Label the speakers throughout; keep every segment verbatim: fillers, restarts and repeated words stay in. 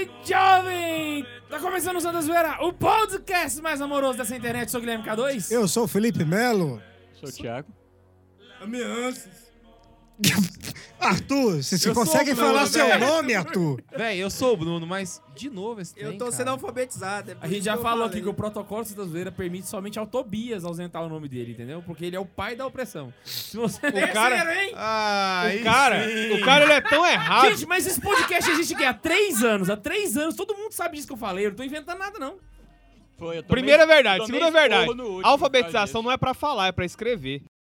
Speaker 1: noite, jovem! Tá começando o Santa Zoeira, o podcast mais amoroso dessa internet. Sou o Guilherme K dois.
Speaker 2: Eu sou o Felipe Melo.
Speaker 3: Sou o Thiago.
Speaker 4: Ameaças.
Speaker 2: Arthur, você, você
Speaker 4: Eu
Speaker 2: consegue
Speaker 4: sou o Bruno,
Speaker 2: falar seu
Speaker 4: velho.
Speaker 2: nome, Arthur?
Speaker 4: Véi, eu sou o Bruno, mas de novo esse trem,
Speaker 5: Eu tô
Speaker 4: cara.
Speaker 5: sendo alfabetizado. É por
Speaker 1: A
Speaker 5: isso
Speaker 1: gente já
Speaker 5: que eu
Speaker 1: falou
Speaker 5: falei.
Speaker 1: aqui que o protocolo do Santa Zoeira permite somente ao Tobias ausentar o nome dele, entendeu? Porque ele é o pai da opressão. Se você...
Speaker 3: O cara-
Speaker 1: Terceiro, hein?
Speaker 4: Ah,
Speaker 3: O cara, o cara ele é tão errado.
Speaker 1: Gente, mas esse podcast existe aqui há três anos. Há três anos, todo mundo sabe disso que eu falei. Eu não tô inventando nada, não.
Speaker 3: Foi, eu tomei-
Speaker 4: Primeira verdade,
Speaker 3: tomei
Speaker 4: segunda verdade.
Speaker 3: esporro no último
Speaker 4: Alfabetização
Speaker 3: por
Speaker 4: não é pra falar, é pra escrever.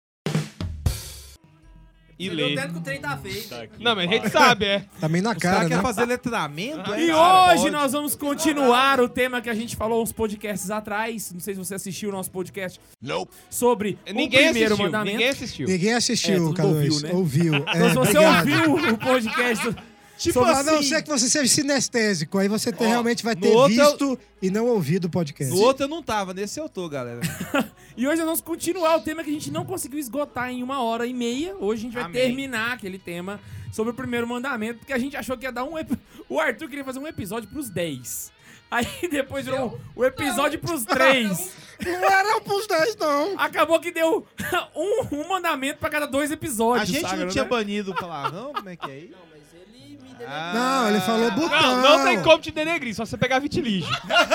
Speaker 4: E
Speaker 5: Você viu
Speaker 4: ler.
Speaker 5: tanto que o trem tá feio.
Speaker 3: causa disso. Tá aqui,
Speaker 4: Não, mas a gente
Speaker 3: pá.
Speaker 4: sabe, é.
Speaker 2: Também na
Speaker 6: Os
Speaker 2: cara,
Speaker 6: caras
Speaker 2: né?
Speaker 6: querem fazer letramento, é?
Speaker 1: E
Speaker 6: Cara,
Speaker 1: hoje
Speaker 6: pode.
Speaker 1: nós vamos continuar o tema que a gente falou uns podcasts atrás. Não sei se você assistiu o nosso podcast.
Speaker 3: Não.
Speaker 1: Sobre
Speaker 4: Ninguém
Speaker 1: o primeiro
Speaker 4: assistiu,
Speaker 1: mandamento.
Speaker 4: ninguém assistiu.
Speaker 2: Ninguém
Speaker 1: É,
Speaker 2: assistiu,
Speaker 1: todo
Speaker 2: K
Speaker 1: mundo
Speaker 2: dois.
Speaker 1: ouviu, né?
Speaker 2: Ouviu.
Speaker 1: Então,
Speaker 2: É,
Speaker 1: se você
Speaker 2: obrigado.
Speaker 1: ouviu o podcast...
Speaker 2: Tipo
Speaker 1: sobre-
Speaker 2: assim, a não ser que você seja sinestésico, aí você tem-
Speaker 6: Ó,
Speaker 2: realmente vai
Speaker 6: no
Speaker 2: ter
Speaker 6: outro eu-
Speaker 2: visto e não ouvido o podcast.
Speaker 6: No outro eu não tava, nesse eu tô, galera.
Speaker 1: E hoje nós vamos continuar o tema que a gente não conseguiu esgotar em uma hora e meia. Hoje a gente vai
Speaker 4: Amém.
Speaker 1: terminar aquele tema sobre o primeiro mandamento, porque a gente achou que ia dar um... ep- O Arthur queria fazer um episódio pros dez. Aí depois virou o episódio pros três.
Speaker 2: Não era pros dez, não.
Speaker 1: Acabou que deu um, um mandamento pra cada dois episódios,
Speaker 6: A gente
Speaker 1: sabe,
Speaker 6: não tinha
Speaker 1: né?
Speaker 6: banido o palavrão? Como é que é aí?
Speaker 5: Não, mas ele me deu...
Speaker 6: Ah.
Speaker 2: Não, ele falou botão.
Speaker 4: Não, não tem como te denegrir, só você pegar vitilígio.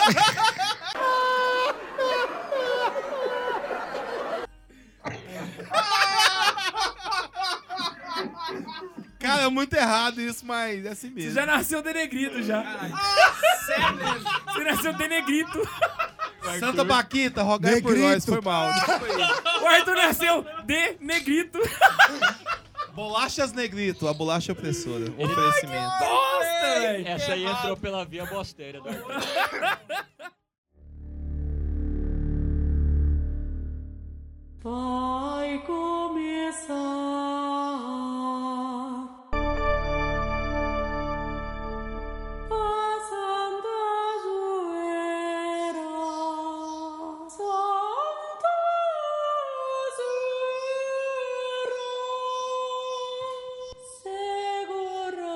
Speaker 6: Cara, é muito errado isso, mas é assim
Speaker 1: Você
Speaker 6: mesmo.
Speaker 1: já nasceu denegrito, já.
Speaker 5: Sério mesmo?
Speaker 1: Você nasceu denegrito.
Speaker 6: Santa Baquita, rogai por
Speaker 2: Negrito.
Speaker 6: nós, foi mal.
Speaker 1: O Arthur nasceu denegrito.
Speaker 6: Bolachas Negrito, a bolacha opressora. Oferecimento.
Speaker 1: Bosta, velho.
Speaker 3: Essa aí entrou pela via bostéria do Arthur.
Speaker 7: Vai começar a Santa Zoeira, Santa Zoeira, segura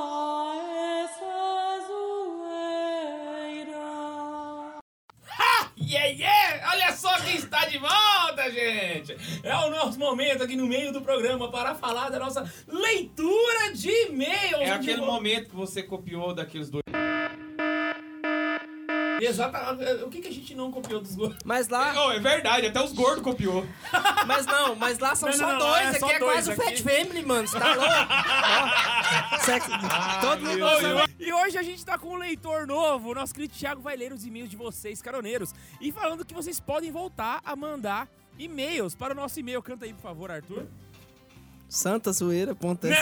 Speaker 7: essa zoeira.
Speaker 1: Yeah, yeah! Olha só quem está de volta, gente! É o nosso momento aqui no meio do programa para falar da nossa leitura de e-mails.
Speaker 8: É aquele momento que você copiou daqueles dois.
Speaker 1: Exatamente. O que, que a gente não copiou dos gordos?
Speaker 5: Mas lá...
Speaker 8: Oh, é verdade, até os gordos copiou.
Speaker 5: Mas não, mas lá são
Speaker 1: Não,
Speaker 5: só
Speaker 1: não, não,
Speaker 5: dois.
Speaker 1: é
Speaker 5: aqui
Speaker 1: só
Speaker 5: é
Speaker 1: dois
Speaker 5: quase o
Speaker 1: aqui.
Speaker 5: Fat Family, mano. Você tá louco? Ó. Sex- Todo mundo sabe.
Speaker 1: E hoje a gente tá com um leitor novo. O nosso querido Thiago vai ler os e-mails de vocês, caroneiros. E falando que vocês podem voltar a mandar e-mails para o nosso e-mail. Canta aí, por favor, Arthur.
Speaker 5: santazoeira.sc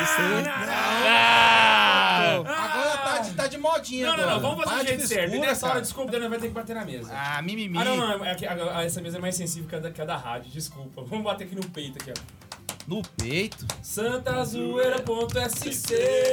Speaker 6: Agora tá de, tá de modinha
Speaker 1: Não, não,
Speaker 6: agora.
Speaker 1: não, vamos fazer
Speaker 6: Para
Speaker 1: do
Speaker 6: de
Speaker 1: jeito certo. E
Speaker 6: frescura,
Speaker 1: nessa hora,
Speaker 6: cara.
Speaker 1: desculpa, Daniel vai ter que bater na mesa.
Speaker 6: Ah, mimimi.
Speaker 1: Ah, não, não, é que a- a- essa mesa é mais sensível que a da, que a da rádio, desculpa. Vamos bater aqui no peito, aqui, ó.
Speaker 6: No peito.
Speaker 1: santazoeira.sc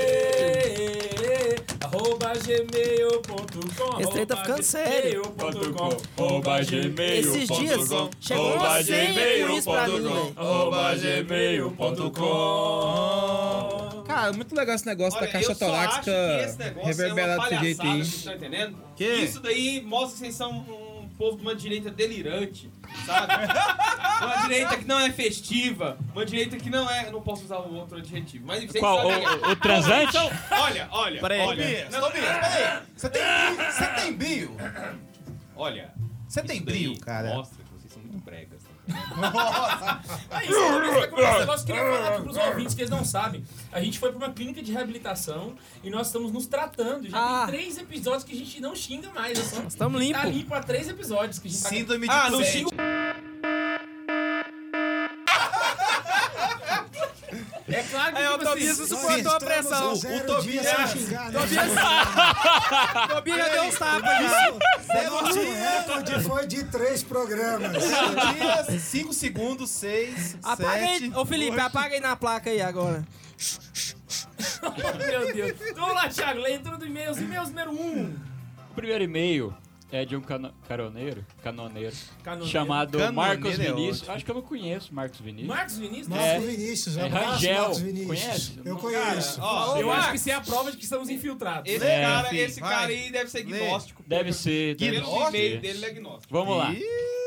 Speaker 1: arroba gmail ponto com
Speaker 5: Esse trem tá ficando sério.
Speaker 3: Arroba gmail
Speaker 5: Esses dias chegou
Speaker 3: arroba
Speaker 5: uma senha com isso pra mim, velho.
Speaker 3: arroba gmail ponto com.
Speaker 6: Cara, muito legal esse negócio da caixa torácica reverberada desse jeito aí.
Speaker 8: Vocês estão entendendo?
Speaker 6: Que?
Speaker 8: Isso daí mostra que vocês são um povo de uma direita delirante, sabe? Uma direita que não é festiva, uma direita que não é... Eu não posso usar o outro adjetivo, mas vocês
Speaker 3: Qual?
Speaker 8: sabem.
Speaker 3: O, o transante?
Speaker 8: Então, olha, olha,
Speaker 5: Peraí.
Speaker 8: olha.
Speaker 6: Tobias,
Speaker 8: Não,
Speaker 6: Tobias, peraí. Você tem, você tem brio?
Speaker 8: Olha,
Speaker 6: Você tem
Speaker 8: isso daí
Speaker 6: brio, cara?
Speaker 8: mostra que vocês são muito bregas. Tá?
Speaker 1: Aí, você vai começar esse negócio, eu queria falar aqui pros ouvintes que eles não sabem. A gente foi pra uma clínica de reabilitação e nós estamos nos tratando. Já
Speaker 5: Ah.
Speaker 1: tem três episódios que a gente não xinga mais. Nós
Speaker 5: Nós estamos limpos.
Speaker 1: Tá limpo há três episódios que a gente tá...
Speaker 6: Síndrome de
Speaker 8: Ah, não
Speaker 6: Tourette.
Speaker 8: xingo.
Speaker 1: É claro que
Speaker 5: É, o
Speaker 1: tipo
Speaker 5: Tobias
Speaker 1: assim,
Speaker 5: não suportou a pressão.
Speaker 2: O, o
Speaker 6: Tobias-
Speaker 2: Tobias xingar, né?
Speaker 5: Tobias já deu uns tapas já.
Speaker 2: O nosso recorde foi de três programas.
Speaker 6: Dias, cinco segundos, seis,
Speaker 5: Apaga aí.
Speaker 6: sete...
Speaker 5: Ô, Felipe, apaga aí na placa aí agora.
Speaker 1: Meu Deus. Então, vamos lá, Thiago, leitura do e-mail. Os e-mails número um.
Speaker 3: O primeiro e-mail é de um cano- caroneiro, canoneiro,
Speaker 1: Canoneiro.
Speaker 3: chamado
Speaker 6: Canoneiro
Speaker 3: Marcos
Speaker 6: é
Speaker 3: Vinícius.
Speaker 6: ótimo.
Speaker 3: Acho que eu não conheço Marcos Vinícius.
Speaker 1: Marcos Vinícius?
Speaker 2: Marcos
Speaker 3: É.
Speaker 2: Vinícius,
Speaker 3: É
Speaker 2: abraço,
Speaker 3: Rangel.
Speaker 2: Marcos Vinícius.
Speaker 3: Conhece?
Speaker 2: Eu
Speaker 3: Não.
Speaker 2: conheço.
Speaker 8: Ó,
Speaker 1: Eu
Speaker 8: Max,
Speaker 1: acho que isso é a prova de que estamos infiltrados.
Speaker 8: Esse,
Speaker 3: É,
Speaker 8: cara,
Speaker 6: filho,
Speaker 8: esse
Speaker 6: vai.
Speaker 8: cara aí deve ser
Speaker 6: Lê.
Speaker 8: gnóstico.
Speaker 3: Deve ser, deve
Speaker 8: Pelo e-mail
Speaker 3: ser.
Speaker 8: dele, ele é gnóstico.
Speaker 3: Vamos lá.
Speaker 6: Ih,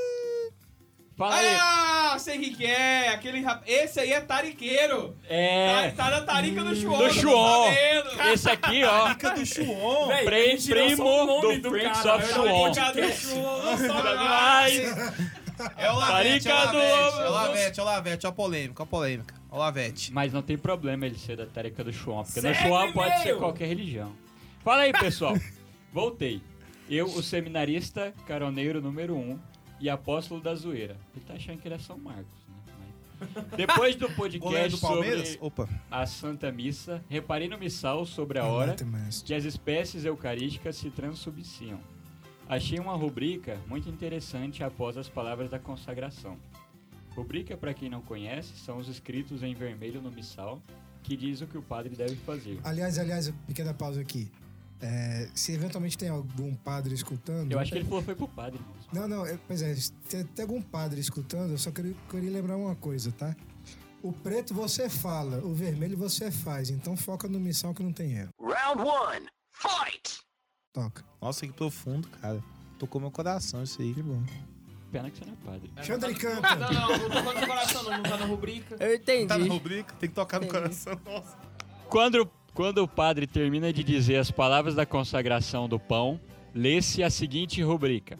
Speaker 3: Fala aí.
Speaker 8: Ah, sei o que que é. Aquele rap... Esse aí é tariqueiro.
Speaker 3: É,
Speaker 8: Tá, tá na tarica do Chuon.
Speaker 3: do
Speaker 8: eu tô
Speaker 3: Chuon.
Speaker 8: sabendo.
Speaker 3: Esse aqui, ó.
Speaker 6: Dica do Chuon.
Speaker 1: Véi,
Speaker 3: Pre-
Speaker 1: a gente tirou
Speaker 3: primo
Speaker 1: só o nome
Speaker 3: do
Speaker 1: cara,
Speaker 3: Friends of
Speaker 1: velho.
Speaker 3: Chuon.
Speaker 8: Tarica do Chuon, não sobe
Speaker 3: Mas,
Speaker 6: É o Lavete, é o
Speaker 3: Tarica do-
Speaker 6: Lavete, é o Lavete, é o Lavete, ó a polêmica, ó a polêmica. Ó o Lavete.
Speaker 3: mas não tem problema ele ser da Tarica do Chuon, porque
Speaker 1: Segue
Speaker 3: no Chuon
Speaker 1: o
Speaker 3: pode ser
Speaker 1: e-mail.
Speaker 3: qualquer religião. Fala aí, pessoal. Voltei. Eu, o seminarista caroneiro número um e apóstolo da zoeira. Ele tá achando que ele é São Marcos, né? Mas- Depois do
Speaker 6: Goleiro
Speaker 3: podcast
Speaker 6: do Palmeiras?
Speaker 3: sobre
Speaker 6: Opa.
Speaker 3: a Santa Missa, reparei no missal sobre a
Speaker 2: Ah,
Speaker 3: hora
Speaker 2: mete mais.
Speaker 3: que as espécies eucarísticas se transubstanciam. Achei uma rubrica muito interessante após as palavras da consagração. Rubrica, para quem não conhece, são os escritos em vermelho no missal, que diz o que o padre deve fazer.
Speaker 2: Aliás, aliás, pequena pausa aqui. É, se eventualmente tem algum padre escutando...
Speaker 3: Eu acho que ele falou foi pro padre mesmo.
Speaker 2: Não, não, é, pois é, se tem, tem algum padre escutando, eu só queria, queria lembrar uma coisa, tá? O preto você fala, o vermelho você faz, então foca no missal que não tem erro.
Speaker 9: Round one, fight!
Speaker 2: Toca.
Speaker 6: Nossa, que profundo, cara. Tocou meu coração isso aí.
Speaker 2: Que bom.
Speaker 3: Pena que você não é padre.
Speaker 2: Xandre
Speaker 8: Não,
Speaker 2: canta.
Speaker 8: não, não tocou no coração, não. Não tá na rubrica.
Speaker 5: Eu entendi.
Speaker 6: Tá na rubrica, tem que tocar no
Speaker 5: Entendi.
Speaker 6: coração. Nossa.
Speaker 3: Quando, quando o padre termina de dizer as palavras da consagração do pão, lê-se a seguinte rubrica.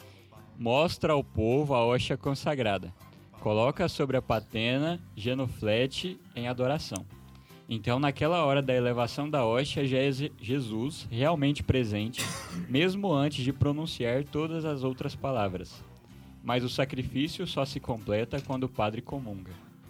Speaker 3: Mostra ao povo a hóstia consagrada. Coloca sobre a patena, genuflete em adoração. Então, naquela hora da elevação da hóstia, já é Je- Jesus realmente presente, mesmo antes de pronunciar todas as outras palavras. Mas o sacrifício só se completa quando o padre comunga.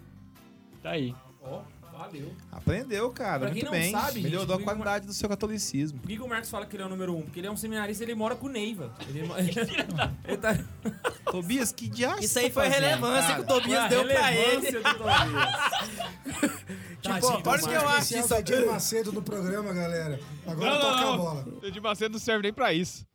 Speaker 3: Tá aí.
Speaker 1: Ó, valeu.
Speaker 6: Aprendeu, cara.
Speaker 1: Pra quem
Speaker 6: Muito
Speaker 1: não
Speaker 6: bem.
Speaker 1: sabe, gente,
Speaker 6: Melhorou a
Speaker 1: comigo-
Speaker 6: qualidade do seu catolicismo.
Speaker 1: Por que, que o Marcos fala que ele é o número um? Porque ele é um seminarista e ele mora com o Neiva. Ele, mo- ele tá...
Speaker 6: Tobias, que diacho
Speaker 5: Isso aí foi a
Speaker 6: tá fazendo,
Speaker 5: relevância que o
Speaker 6: cara?
Speaker 5: Tobias
Speaker 1: a
Speaker 5: deu pra
Speaker 1: relevância
Speaker 5: ele.
Speaker 1: do Tobias.
Speaker 5: Tipo,
Speaker 1: Tadinho do
Speaker 5: olha o que eu
Speaker 1: Marcos.
Speaker 5: acho
Speaker 2: Especial
Speaker 5: isso.
Speaker 2: da Edir Macedo no programa, galera. Agora
Speaker 4: Não,
Speaker 2: toca
Speaker 4: não,
Speaker 2: a
Speaker 4: não.
Speaker 2: bola.
Speaker 4: Edir Macedo não serve nem pra isso.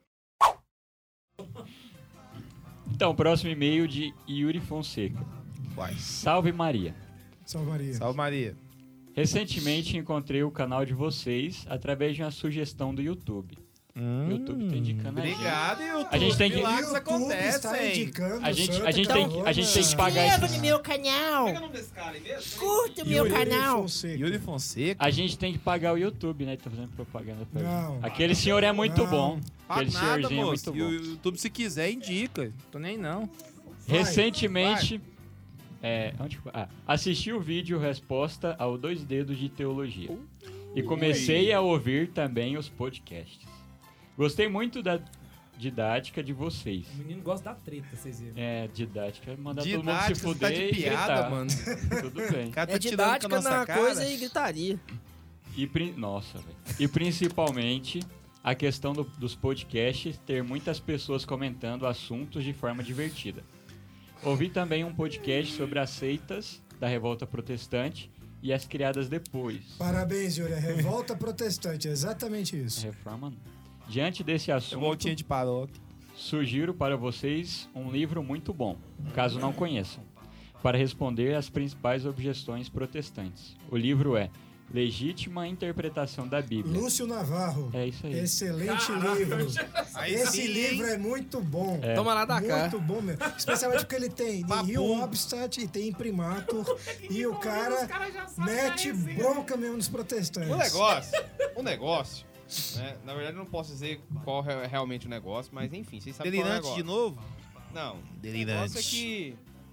Speaker 3: Então, próximo e-mail de Yuri Fonseca.
Speaker 6: Uai.
Speaker 3: Salve Maria.
Speaker 2: Salve Maria.
Speaker 6: Salve, Maria.
Speaker 3: Recentemente encontrei o canal de vocês através de uma sugestão do YouTube. O YouTube tá indicando a gente.
Speaker 6: Obrigado, YouTube.
Speaker 3: A gente tem que-
Speaker 6: Milagres
Speaker 2: O YouTube está
Speaker 6: acontecem.
Speaker 2: indicando
Speaker 3: A gente,
Speaker 2: Santa
Speaker 3: a gente, tem, que- a gente tem que pagar
Speaker 5: Inscreva
Speaker 3: esses,
Speaker 5: no meu
Speaker 8: Como é
Speaker 5: canal.
Speaker 8: que é o nome desse cara aí mesmo?
Speaker 5: Curta o meu
Speaker 2: Yuri
Speaker 5: canal.
Speaker 2: Fonseca.
Speaker 6: Yuri Fonseca.
Speaker 3: a gente tem que pagar o YouTube, né? Tá fazendo propaganda pra
Speaker 2: Não.
Speaker 3: gente. Aquele senhor é muito
Speaker 2: Não.
Speaker 3: bom.
Speaker 6: Paga
Speaker 3: Aquele
Speaker 6: nada,
Speaker 3: senhorzinho é
Speaker 6: moço.
Speaker 3: muito
Speaker 6: E
Speaker 3: bom.
Speaker 6: o YouTube, se quiser, indica. Tô nem não.
Speaker 2: Vai,
Speaker 3: Recentemente, é, onde foi? Ah, assisti o vídeo resposta ao Dois Dedos de Teologia. E comecei a ouvir também os podcasts. Gostei muito da didática de vocês.
Speaker 1: O menino gosta da treta, vocês viram.
Speaker 3: É, didática. Mandar todo mundo
Speaker 6: Didática,
Speaker 3: se
Speaker 6: você
Speaker 3: fuder
Speaker 6: tá de
Speaker 3: e
Speaker 6: piada,
Speaker 3: gritar.
Speaker 6: mano.
Speaker 3: Tudo bem.
Speaker 6: O cara tá
Speaker 5: É
Speaker 6: tirando com a
Speaker 5: didática
Speaker 6: nossa
Speaker 5: na
Speaker 6: cara.
Speaker 5: coisa e gritaria.
Speaker 3: E, pri- nossa, velho. E principalmente a questão do- dos podcasts ter muitas pessoas comentando assuntos de forma divertida. Ouvi também um podcast sobre as seitas da revolta protestante e as criadas depois.
Speaker 2: Parabéns, Yuri. A revolta protestante, é exatamente isso.
Speaker 3: Reforma não. Diante desse
Speaker 6: É
Speaker 3: assunto,
Speaker 6: voltinha de paróquia.
Speaker 3: sugiro para vocês um livro muito bom, caso não conheçam, para responder às principais objeções protestantes. O livro é Legítima Interpretação da Bíblia.
Speaker 2: Lúcio Navarro.
Speaker 3: É isso aí.
Speaker 2: Excelente livro.
Speaker 6: Aí
Speaker 2: Esse
Speaker 6: sim,
Speaker 2: livro é muito bom.
Speaker 3: É.
Speaker 5: Toma lá da cá.
Speaker 2: Muito bom mesmo. Especialmente porque ele tem
Speaker 6: Papum.
Speaker 2: Nihil Obstat e tem Imprimatur. E o cara mete bronca mesmo nos protestantes.
Speaker 8: O negócio, o negócio, né? Na verdade, eu não posso dizer qual é realmente o negócio, mas enfim, vocês sabem qual é o
Speaker 6: Delirante de
Speaker 8: negócio.
Speaker 6: novo?
Speaker 8: Não, o
Speaker 6: Delirante.
Speaker 8: negócio é que...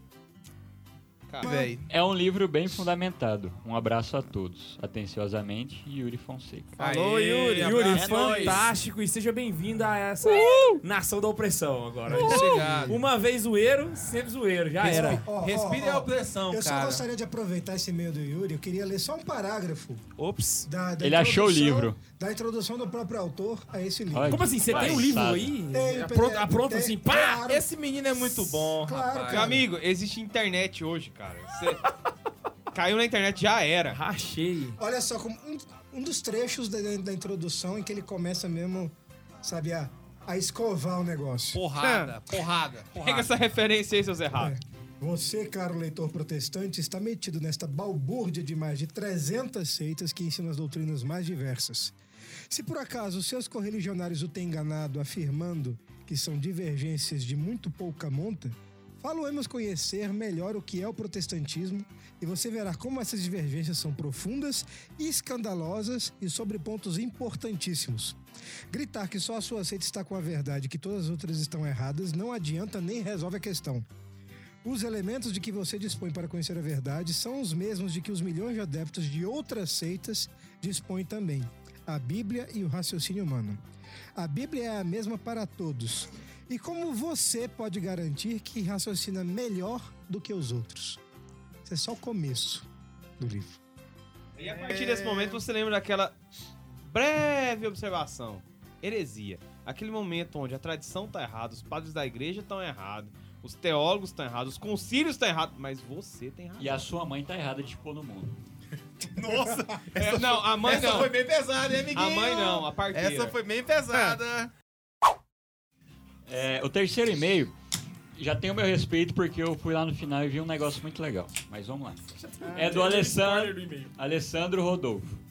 Speaker 8: Cara,
Speaker 6: Véi.
Speaker 3: É um livro bem fundamentado. Um abraço a todos. Atenciosamente, Yuri Fonseca.
Speaker 6: Falou, Yuri.
Speaker 1: Yuri,
Speaker 6: Abraço.
Speaker 1: fantástico. E seja bem-vindo a essa nação da opressão agora.
Speaker 6: Obrigado.
Speaker 1: Uma vez zoeiro, sempre zoeiro. Já era.
Speaker 2: Ó, ó,
Speaker 6: Respire
Speaker 2: ó,
Speaker 6: a opressão,
Speaker 2: Eu só
Speaker 6: cara.
Speaker 2: gostaria de aproveitar esse e-mail do Yuri. Eu queria ler só um parágrafo
Speaker 6: Ops.
Speaker 2: da, da
Speaker 3: Ele achou o
Speaker 2: introdução-
Speaker 3: livro.
Speaker 2: Da introdução do próprio autor a esse livro.
Speaker 3: Olha,
Speaker 1: Como assim? Você tem um livro
Speaker 3: Passado.
Speaker 1: aí?
Speaker 2: Tem,
Speaker 1: Apronto,
Speaker 2: tem,
Speaker 1: apronto
Speaker 2: tem,
Speaker 1: assim, pá!
Speaker 2: claro.
Speaker 6: Esse menino é muito bom,
Speaker 2: Claro,
Speaker 6: rapaz.
Speaker 8: meu
Speaker 2: cara.
Speaker 8: amigo, existe internet hoje, cara. Você caiu na internet, já era.
Speaker 1: Rachei.
Speaker 2: Olha só, como um, um dos trechos da, da introdução em que ele começa mesmo, sabe, a, a escovar o negócio.
Speaker 4: Porrada, porrada,
Speaker 8: Pega
Speaker 4: porrada.
Speaker 8: essa referência aí, seus errados.
Speaker 2: É. Você, caro leitor protestante, está metido nesta balbúrdia de mais de trezentas seitas que ensinam as doutrinas mais diversas. Se por acaso os seus correligionários o têm enganado afirmando que são divergências de muito pouca monta, falo-emos conhecer melhor o que é o protestantismo e você verá como essas divergências são profundas e escandalosas e sobre pontos importantíssimos. Gritar que só a sua seita está com a verdade e que todas as outras estão erradas não adianta nem resolve a questão. Os elementos de que você dispõe para conhecer a verdade são os mesmos de que os milhões de adeptos de outras seitas dispõem também. A Bíblia e o raciocínio humano. A Bíblia é a mesma para todos. E como você pode garantir que raciocina melhor do que os outros? Isso é só o começo do livro.
Speaker 8: E a partir desse momento você lembra daquela breve observação. Heresia. Aquele momento onde a tradição tá errada, os padres da igreja estão errados, os teólogos estão errados, os concílios estão errados, mas você tem razão.
Speaker 3: E a sua mãe tá errada de pôr no mundo.
Speaker 4: Nossa,
Speaker 8: É, não, a mãe
Speaker 4: essa
Speaker 8: não.
Speaker 4: foi bem pesada, hein, amiguinho?
Speaker 8: A mãe não, a parteira.
Speaker 4: Essa foi bem pesada.
Speaker 3: É, o terceiro e-mail já tem o meu respeito porque eu fui lá no final e vi um negócio muito legal. Mas vamos lá. É do Alessandro, Alessandro Rodolfo.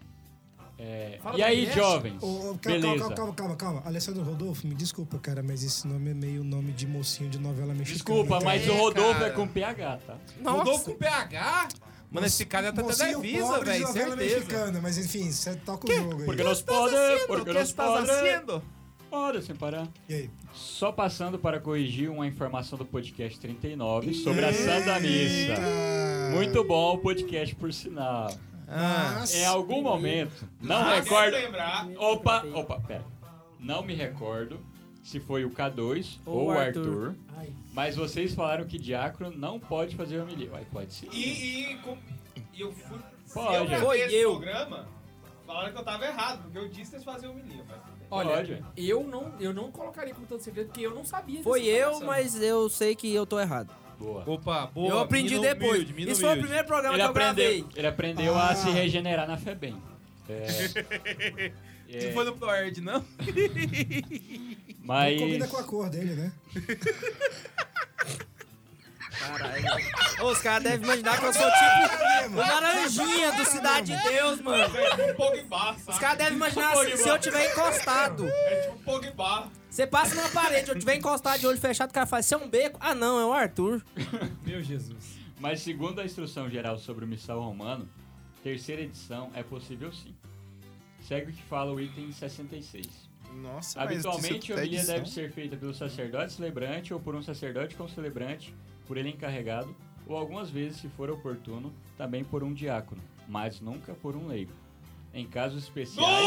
Speaker 3: É,
Speaker 1: Fala
Speaker 3: e aí,
Speaker 1: pra
Speaker 3: jovens?
Speaker 2: Ô, ô, calma,
Speaker 3: Beleza.
Speaker 2: calma, calma, calma, calma. Alessandro Rodolfo, me desculpa, cara, mas esse nome é meio nome de mocinho de novela mexicana.
Speaker 3: Desculpa,
Speaker 2: tá?
Speaker 3: mas
Speaker 4: É,
Speaker 3: o Rodolfo
Speaker 4: cara.
Speaker 3: é com P H, tá?
Speaker 4: Rodolfo com P H? Mano, esse cara tá até
Speaker 2: Mocinho
Speaker 4: Devisa,
Speaker 2: pobre de
Speaker 4: velho,
Speaker 2: novela
Speaker 4: certeza.
Speaker 2: mexicana, mas enfim, você toca o jogo aí.
Speaker 3: Porque nós
Speaker 4: estás
Speaker 3: podemos,
Speaker 4: haciendo?
Speaker 3: porque
Speaker 4: ¿Qué
Speaker 3: nós
Speaker 4: estás
Speaker 3: podemos.
Speaker 4: haciendo?
Speaker 3: Ora, sem parar.
Speaker 2: E aí?
Speaker 3: Só passando para corrigir uma informação do podcast trinta e nove sobre a Santa Missa.
Speaker 2: Eita!
Speaker 3: Muito bom o podcast, por sinal.
Speaker 2: Mas...
Speaker 3: Em algum momento, não
Speaker 8: Ah,
Speaker 3: recordo.
Speaker 8: quero lembrar.
Speaker 3: Opa, opa, pera. Não me recordo se foi o K dois ou,
Speaker 5: Ou
Speaker 3: o
Speaker 5: o
Speaker 3: Arthur,
Speaker 5: Arthur.
Speaker 3: mas vocês falaram que diácono não pode fazer homilia. Uai, pode sim.
Speaker 8: E, e, com- e eu fui.
Speaker 3: Pode.
Speaker 8: Se eu gravei
Speaker 5: Foi
Speaker 8: esse
Speaker 5: eu.
Speaker 8: programa, falaram que eu tava errado, porque eu disse que eles faziam homilia. Mas tudo bem.
Speaker 1: Olha,
Speaker 3: Pode.
Speaker 1: eu não, eu não colocaria com tanto segredo, porque eu não sabia
Speaker 5: Foi
Speaker 1: dessa
Speaker 5: eu,
Speaker 1: informação.
Speaker 5: mas eu sei que eu tô errado.
Speaker 3: Boa.
Speaker 4: Opa, boa.
Speaker 5: eu aprendi
Speaker 4: menino
Speaker 5: depois.
Speaker 4: humilde, menino
Speaker 5: Isso foi o
Speaker 4: humilde.
Speaker 5: primeiro programa
Speaker 3: Ele
Speaker 5: que eu gravei.
Speaker 3: aprendeu, ele aprendeu
Speaker 2: Ah.
Speaker 3: a se regenerar na FEBEM. É,
Speaker 4: Não foi no ProErd, não?
Speaker 3: mas
Speaker 2: Não combina com a cor dele, né?
Speaker 5: Caralho. Ô, os caras devem imaginar que eu sou tipo o laranjinha do Cidade de Deus, mano.
Speaker 8: É tipo Pogba,
Speaker 5: Os
Speaker 8: sabe?
Speaker 5: caras devem imaginar se, se eu tiver encostado.
Speaker 8: É tipo Pogba.
Speaker 5: Você passa numa parede, eu tiver encostado de olho fechado, o cara fala, isso é um beco? Ah, não, é o Arthur.
Speaker 1: Meu Jesus.
Speaker 3: Mas segundo a instrução geral sobre o missal romano, terceira edição é possível sim. Segue o que fala o item sessenta e seis.
Speaker 4: Nossa,
Speaker 3: Habitualmente, a
Speaker 4: mas
Speaker 3: homilia
Speaker 4: isso
Speaker 3: deve ser feita pelo sacerdote celebrante ou por um sacerdote com celebrante, por ele encarregado, ou algumas vezes, se for oportuno, também por um diácono, mas nunca por um leigo. Em casos especiais,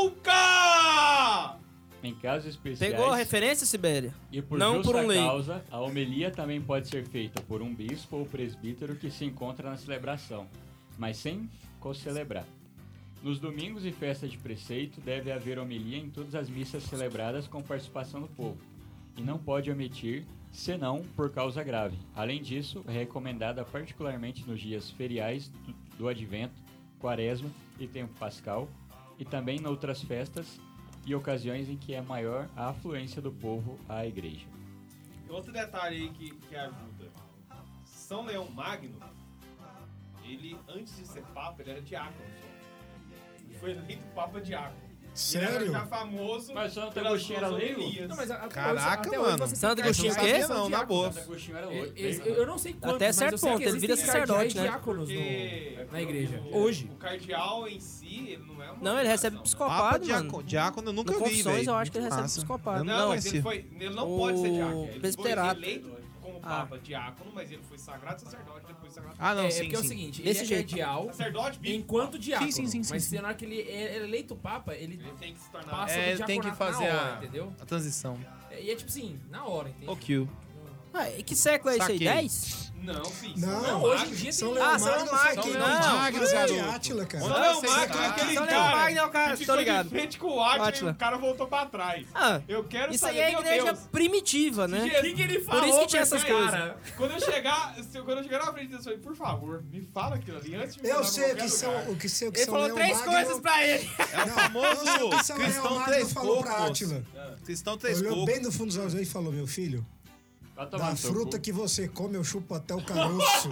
Speaker 8: Nunca!
Speaker 3: em casos especiais
Speaker 5: Pegou a referência, Sibéria?
Speaker 3: e por
Speaker 5: Não
Speaker 3: justa
Speaker 5: por um leigo.
Speaker 3: causa, a homilia também pode ser feita por um bispo ou presbítero que se encontra na celebração, mas sem co-celebrar. Nos domingos e festas de preceito, deve haver homilia em todas as missas celebradas com participação do povo, e não pode omitir, senão por causa grave. Além disso, é recomendada particularmente nos dias feriais do, do Advento, Quaresma e Tempo Pascal, e também em outras festas e ocasiões em que é maior a afluência do povo à igreja.
Speaker 8: E outro detalhe aí que, que ajuda. São Leão Magno, ele, antes de ser papa, ele era diácono só. Ele foi eleito papa diácono.
Speaker 2: Sério?
Speaker 8: Ele era já famoso.
Speaker 3: Mas Santo
Speaker 8: pelas
Speaker 3: Agostinho era
Speaker 8: suas
Speaker 3: leigo?
Speaker 8: homilias.
Speaker 1: Não, mas até
Speaker 4: Caraca,
Speaker 1: hoje, até
Speaker 4: mano.
Speaker 1: Hoje você
Speaker 5: Santo
Speaker 1: tem
Speaker 5: Agostinho
Speaker 1: tradição
Speaker 5: o quê?
Speaker 1: de
Speaker 4: Não, na
Speaker 1: diácono.
Speaker 4: boa.
Speaker 3: Santo Agostinho era
Speaker 1: É,
Speaker 3: louco.
Speaker 1: esse- Eu eu não sei quantos,
Speaker 5: Até
Speaker 1: mas
Speaker 5: certo
Speaker 1: eu sei
Speaker 5: ponto,
Speaker 1: que
Speaker 5: ele vira
Speaker 1: existem
Speaker 5: sacerdote,
Speaker 1: cardeais
Speaker 5: né?
Speaker 1: diáconos
Speaker 8: Porque
Speaker 1: no, na igreja.
Speaker 8: o-
Speaker 1: Hoje.
Speaker 8: O cardeal em si, ele não é uma
Speaker 5: Não, ele recebe
Speaker 8: ordenação,
Speaker 4: Papa
Speaker 5: psicopado,
Speaker 4: diácono,
Speaker 5: mano.
Speaker 4: diácono eu nunca
Speaker 5: No
Speaker 4: vi,
Speaker 5: Confissões,
Speaker 4: velho.
Speaker 5: eu acho que ele
Speaker 4: Muito
Speaker 5: recebe
Speaker 4: massa.
Speaker 5: psicopado.
Speaker 4: Eu
Speaker 8: Não,
Speaker 4: não
Speaker 8: mas ele,
Speaker 4: conhecia.
Speaker 8: foi, ele não
Speaker 5: O
Speaker 8: pode ser diácono. Ele foi
Speaker 5: presbiterato.
Speaker 8: eleito como
Speaker 5: Ah.
Speaker 8: papa diácono, mas ele foi sagrado sacerdote, depois sagrado
Speaker 4: Ah, não,
Speaker 1: é,
Speaker 4: sim,
Speaker 1: porque é o
Speaker 4: sim.
Speaker 1: seguinte,
Speaker 5: Desse
Speaker 1: ele é
Speaker 5: jeito.
Speaker 1: cardeal
Speaker 8: sacerdote, bispo.
Speaker 1: enquanto diácono.
Speaker 4: sim, sim, sim,
Speaker 1: mas
Speaker 4: sim.
Speaker 1: na hora que ele é eleito papa, ele
Speaker 8: Ele tem que se tornar...
Speaker 1: passa
Speaker 4: É,
Speaker 1: do
Speaker 4: ele tem que
Speaker 1: diaconato
Speaker 4: fazer
Speaker 1: na hora,
Speaker 4: a-
Speaker 1: entendeu?
Speaker 4: A transição.
Speaker 1: É, E é tipo assim, na hora, entendeu?
Speaker 4: O kill.
Speaker 5: Ah, e que século é esse aí?
Speaker 8: Saquei.
Speaker 5: dez?
Speaker 8: Não, filho.
Speaker 2: Não,
Speaker 1: Não, hoje em dia
Speaker 2: São
Speaker 1: tem...
Speaker 5: Ah, São
Speaker 2: Leomagno
Speaker 5: Leomagno,
Speaker 2: foi quem
Speaker 5: não.
Speaker 2: Magno,
Speaker 8: Grande
Speaker 2: garoto. Átila, cara.
Speaker 8: São
Speaker 5: Não,
Speaker 8: Leomagno
Speaker 5: sei,
Speaker 8: é
Speaker 5: cara.
Speaker 8: aquele
Speaker 5: São
Speaker 8: cara
Speaker 5: Leomagno é o cara,
Speaker 8: que
Speaker 5: tô
Speaker 8: ficou
Speaker 5: ligado.
Speaker 8: de frente com o Átila e
Speaker 5: Átila.
Speaker 8: o cara voltou pra trás.
Speaker 5: Ah,
Speaker 8: Eu quero
Speaker 5: isso
Speaker 8: saber,
Speaker 5: aí é
Speaker 8: meu
Speaker 5: igreja
Speaker 8: Deus.
Speaker 5: primitiva, né?
Speaker 1: O que, que ele falou
Speaker 5: Por isso que
Speaker 1: pra
Speaker 5: tinha
Speaker 1: esse
Speaker 5: essas
Speaker 1: cara?
Speaker 8: Quando eu chegar, se eu- quando eu chegar na frente desse aí, por favor, me fala aquilo ali antes de me
Speaker 2: Eu
Speaker 8: mandar pra
Speaker 2: sei o
Speaker 8: qualquer
Speaker 2: que são,
Speaker 8: lugar.
Speaker 2: o que sei o que
Speaker 5: Ele
Speaker 2: são
Speaker 5: falou três
Speaker 2: Leomagno.
Speaker 5: coisas pra ele.
Speaker 10: É o famoso
Speaker 2: Eu sei o que São
Speaker 10: cristão
Speaker 2: Leomagno
Speaker 10: três
Speaker 2: falou pra
Speaker 10: cocos.
Speaker 2: Átila.
Speaker 10: Cristão três
Speaker 2: Olhou
Speaker 10: cocos.
Speaker 2: bem no fundo dos olhos dele e falou, meu filho,
Speaker 3: Vai tomar
Speaker 2: da
Speaker 3: no seu
Speaker 2: fruta
Speaker 3: cu.
Speaker 2: que você come, eu chupo até o caroço.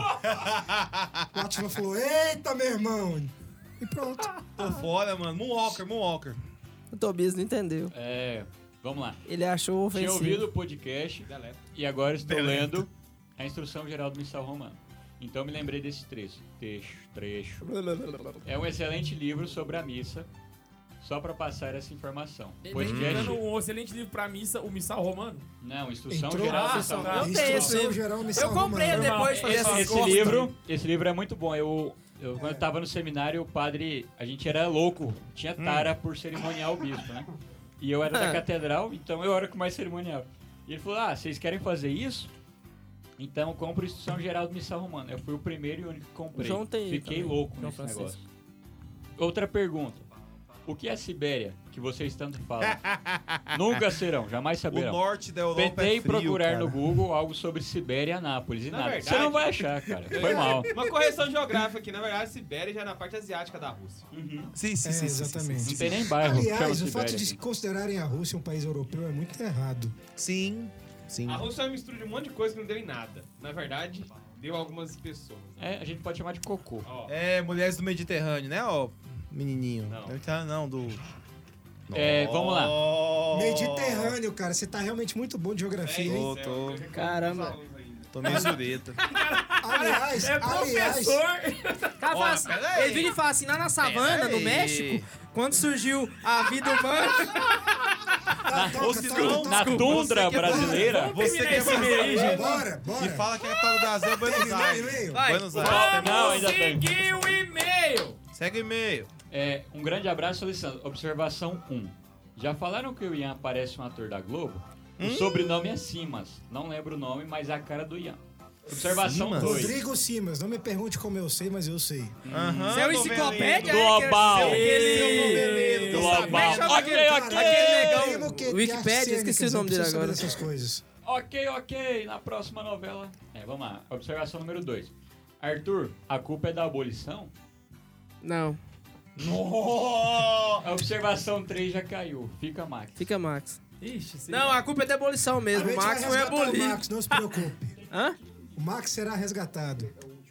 Speaker 2: O Átila falou, eita, meu irmão. E pronto.
Speaker 10: Tô fora, mano. Moonwalker, Moonwalker.
Speaker 5: O Tobias não entendeu.
Speaker 3: É, vamos lá.
Speaker 5: Ele achou
Speaker 3: Tinha
Speaker 5: ofensivo.
Speaker 3: ouvido o podcast e agora estou lendo a Instrução Geral do Missal Romano. Então me lembrei desse trecho. Trecho, trecho. É um excelente livro sobre a missa, só para passar essa informação.
Speaker 1: Ele
Speaker 3: Podcast...
Speaker 1: vem dando um excelente livro pra missa, o Missal Romano.
Speaker 3: Não, Instrução
Speaker 2: Entrou
Speaker 3: Geral do
Speaker 1: Ah,
Speaker 3: Missal
Speaker 1: tá.
Speaker 3: Romano.
Speaker 5: Eu tenho esse
Speaker 2: Instrução
Speaker 5: livro.
Speaker 2: Geral
Speaker 5: Eu
Speaker 2: Missal
Speaker 5: comprei ele
Speaker 2: Romano.
Speaker 5: depois de fazer
Speaker 3: Esse,
Speaker 5: essa
Speaker 3: esse
Speaker 5: costa.
Speaker 3: livro, esse livro é muito bom. Eu, eu quando eu tava no seminário, o padre, a gente era louco, tinha tara por cerimonial o bispo, né? E eu era da catedral, então eu era com mais cerimonial. E ele falou: "Ah, vocês querem fazer isso? Então compra a Instrução Geral do Missal Romano". Eu fui o primeiro e o único que comprei.
Speaker 5: João tem
Speaker 3: Fiquei
Speaker 5: também,
Speaker 3: louco
Speaker 5: João
Speaker 3: nesse
Speaker 5: Francisco.
Speaker 3: negócio. Outra pergunta. O que é Sibéria, que vocês tanto falam? Nunca serão, jamais
Speaker 10: O
Speaker 3: saberão.
Speaker 10: norte da Europa
Speaker 3: Tentei
Speaker 10: é frio,
Speaker 3: procurar
Speaker 10: cara.
Speaker 3: no Google algo sobre Sibéria e Anápolis e
Speaker 8: Na
Speaker 3: nada.
Speaker 8: verdade-
Speaker 3: Você não vai achar, cara. Foi mal.
Speaker 8: Uma correção geográfica aqui, na verdade, Sibéria já é na parte asiática da Rússia.
Speaker 10: Sim, sim,
Speaker 2: É,
Speaker 10: sim, sim, sim,
Speaker 2: exatamente.
Speaker 10: sim,
Speaker 3: Não tem nem bairro que chama
Speaker 2: Aliás, o fato
Speaker 3: Sibéria.
Speaker 2: de se considerarem a Rússia um país europeu é muito errado.
Speaker 10: Sim, sim.
Speaker 8: A Rússia é uma mistura de um monte de coisa que não deu em nada. Na verdade, deu algumas pessoas.
Speaker 3: É, a gente pode chamar de cocô.
Speaker 8: Ó,
Speaker 10: É, mulheres do Mediterrâneo, né, ó, menininho?
Speaker 8: Não.
Speaker 10: Mediterrâneo não, do...
Speaker 3: É, vamos lá.
Speaker 10: Oh.
Speaker 2: Mediterrâneo, cara, você tá realmente muito bom de geografia, hein?
Speaker 10: Tô, tô,
Speaker 5: Caramba.
Speaker 10: tô meio zureta.
Speaker 2: Aliás,
Speaker 1: É
Speaker 2: aliás,
Speaker 1: professor!
Speaker 5: Cara,
Speaker 10: Ó,
Speaker 5: fala assim,
Speaker 10: peraí.
Speaker 5: ele vira e fala assim, lá na savana, no
Speaker 10: Peraí.
Speaker 5: México, quando surgiu a vida humana...
Speaker 2: tá, toca,
Speaker 10: ou se
Speaker 2: toca,
Speaker 10: não,
Speaker 2: toca.
Speaker 3: Na
Speaker 10: Desculpa,
Speaker 3: tundra
Speaker 10: você que é
Speaker 3: brasileira,
Speaker 1: Vamos
Speaker 10: Você
Speaker 1: terminar
Speaker 10: que é
Speaker 1: esse e-mail aí, gente.
Speaker 2: Bora, bora.
Speaker 10: E fala que a capital do Brasil é Buenos
Speaker 2: Terminou o
Speaker 10: Aires.
Speaker 2: e-mail?
Speaker 5: Vai.
Speaker 10: Buenos Aires.
Speaker 3: Não,
Speaker 1: Vamos
Speaker 3: ainda tem.
Speaker 1: seguir o e-mail!
Speaker 10: Segue o e-mail.
Speaker 3: é, um grande abraço, Alessandro. Observação um. Já falaram que o Ian parece um ator da Globo? O sobrenome é Simas. Não lembro o nome, mas é a cara do Ian. Observação
Speaker 10: Simas?
Speaker 3: dois.
Speaker 2: Rodrigo Simas, não me pergunte como eu sei, mas eu sei.
Speaker 10: Aham,
Speaker 5: Você é uma
Speaker 10: noveleiro.
Speaker 5: enciclopédia?
Speaker 3: Global.
Speaker 5: É aquele...
Speaker 10: Seu noveleiro, tô
Speaker 3: Global.
Speaker 10: sabendo.
Speaker 5: Chama
Speaker 3: Ok,
Speaker 5: aquele-
Speaker 3: ok.
Speaker 5: Aquele negão...
Speaker 2: Primo que
Speaker 5: Wikipédia,
Speaker 2: tem
Speaker 5: esqueci o
Speaker 2: artes
Speaker 5: nome dele
Speaker 2: cênicas, eu
Speaker 5: agora.
Speaker 2: preciso saber essas coisas.
Speaker 3: Ok, ok. Na próxima novela. É, vamos lá. Observação número dois. Arthur, a culpa é da abolição?
Speaker 5: Não,
Speaker 3: A observação três já caiu. Fica Max.
Speaker 5: fica Max.
Speaker 1: Ixi, sim.
Speaker 5: Não, a culpa é da abolição
Speaker 2: A
Speaker 5: mesmo, o
Speaker 2: gente
Speaker 5: Max
Speaker 2: vai
Speaker 5: foi
Speaker 2: resgatar o
Speaker 5: abolido.
Speaker 2: Max, não se preocupe.
Speaker 5: Hã?
Speaker 2: O Max será resgatado.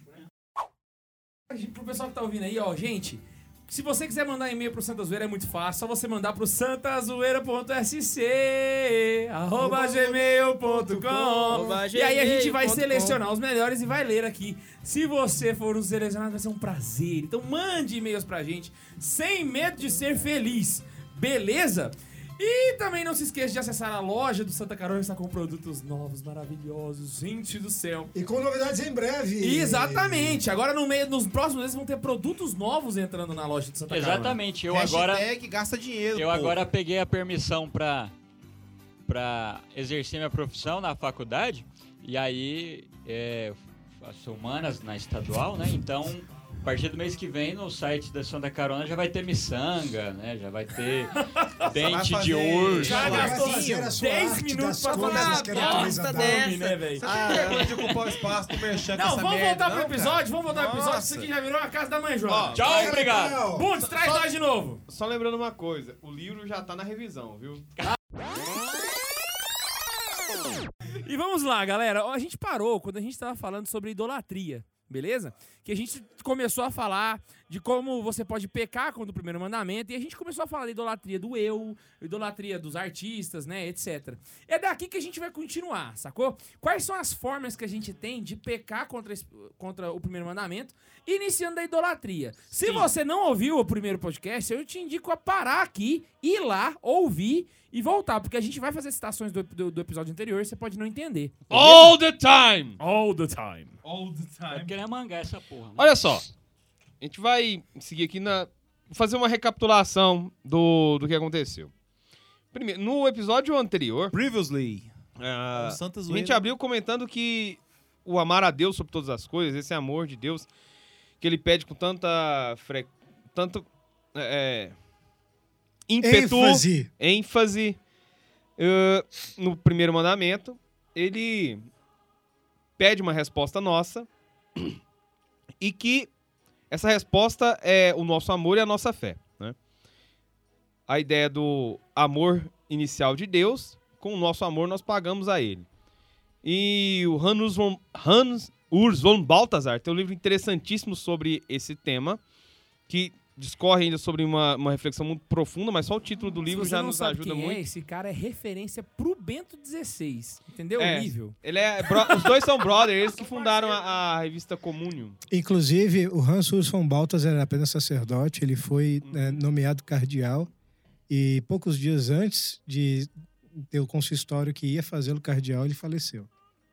Speaker 1: Pro pessoal que tá ouvindo aí, ó, gente, se você quiser mandar e-mail pro Santa Zoeira é muito fácil, só você mandar pro santazoeira ponto s c arroba gmail ponto com
Speaker 5: Arroba
Speaker 1: e aí a gente vai
Speaker 5: gmail ponto com.
Speaker 1: selecionar os melhores e vai ler aqui. Se você for um selecionado, vai ser um prazer. Então mande e-mails pra gente, sem medo de ser feliz, beleza? E também não se esqueça de acessar a loja do Santa Carona, que está com produtos novos, maravilhosos, gente do céu.
Speaker 2: E com novidades em breve.
Speaker 1: Exatamente. Agora no meio, nos próximos meses vão ter produtos novos entrando na loja do Santa Carona.
Speaker 3: Exatamente. Eu agora,
Speaker 10: Hashtag gasta dinheiro,
Speaker 3: eu
Speaker 10: pô.
Speaker 3: agora peguei a permissão pra, pra exercer minha profissão na faculdade. E aí, é, faço humanas na estadual, né? Então, a partir do mês que vem, no site da Santa Carona já vai ter miçanga, né? Já vai ter dente
Speaker 10: vai
Speaker 3: de
Speaker 10: fazer-
Speaker 3: urso.
Speaker 1: Já
Speaker 2: Vai
Speaker 1: gastou
Speaker 2: fazer a sua
Speaker 1: dez
Speaker 2: arte
Speaker 1: minutos
Speaker 2: das
Speaker 1: pra
Speaker 2: coisas
Speaker 1: falar
Speaker 2: que
Speaker 1: a
Speaker 2: era coisa
Speaker 5: bosta
Speaker 2: da-
Speaker 5: dessa.
Speaker 1: né, velho?
Speaker 10: Ah, vergonha de ocupar o espaço do merchan com
Speaker 1: Não,
Speaker 10: essa
Speaker 1: vamos
Speaker 10: merda,
Speaker 1: voltar pro
Speaker 10: não,
Speaker 1: episódio,
Speaker 10: cara.
Speaker 1: vamos voltar pro episódio.
Speaker 10: Nossa.
Speaker 1: Isso aqui já virou a casa da mãe, João.
Speaker 8: Ó,
Speaker 3: Tchau, obrigado.
Speaker 2: Legal.
Speaker 1: Bundes, traz nós de novo.
Speaker 8: Só lembrando uma coisa, o livro já tá na revisão, viu?
Speaker 1: E vamos lá, galera. Ó, a gente parou quando a gente tava falando sobre idolatria, beleza? Que a gente começou a falar de como você pode pecar contra o primeiro mandamento, e a gente começou a falar da idolatria do eu, idolatria dos artistas, né, etcétera. É daqui que a gente vai continuar, sacou? Quais são as formas que a gente tem de pecar contra, esse- contra o primeiro mandamento, iniciando da idolatria. Se você não ouviu o primeiro podcast, eu te indico a parar aqui, ir lá, ouvir e voltar, porque a gente vai fazer citações do, do, do episódio anterior e você pode não entender.
Speaker 8: All the time!
Speaker 1: All the time.
Speaker 8: All the
Speaker 3: Eu
Speaker 8: time.
Speaker 3: queria mangar essa porra, né?
Speaker 8: Olha só, a gente vai seguir aqui na... fazer uma recapitulação do, do que aconteceu. Primeiro, no episódio anterior,
Speaker 10: Previously.
Speaker 8: Ah,
Speaker 10: Santa
Speaker 8: a
Speaker 10: zoeira.
Speaker 8: gente abriu comentando que o amar a Deus sobre todas as coisas, esse amor de Deus que ele pede com tanta fre... tanto é, ímpeto,
Speaker 2: ênfase.
Speaker 8: ênfase uh, no primeiro mandamento, ele pede uma resposta nossa e que essa resposta é o nosso amor e a nossa fé, né? A ideia do amor inicial de Deus, com o nosso amor nós pagamos a ele. E o Hans, von, Hans Urs von Balthasar tem um livro interessantíssimo sobre esse tema, que discorre ainda sobre uma, uma reflexão muito profunda, mas só o título do livro
Speaker 1: Se você
Speaker 8: já
Speaker 1: não
Speaker 8: nos
Speaker 1: sabe
Speaker 8: ajuda
Speaker 1: quem
Speaker 8: muito.
Speaker 1: É, esse cara é referência pro Bento dezesseis. Entendeu
Speaker 8: É,
Speaker 1: o nível?
Speaker 8: Ele é, bro- os dois são brothers, eles que fundaram a, a revista Communion.
Speaker 2: Inclusive, o Hans Urs von Balthasar era apenas sacerdote, ele foi né, nomeado cardeal e poucos dias antes de ter o consistório que ia fazê-lo cardeal, ele faleceu.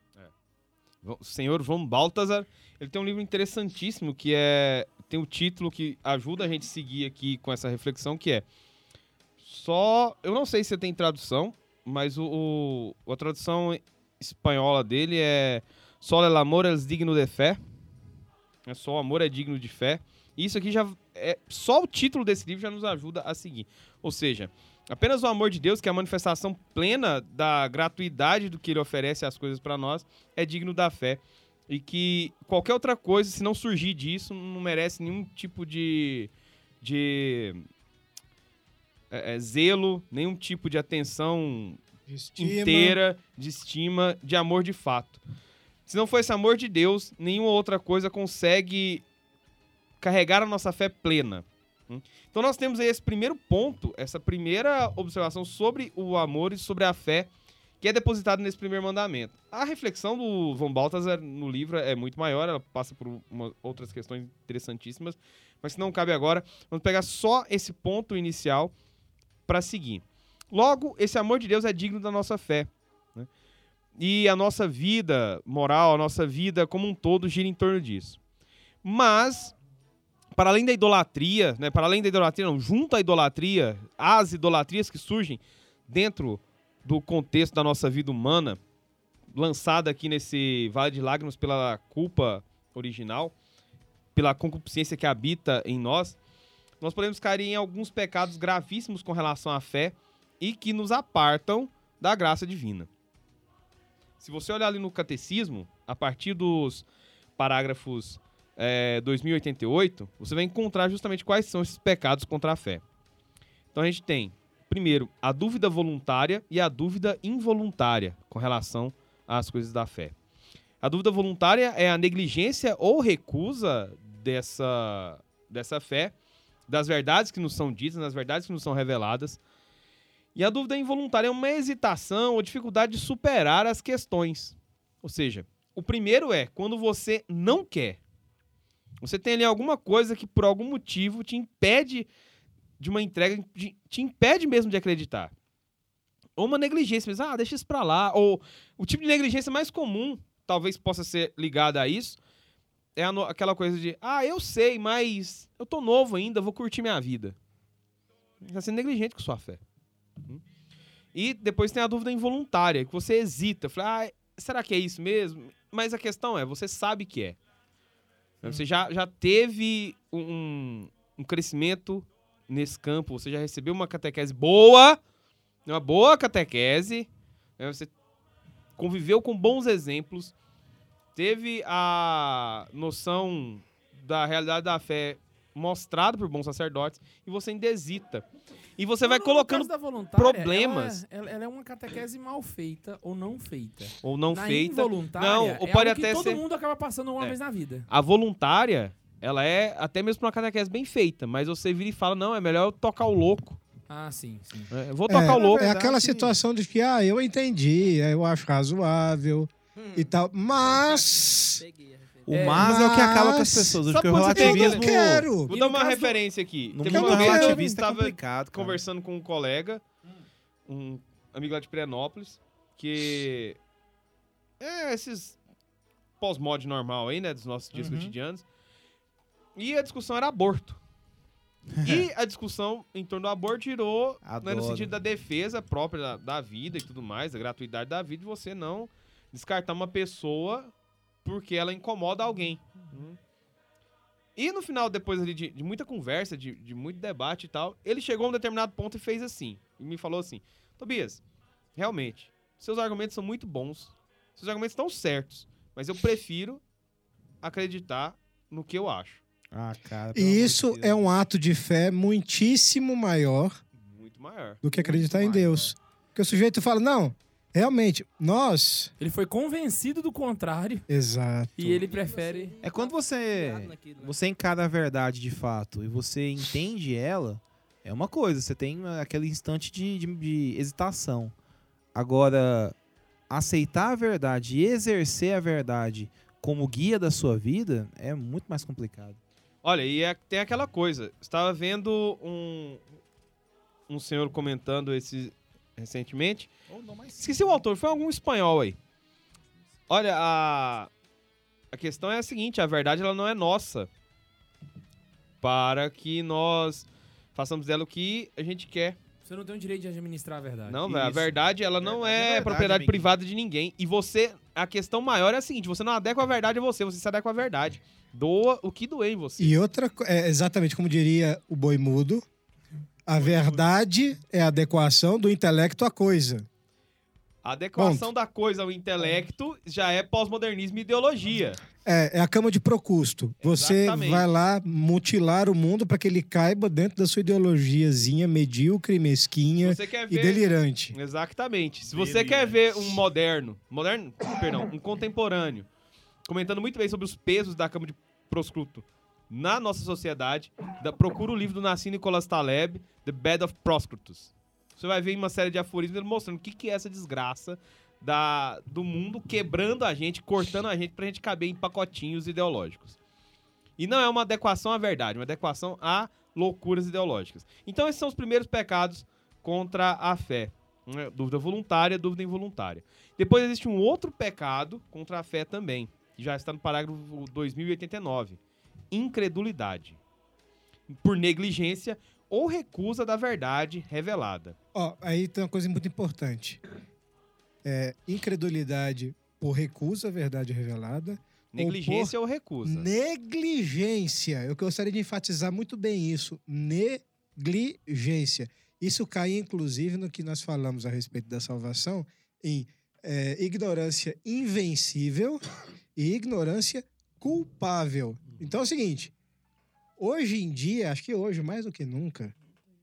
Speaker 8: O senhor von Balthasar, ele tem um livro interessantíssimo que é tem o título que ajuda a gente a seguir aqui com essa reflexão, que é só, eu não sei se tem tradução, mas o, o a tradução espanhola dele é Só el amor es digno de fé. É só o amor é digno de fé. E isso aqui já é só o título desse livro já nos ajuda a seguir. Ou seja, apenas o amor de Deus, que é a manifestação plena da gratuidade do que ele oferece às coisas para nós, é digno da fé. E que qualquer outra coisa, se não surgir disso, não merece nenhum tipo de, de é, é, zelo, nenhum tipo de atenção
Speaker 2: De estima.
Speaker 8: inteira, de estima, de amor de fato. Se não for esse amor de Deus, nenhuma outra coisa consegue carregar a nossa fé plena. Então nós temos aí esse primeiro ponto, essa primeira observação sobre o amor e sobre a fé que é depositado nesse primeiro mandamento. A reflexão do von Balthasar no livro é muito maior, ela passa por uma, outras questões interessantíssimas, mas se não cabe agora, vamos pegar só esse ponto inicial para seguir. Logo, esse amor de Deus é digno da nossa fé, né? E a nossa vida moral, a nossa vida como um todo gira em torno disso. Mas, para além da idolatria, né, para além da idolatria, não, junto à idolatria, as idolatrias que surgem dentro do contexto da nossa vida humana, lançada aqui nesse Vale de Lágrimas pela culpa original, pela concupiscência que habita em nós, nós podemos cair em alguns pecados gravíssimos com relação à fé e que nos apartam da graça divina. Se você olhar ali no catecismo, a partir dos parágrafos é, dois mil e oitenta e oito, você vai encontrar justamente quais são esses pecados contra a fé. Então a gente tem, primeiro, a dúvida voluntária e a dúvida involuntária com relação às coisas da fé. A dúvida voluntária é a negligência ou recusa dessa, dessa fé, das verdades que nos são ditas, das verdades que nos são reveladas. E a dúvida involuntária é uma hesitação ou dificuldade de superar as questões. Ou seja, o primeiro é quando você não quer. Você tem ali alguma coisa que por algum motivo te impede de uma entrega, te impede mesmo de acreditar. Ou uma negligência, mas, ah, deixa isso pra lá. Ou o tipo de negligência mais comum, talvez possa ser ligada a isso, é a no, aquela coisa de, ah, eu sei, mas eu tô novo ainda, vou curtir minha vida. Você tá sendo negligente com sua fé. E depois tem a dúvida involuntária, que você hesita, fala, ah, será que é isso mesmo? Mas a questão é, você sabe que é. Você já, já teve um, um crescimento nesse campo, você já recebeu uma catequese boa, uma boa catequese, né? Você conviveu com bons exemplos, teve a noção da realidade da fé mostrada por bons sacerdotes, e você ainda hesita. E você vai
Speaker 1: No
Speaker 8: colocando
Speaker 1: caso da voluntária,
Speaker 8: problemas.
Speaker 1: Ela, ela é uma catequese mal feita ou não feita.
Speaker 8: Ou não
Speaker 1: na
Speaker 8: feita.
Speaker 1: Involuntária,
Speaker 8: Não,
Speaker 1: é
Speaker 8: ou pode
Speaker 1: algo que
Speaker 8: até
Speaker 1: todo
Speaker 8: ser.
Speaker 1: mundo acaba passando uma
Speaker 8: É.
Speaker 1: vez na vida.
Speaker 8: A voluntária, ela é até mesmo uma catequese bem feita, mas você vira e fala, não, é melhor eu tocar o louco.
Speaker 1: Ah, sim, sim.
Speaker 8: É, eu vou tocar
Speaker 2: é,
Speaker 8: o louco.
Speaker 2: É aquela situação de que, ah, eu entendi, eu acho razoável e tal, mas...
Speaker 10: O mas é o que acaba com as
Speaker 2: Mas-
Speaker 10: pessoas.
Speaker 8: Só
Speaker 10: Porque o
Speaker 8: pode ser que eu
Speaker 10: relativismo...
Speaker 2: não quero.
Speaker 8: Vou
Speaker 1: E
Speaker 8: dar
Speaker 1: no
Speaker 8: uma
Speaker 1: caso do-
Speaker 8: referência aqui.
Speaker 10: No
Speaker 8: Teve
Speaker 10: mundo
Speaker 8: uma vez que eu
Speaker 10: relativista é
Speaker 8: estava
Speaker 10: complicado, cara.
Speaker 8: conversando com um colega, um amigo lá de Pirenópolis, que é esses pós-mod normal aí, né, dos nossos dias
Speaker 10: Uhum.
Speaker 8: cotidianos. E a discussão era aborto. E a discussão em torno do aborto girou né, no
Speaker 10: Adoro.
Speaker 8: sentido da defesa própria da, da vida e tudo mais, da gratuidade da vida, e você não descartar uma pessoa porque ela incomoda alguém. Hum. E no final, depois ali de, de muita conversa, de, de muito debate e tal, ele chegou a um determinado ponto e fez assim. E me falou assim, Tobias, realmente, seus argumentos são muito bons, seus argumentos estão certos, mas eu prefiro acreditar no que eu acho.
Speaker 10: Ah, cara.
Speaker 2: E isso é um ato de fé muitíssimo maior
Speaker 8: Muito maior.
Speaker 2: do que acreditar em
Speaker 10: Muito
Speaker 2: Deus. Porque o sujeito fala, não, realmente, nós...
Speaker 1: Ele foi convencido do contrário
Speaker 2: Exato.
Speaker 1: e ele prefere...
Speaker 10: É quando você, você encara a verdade de fato e você entende ela, é uma coisa, você tem aquele instante de, de, de hesitação. Agora, aceitar a verdade e exercer a verdade como guia da sua vida é muito mais complicado.
Speaker 8: Olha, e é, tem aquela coisa. Estava vendo um, um senhor comentando esse recentemente. Esqueci o autor, foi algum espanhol aí. Olha, a, a questão é a seguinte, a verdade ela não é nossa. Para que nós façamos dela o que a gente quer.
Speaker 1: Você não tem o direito de administrar a verdade.
Speaker 8: Não, velho, a verdade ela não
Speaker 10: Verdade é
Speaker 8: é
Speaker 10: verdade,
Speaker 8: propriedade
Speaker 10: amiguinho.
Speaker 8: privada de ninguém. E você, a questão maior é a seguinte, você não adequa a verdade a você, você se adequa à verdade. Doa o que doer em você.
Speaker 2: E outra, co- é exatamente como diria o boi mudo, a verdade é a adequação do intelecto à coisa.
Speaker 8: A adequação da coisa ao intelecto já é pós-modernismo e ideologia.
Speaker 2: É, é a cama de Procusto. Você
Speaker 8: Exatamente.
Speaker 2: vai lá mutilar o mundo para que ele caiba dentro da sua ideologiazinha medíocre, mesquinha
Speaker 8: Você quer
Speaker 2: e
Speaker 8: ver...
Speaker 2: delirante.
Speaker 8: Exatamente. Se você quer ver um moderno, moderno, perdão, um contemporâneo, comentando muito bem sobre os pesos da cama de proscruto na nossa sociedade, da, procura o livro do Nassim Nicholas Taleb, The Bed of Proscrutus. Você vai ver uma série de aforismos ele mostrando o que, que é essa desgraça da, do mundo quebrando a gente, cortando a gente pra gente caber em pacotinhos ideológicos. E não é uma adequação à verdade, uma adequação a loucuras ideológicas. Então esses são os primeiros pecados contra a fé. Né? Dúvida voluntária, dúvida involuntária. Depois existe um outro pecado contra a fé também, que já está no parágrafo dois mil e oitenta e nove. Incredulidade. Por negligência ou recusa da verdade revelada.
Speaker 2: Ó, aí tem uma coisa muito importante. É, incredulidade por recusa à verdade revelada.
Speaker 8: Negligência
Speaker 2: ou,
Speaker 8: ou
Speaker 2: por
Speaker 8: recusa.
Speaker 2: Negligência. Eu gostaria de enfatizar muito bem isso. Negligência. Isso cai, inclusive, no que nós falamos a respeito da salvação, em é, ignorância invencível e ignorância culpável. Então é o seguinte, hoje em dia, acho que hoje, mais do que nunca,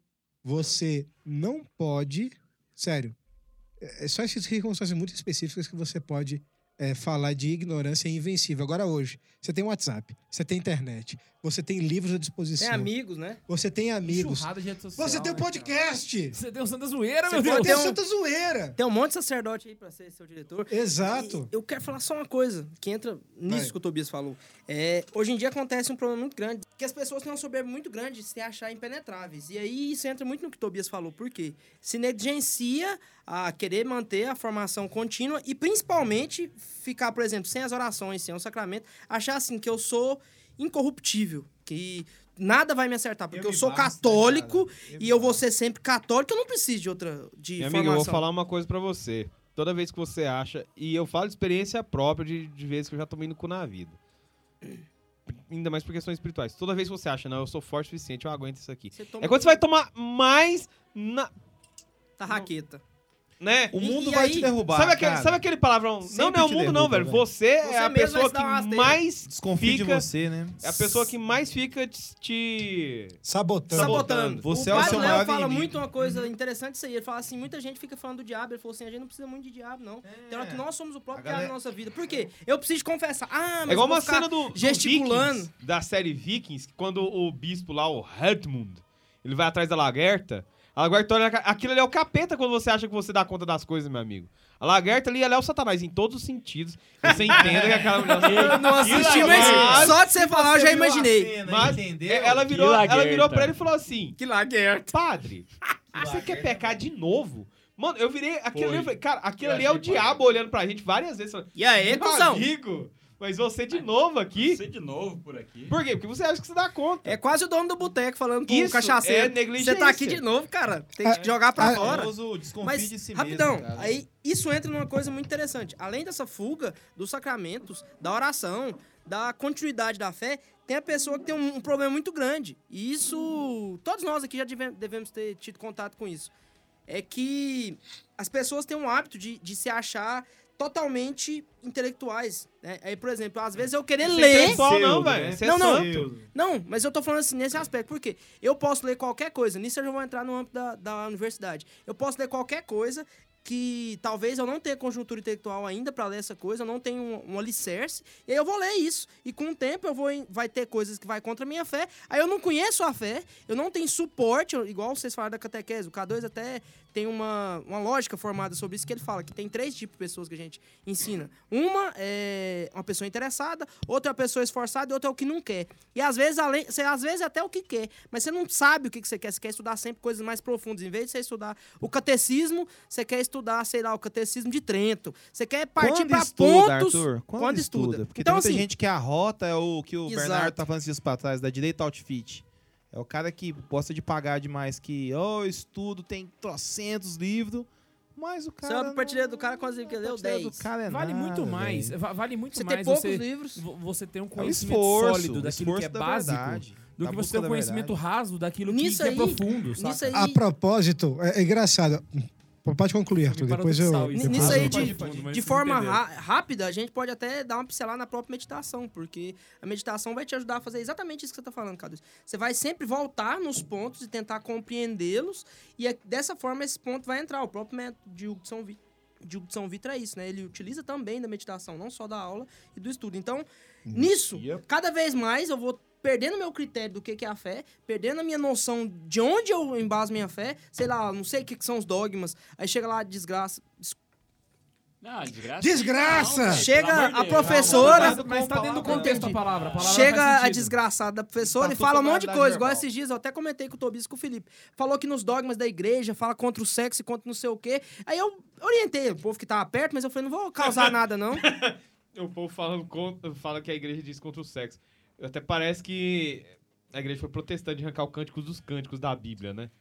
Speaker 2: você não pode... Sério, é só essas circunstâncias muito específicas que você pode é, falar de ignorância invencível. Agora hoje, você tem WhatsApp, você tem internet, você tem livros à disposição.
Speaker 5: Tem amigos, né?
Speaker 2: Você tem amigos.
Speaker 1: Enxurrada de rede social,
Speaker 2: Você tem o
Speaker 1: né,
Speaker 2: podcast.
Speaker 1: cara? Você tem o Santa Zoeira,
Speaker 5: Você
Speaker 1: meu
Speaker 5: pode
Speaker 1: Deus.
Speaker 2: Tem
Speaker 5: ter
Speaker 2: o
Speaker 5: um-
Speaker 2: Santa Zoeira.
Speaker 5: Tem um monte de sacerdote aí pra ser seu diretor.
Speaker 2: Exato.
Speaker 5: E eu quero falar só uma coisa, que entra nisso
Speaker 2: Vai.
Speaker 5: que o Tobias falou. É, hoje em dia acontece um problema muito grande, que as pessoas têm uma soberba muito grande de se achar impenetráveis. E aí isso entra muito no que o Tobias falou. Por quê? Se negligencia a querer manter a formação contínua e principalmente ficar, por exemplo, sem as orações, sem o sacramento, achar assim que eu sou incorruptível, que nada vai me acertar, porque eu,
Speaker 10: me
Speaker 5: sou
Speaker 10: basta,
Speaker 5: católico
Speaker 10: cara. Eu
Speaker 5: e
Speaker 10: me
Speaker 5: eu vou ser sempre católico, eu não preciso de outra de
Speaker 8: Minha
Speaker 5: formação.
Speaker 8: amiga, eu vou falar uma coisa pra você. Toda vez que você acha, e eu falo de experiência própria de, de vezes que eu já tomei no cu na vida. Ainda mais por questões espirituais. Toda vez que você acha, não, eu sou forte o suficiente, eu aguento isso aqui.
Speaker 5: Você toma
Speaker 8: É quando você vai tomar mais na...
Speaker 5: tá raqueta.
Speaker 8: Né?
Speaker 10: O mundo
Speaker 5: E
Speaker 10: vai
Speaker 5: aí,
Speaker 10: te derrubar,
Speaker 8: Sabe aquele,
Speaker 10: cara.
Speaker 8: sabe aquele palavrão? Não,
Speaker 10: Sempre
Speaker 8: não é o
Speaker 10: te
Speaker 8: mundo não,
Speaker 10: derruba,
Speaker 8: velho.
Speaker 10: velho.
Speaker 8: Você é
Speaker 5: Você
Speaker 8: a
Speaker 5: mesmo vai
Speaker 8: pessoa
Speaker 5: se dar uma
Speaker 8: que
Speaker 5: rasteira.
Speaker 8: mais
Speaker 10: Desconfie
Speaker 8: fica...
Speaker 10: de você, né?
Speaker 8: É a pessoa que mais fica te... te...
Speaker 2: Sabotando.
Speaker 5: Sabotando.
Speaker 10: Você
Speaker 5: o
Speaker 10: é o
Speaker 5: Padre
Speaker 10: seu
Speaker 5: Léo
Speaker 10: maior
Speaker 5: fala
Speaker 10: inimigo.
Speaker 5: muito uma coisa interessante isso aí. Ele fala assim, muita gente fica falando do diabo. Ele falou assim, a gente não precisa muito de diabo, não. Tem hora que nós somos o próprio
Speaker 10: A galera-
Speaker 5: diabo na nossa vida. Por quê? Eu preciso confessar. Ah, mas
Speaker 8: É igual
Speaker 5: eu vou
Speaker 8: uma
Speaker 5: ficar
Speaker 8: cena do, do
Speaker 5: gesticulando.
Speaker 8: Vikings, da série Vikings, que quando o bispo lá, o Hertmund, ele vai atrás da lagerta, a lagerta olha, aquilo ali é o capeta quando você acha que você dá conta das coisas, meu amigo. A lagerta ali, ela é o satanás em todos os sentidos. Você entenda que aquela mulher...
Speaker 5: Eu não assisti,
Speaker 8: Que
Speaker 5: mas
Speaker 8: lagerta.
Speaker 5: só de você falar eu já imaginei.
Speaker 8: Mas
Speaker 10: entendeu?
Speaker 8: ela virou,
Speaker 3: Que
Speaker 8: ela
Speaker 3: lagerta.
Speaker 8: virou pra ele e falou assim,
Speaker 5: Que laguerta.
Speaker 8: padre, você quer pecar de novo? Mano, eu virei... Aquilo ali, eu falei, cara, aquilo
Speaker 3: Eu
Speaker 8: ali é o
Speaker 3: achei
Speaker 8: diabo olhando pra gente várias vezes. Falando,
Speaker 5: E aí,
Speaker 8: meu
Speaker 5: cuzão?
Speaker 8: amigo, Mas você de novo aqui...
Speaker 3: Você de novo por aqui.
Speaker 8: Por quê? Porque você acha que você dá conta.
Speaker 5: É quase o dono do boteco falando pro
Speaker 8: Isso
Speaker 5: cachaceiro.
Speaker 8: é negligência.
Speaker 5: Você tá aqui de novo, cara. Tem que
Speaker 2: Ah,
Speaker 5: jogar pra
Speaker 2: ah,
Speaker 5: fora.
Speaker 10: famoso desconfie
Speaker 5: Mas,
Speaker 10: de si
Speaker 5: rapidão,
Speaker 10: mesmo, cara.
Speaker 5: aí isso entra numa coisa muito interessante. Além dessa fuga dos sacramentos, da oração, da continuidade da fé, tem a pessoa que tem um, um problema muito grande. E isso, todos nós aqui já deve- devemos ter tido contato com isso. É que as pessoas têm um hábito de, de se achar totalmente intelectuais. Né? Aí, por exemplo, às vezes eu querer
Speaker 8: Você é
Speaker 5: ler...
Speaker 8: intelectual não,
Speaker 4: Pseudo,
Speaker 8: velho.
Speaker 4: né?
Speaker 8: Você é
Speaker 5: Não, não.
Speaker 8: santo.
Speaker 5: Não, mas eu tô falando assim nesse aspecto. Por quê? Eu posso ler qualquer coisa. Nisso eu já vou entrar no âmbito da, da universidade. Eu posso ler qualquer coisa que talvez eu não tenha conjuntura intelectual ainda pra ler essa coisa, eu não tenho um, um alicerce, e aí eu vou ler isso. E com o tempo eu vou em- vai ter coisas que vai contra a minha fé, aí eu não conheço a fé, eu não tenho suporte, eu- igual vocês falaram da catequese, o K dois até tem uma, uma lógica formada sobre isso, que ele fala que tem três tipos de pessoas que a gente ensina. Uma é uma pessoa interessada, outra é uma pessoa esforçada e outra é o que não quer. E às vezes, além, você, às vezes até o que quer, mas você não sabe o que que você quer, você quer estudar sempre coisas mais profundas. Em vez de você estudar o catecismo, você quer estudar, sei lá, o catecismo de Trento. Você quer partir
Speaker 10: Quando
Speaker 5: para
Speaker 10: estuda,
Speaker 5: pontos...
Speaker 10: Arthur? Quando,
Speaker 5: quando
Speaker 10: estuda?
Speaker 5: estuda.
Speaker 10: Porque
Speaker 5: Então,
Speaker 10: tem muita
Speaker 5: assim-
Speaker 10: gente que a rota é o que o
Speaker 5: Exato.
Speaker 10: Bernardo tá falando esses dias pra trás, da direita outfit. É o cara que gosta de pagar demais, que, ó, eu estudo, tem trocentos livros, mas o cara...
Speaker 5: Você abre a prateleira do cara com as livros que
Speaker 10: a
Speaker 5: leu
Speaker 10: prateleira
Speaker 5: dez.
Speaker 10: do cara é
Speaker 1: Vale
Speaker 10: nada,
Speaker 1: muito mais.
Speaker 10: velho.
Speaker 1: va- Vale muito
Speaker 5: Você tem
Speaker 1: mais
Speaker 5: poucos
Speaker 1: você,
Speaker 5: livros.
Speaker 1: vo- você ter um
Speaker 10: É o
Speaker 1: conhecimento
Speaker 10: esforço,
Speaker 1: sólido
Speaker 10: o
Speaker 1: daquilo que é
Speaker 10: esforço da
Speaker 1: básico
Speaker 10: verdade,
Speaker 1: do
Speaker 10: da
Speaker 1: que você
Speaker 10: busca
Speaker 1: ter um
Speaker 10: da
Speaker 1: conhecimento
Speaker 10: verdade.
Speaker 1: raso daquilo que,
Speaker 5: Nisso
Speaker 1: que é
Speaker 5: aí-
Speaker 1: profundo, saca?
Speaker 5: nisso aí-
Speaker 2: A propósito, é, é engraçado. Pode concluir, Arthur.
Speaker 1: Me
Speaker 2: Depois eu.
Speaker 1: paradoxal isso.
Speaker 2: depois
Speaker 5: Nisso
Speaker 2: eu-
Speaker 5: aí,
Speaker 1: Pode,
Speaker 5: de,
Speaker 1: pode, mas
Speaker 5: de
Speaker 1: vocês
Speaker 5: forma
Speaker 1: entenderam.
Speaker 5: ra- rápida, a gente pode até dar uma pincelada na própria meditação, porque a meditação vai te ajudar a fazer exatamente isso que você está falando, Cadu. Você vai sempre voltar nos pontos e tentar compreendê-los, e é- dessa forma esse ponto vai entrar. O próprio método de Hugo de São Vito, de Hugo de São Vito é isso, né? Ele utiliza também da meditação, não só da aula e do estudo. Então, nisso, cada vez mais eu vou perdendo meu critério do que que é a fé, perdendo a minha noção de onde eu embaso minha fé, sei lá, não sei o que que são os dogmas, aí chega lá, desgraça,
Speaker 3: Não, desgraça.
Speaker 2: Desgraça!
Speaker 3: Não,
Speaker 5: Chega
Speaker 3: pelo amor de
Speaker 5: a
Speaker 3: Deus.
Speaker 5: professora-
Speaker 1: Mas, mas tá dentro do contexto a palavra. A palavra
Speaker 5: chega
Speaker 1: faz
Speaker 5: a
Speaker 1: sentido.
Speaker 5: desgraçada da professora
Speaker 10: Tá
Speaker 5: e fala um monte de
Speaker 10: tudo
Speaker 5: coisa,
Speaker 10: verbal.
Speaker 5: igual esses dias, eu até comentei com o Tobias e com o Felipe. Falou que nos dogmas da igreja, fala contra o sexo e contra não sei o quê. Aí eu orientei o povo que tava perto, mas eu falei, não vou causar nada, não.
Speaker 8: O povo falando contra, fala que a igreja diz contra o sexo. Até parece que a igreja foi protestante de arrancar o cântico dos cânticos da Bíblia, né?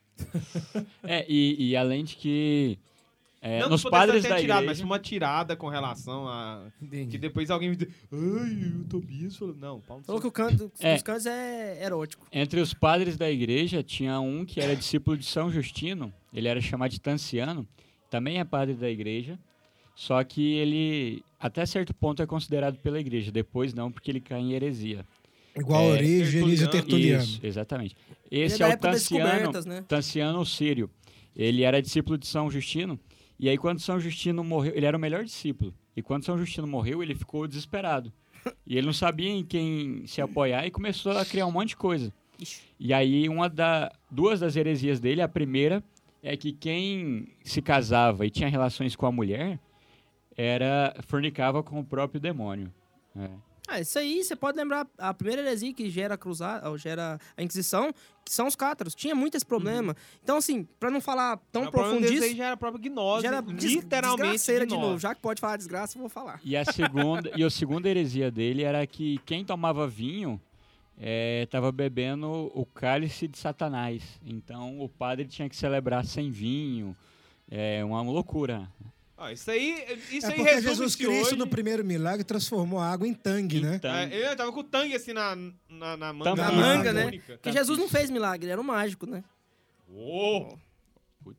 Speaker 3: É, e, e além de que é,
Speaker 8: Não
Speaker 3: nos
Speaker 8: que o
Speaker 3: padres
Speaker 8: protestante
Speaker 3: da
Speaker 8: tenha tirado,
Speaker 3: igreja...
Speaker 8: mas uma tirada com relação a...
Speaker 1: Entendi.
Speaker 8: Que depois alguém me diz, ai, o Tobias falou... Não, Paulo...
Speaker 5: Falou que o canto
Speaker 3: É.
Speaker 5: dos cantos é erótico.
Speaker 3: Entre os padres da igreja, tinha um que era discípulo de São Justino, ele era chamado de Tanciano, também é padre da igreja, só que ele, até certo ponto, é considerado pela igreja, depois não, porque ele cai em heresia.
Speaker 2: Igual
Speaker 3: É,
Speaker 2: Orígenes e
Speaker 8: Tertuliano.
Speaker 2: Tertuliano.
Speaker 3: Isso, exatamente.
Speaker 5: Ele
Speaker 3: Esse
Speaker 5: é
Speaker 3: é,
Speaker 5: da
Speaker 3: o
Speaker 5: época das
Speaker 3: Tanciano,
Speaker 5: descobertas, né?
Speaker 3: Tanciano Sírio. Ele era discípulo de São Justino, e aí quando São Justino morreu, ele era o melhor discípulo, e quando São Justino morreu, ele ficou desesperado. E ele não sabia em quem se apoiar e começou a criar um monte de coisa.
Speaker 5: Ixi.
Speaker 3: E aí uma da, duas das heresias dele, a primeira é que quem se casava e tinha relações com a mulher era fornicava com o próprio demônio. É.
Speaker 5: Ah, isso aí, você pode lembrar a primeira heresia que gera a cruzada, ou gera a Inquisição, que são os cátaros. Tinha muito esse problema. Então, assim, pra não falar tão
Speaker 8: O problema
Speaker 5: profundo
Speaker 8: deles
Speaker 5: disso,
Speaker 8: aí já era a própria gnose,
Speaker 5: gera des-
Speaker 8: literalmente
Speaker 5: desgraceira de
Speaker 8: gnose.
Speaker 5: novo. Já que pode falar desgraça, eu vou falar.
Speaker 3: E a segunda e a segunda heresia dele era que quem tomava vinho estava bebendo o cálice de Satanás. Então o padre tinha que celebrar sem vinho. É uma loucura.
Speaker 8: Ah, isso aí, isso
Speaker 2: É
Speaker 8: aí
Speaker 2: porque
Speaker 8: resume
Speaker 2: Jesus
Speaker 8: se
Speaker 2: Cristo,
Speaker 8: hoje...
Speaker 2: no primeiro milagre, transformou a água em tangue, né?
Speaker 3: Então,
Speaker 8: É, eu tava com o tangue assim na, na, na manga.
Speaker 3: Na
Speaker 5: Na
Speaker 2: manga,
Speaker 5: manga, né?
Speaker 8: única.
Speaker 5: Porque Jesus não fez milagre, ele era um mágico, né?
Speaker 8: Uou!
Speaker 3: putz.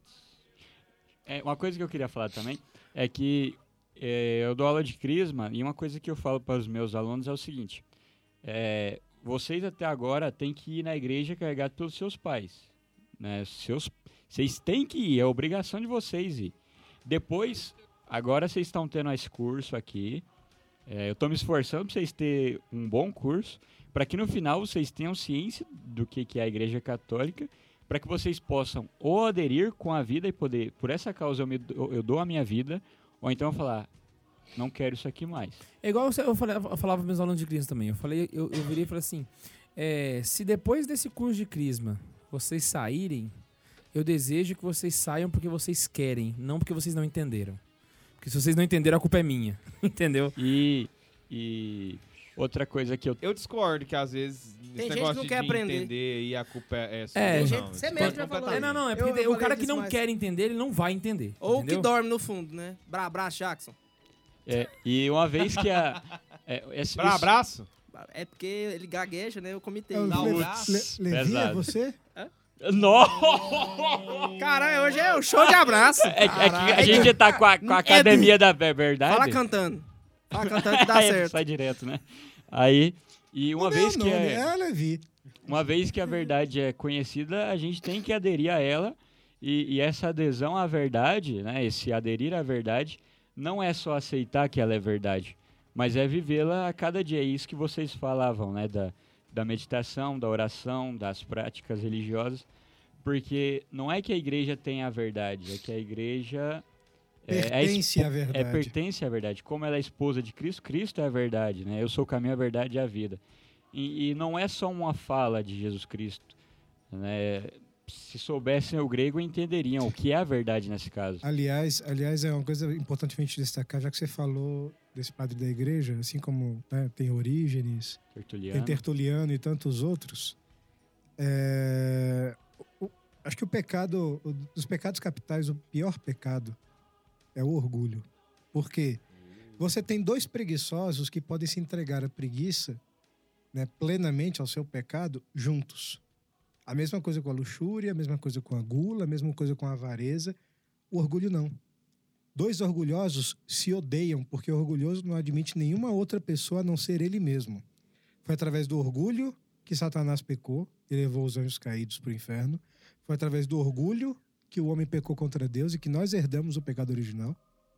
Speaker 3: É, uma coisa que eu queria falar também é que é, eu dou aula de crisma e uma coisa que eu falo para os meus alunos é o seguinte: é, vocês até agora têm que ir na igreja carregados pelos seus pais, né? Seus, vocês têm que ir, é obrigação de vocês ir. Depois, agora vocês estão tendo esse curso aqui. É, eu estou me esforçando para vocês terem um bom curso, para que no final vocês tenham ciência do que, que é a Igreja Católica, para que vocês possam ou aderir com a vida e poder, por essa causa eu, me, dou- eu dou a minha vida, ou então falar, não quero isso aqui mais.
Speaker 1: É igual eu, falei, eu falava para meus alunos de crisma também. Eu falei, eu, eu virei e falei assim: é, se depois desse curso de crisma vocês saírem, eu desejo que vocês saiam porque vocês querem, não porque vocês não entenderam. Porque se vocês não entenderam, a culpa é minha. Entendeu?
Speaker 3: E e outra coisa que eu...
Speaker 8: Eu discordo que às vezes
Speaker 5: Tem
Speaker 8: esse
Speaker 5: gente
Speaker 8: negócio
Speaker 5: que não
Speaker 8: de
Speaker 5: quer aprender.
Speaker 8: entender e a culpa é sua.
Speaker 1: É,
Speaker 8: não,
Speaker 1: gente,
Speaker 5: você
Speaker 8: discordo
Speaker 5: mesmo já falou.
Speaker 8: completamente.
Speaker 1: É, não, não, é
Speaker 5: Eu-
Speaker 1: porque
Speaker 5: eu
Speaker 1: tem- o
Speaker 5: falei
Speaker 1: cara que
Speaker 5: disso
Speaker 1: não
Speaker 5: mais.
Speaker 1: quer entender, ele não vai entender.
Speaker 5: Ou que
Speaker 1: entendeu?
Speaker 5: dorme no fundo, né? Bra abraço, Jackson.
Speaker 3: É, e uma vez que a... É, esse,
Speaker 8: Bra- abraço?
Speaker 5: É porque ele gagueja, né? Eu comitei.
Speaker 2: É o
Speaker 8: Dá um
Speaker 2: Le-
Speaker 8: braço.
Speaker 2: Le- Levi, é
Speaker 3: Pesado.
Speaker 2: você?
Speaker 3: Nossa!
Speaker 5: Caralho, hoje é o show de abraço.
Speaker 3: É, que- é que a gente tá com a, com a academia da Ver- verdade.
Speaker 5: Fala cantando. Fala cantando que dá
Speaker 3: Aí
Speaker 5: certo.
Speaker 3: sai direto, né? Aí, e uma
Speaker 2: Não,
Speaker 3: vez
Speaker 2: não,
Speaker 3: que
Speaker 2: é...
Speaker 3: é,
Speaker 2: é Levi.
Speaker 3: uma vez que a verdade é conhecida, a gente tem que aderir a ela. E, e essa adesão à verdade, né? Esse aderir à verdade, não é só aceitar que ela é verdade, mas é vivê-la a cada dia. É isso que vocês falavam, né? Da, da meditação, da oração, das práticas religiosas. Porque não é que a igreja tenha a verdade, é que a igreja é, é,
Speaker 2: Pertence
Speaker 3: expo-
Speaker 2: à verdade.
Speaker 3: é pertence à verdade. Como ela é esposa de Cristo, Cristo é a verdade, né? Eu sou o caminho, a verdade e a vida. E, e não é só uma fala de Jesus Cristo, né? Se soubessem o grego, entenderiam o que é a verdade nesse caso.
Speaker 2: Aliás, aliás, é uma coisa importante a gente destacar, já que você falou desse padre da igreja, assim como, né, tem Orígenes,
Speaker 3: Tertuliano.
Speaker 2: tem Tertuliano e tantos outros. É, o- acho que o pecado, o- dos pecados capitais, o pior pecado é o orgulho. Por quê? Você tem dois preguiçosos que podem se entregar à preguiça, né, plenamente ao seu pecado, juntos. A mesma coisa com a luxúria, a mesma coisa com a gula, a mesma coisa com a avareza. O orgulho não. Dois orgulhosos se odeiam porque o orgulhoso não admite nenhuma outra pessoa a não ser ele mesmo. Foi através do orgulho que Satanás pecou e levou os anjos caídos para o inferno. Foi através do orgulho que o homem pecou contra Deus e que nós herdamos o pecado original.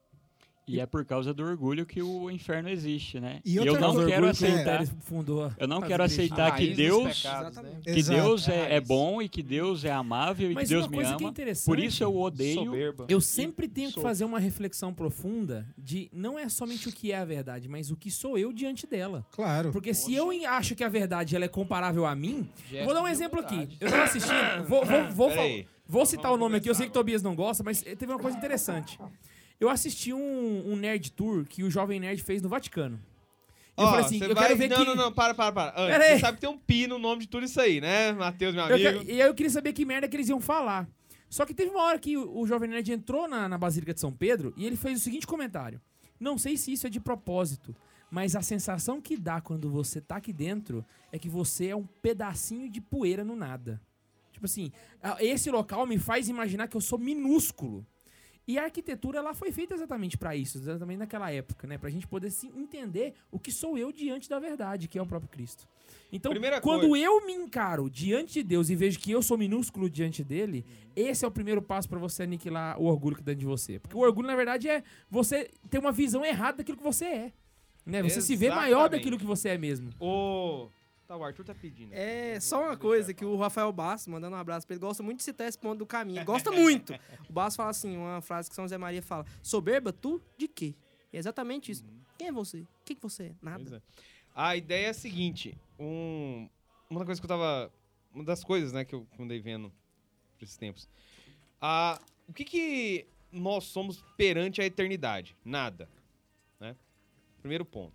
Speaker 3: E é por causa do orgulho que o inferno existe, né?
Speaker 2: E
Speaker 3: E
Speaker 2: outra
Speaker 3: eu não
Speaker 2: coisa,
Speaker 3: quero
Speaker 2: orgulho que é-
Speaker 3: aceitar,
Speaker 1: Ele fundou a-
Speaker 3: eu não
Speaker 1: as
Speaker 3: quero
Speaker 1: igrejas.
Speaker 3: aceitar
Speaker 8: A
Speaker 3: que
Speaker 8: raiz dos
Speaker 3: Deus,
Speaker 8: pecados, né?
Speaker 3: que
Speaker 2: Exato.
Speaker 3: Deus
Speaker 8: É a
Speaker 3: é, é
Speaker 8: raiz.
Speaker 3: bom e que Deus é amável e
Speaker 1: Mas
Speaker 3: que Deus
Speaker 1: uma
Speaker 3: me
Speaker 1: coisa que é
Speaker 3: ama.
Speaker 1: interessante,
Speaker 3: Por isso eu odeio.
Speaker 8: Soberba.
Speaker 1: eu sempre tenho que
Speaker 3: sou-
Speaker 1: fazer uma reflexão profunda de não é somente o que é a verdade, mas o que sou eu diante dela.
Speaker 2: Claro.
Speaker 1: Porque se eu acho que a verdade ela é comparável a mim,
Speaker 8: Gesto
Speaker 1: vou dar um
Speaker 8: de
Speaker 1: exemplo aqui.
Speaker 8: humildade.
Speaker 1: Eu tava assistindo, vou, vou, vou,
Speaker 8: Pera
Speaker 1: fal-
Speaker 8: aí.
Speaker 1: vou citar
Speaker 8: Vamos
Speaker 1: o nome aqui, eu sei que
Speaker 8: começar
Speaker 1: Tobias não gosta, mas teve uma coisa interessante. Eu assisti um, um Nerd Tour que o Jovem Nerd fez no Vaticano. E eu
Speaker 8: Ó,
Speaker 1: falei assim,
Speaker 8: você
Speaker 1: eu
Speaker 8: vai...
Speaker 1: quero ver
Speaker 8: não,
Speaker 1: que...
Speaker 8: não, não, para, para, para. Antes,
Speaker 1: Pera aí.
Speaker 8: você sabe que tem um pi no nome de tudo isso aí, né, Matheus, meu
Speaker 1: Eu
Speaker 8: amigo?
Speaker 1: que- e aí eu queria saber que merda que eles iam falar. Só que teve uma hora que o, o Jovem Nerd entrou na, na Basílica de São Pedro e ele fez o seguinte comentário. Não sei se isso é de propósito, mas a sensação que dá quando você tá aqui dentro é que você é um pedacinho de poeira no nada. Tipo assim, a- esse local me faz imaginar que eu sou minúsculo. E a arquitetura ela foi feita exatamente para isso, exatamente naquela época, né? Pra gente poder se entender o que sou eu diante da verdade, que é o próprio Cristo. Então,
Speaker 8: Primeira
Speaker 1: quando
Speaker 8: coisa.
Speaker 1: eu me encaro diante de Deus e vejo que eu sou minúsculo diante dele, esse é o primeiro passo para você aniquilar o orgulho que dá dentro de você. Porque o orgulho, na verdade, é você ter uma visão errada daquilo que você é. Né? Você se vê maior
Speaker 8: Exatamente.
Speaker 1: daquilo que você é mesmo.
Speaker 8: Ô... Tá, o Arthur tá pedindo.
Speaker 5: É só uma coisa que o Rafael Basso, mandando um abraço pra ele, gosta muito de citar esse ponto do caminho. Ele gosta muito. O Basso fala assim, uma frase que São José Maria fala: soberba, tu de quê? É exatamente isso. Quem é você? O que, que você é?
Speaker 8: Pois
Speaker 5: Nada.
Speaker 8: é. A ideia é a seguinte, um, uma coisa que eu tava... Uma das coisas, né, que eu andei vendo por esses tempos. Ah, o que que nós somos perante a eternidade? Nada. Né? Primeiro ponto.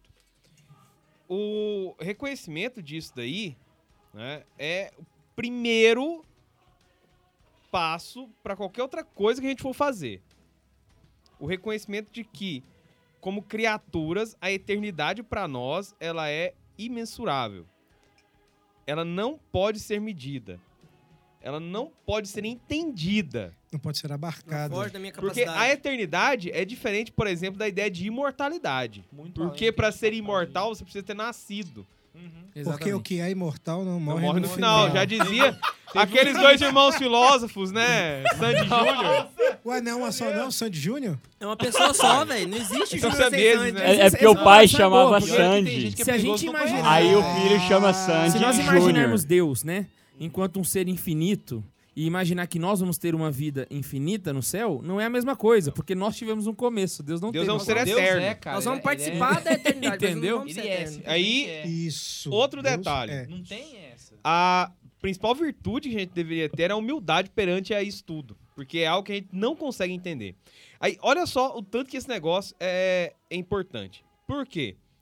Speaker 8: O reconhecimento disso daí, né, é o primeiro passo para qualquer outra coisa que a gente for fazer. O reconhecimento de que, como criaturas, a eternidade para nós ela é imensurável. Ela não pode ser medida. Ela não pode ser entendida.
Speaker 2: Não pode ser abarcado.
Speaker 5: Foge da minha
Speaker 8: Porque
Speaker 5: capacidade.
Speaker 8: a eternidade é diferente, por exemplo, da ideia de imortalidade.
Speaker 10: Muito
Speaker 8: Porque
Speaker 10: além
Speaker 8: para
Speaker 10: do que
Speaker 8: ser
Speaker 10: a gente tá
Speaker 8: imortal, você precisa ter nascido.
Speaker 2: Porque o que é imortal não morre,
Speaker 8: Não morre no
Speaker 2: no
Speaker 8: final. Já dizia aqueles dois irmãos filósofos, né? Sandy Júnior.
Speaker 2: Ué, não é uma só não, Sandy Júnior?
Speaker 5: É uma pessoa só, velho. Não existe
Speaker 8: São
Speaker 5: Júnior sem
Speaker 8: siameses,
Speaker 5: Sandy.
Speaker 8: né?
Speaker 3: É, é porque o pai chamava
Speaker 1: porque
Speaker 3: Sandy.
Speaker 1: Se a gente imaginar...
Speaker 3: Aí o filho chama Sandy
Speaker 1: Se nós
Speaker 3: Júnior.
Speaker 1: imaginarmos Deus, né, enquanto um ser infinito, e imaginar que nós vamos ter uma vida infinita no céu, não é a mesma coisa, porque nós tivemos um começo, Deus não
Speaker 8: Deus
Speaker 1: teve.
Speaker 8: é um
Speaker 1: Nós
Speaker 8: ser
Speaker 1: vamos-
Speaker 8: eterno.
Speaker 5: Nós vamos participar da eternidade. mas
Speaker 1: Entendeu?
Speaker 5: Não vamos ser
Speaker 10: Ele é,
Speaker 5: eterno.
Speaker 8: Aí,
Speaker 2: Isso.
Speaker 8: outro
Speaker 2: Deus
Speaker 8: detalhe.
Speaker 2: é.
Speaker 10: Não tem essa.
Speaker 8: A principal virtude que a gente deveria ter é a humildade perante a isso tudo. Porque é algo que a gente não consegue entender. Aí, olha só o tanto que esse negócio é, é importante. Por quê?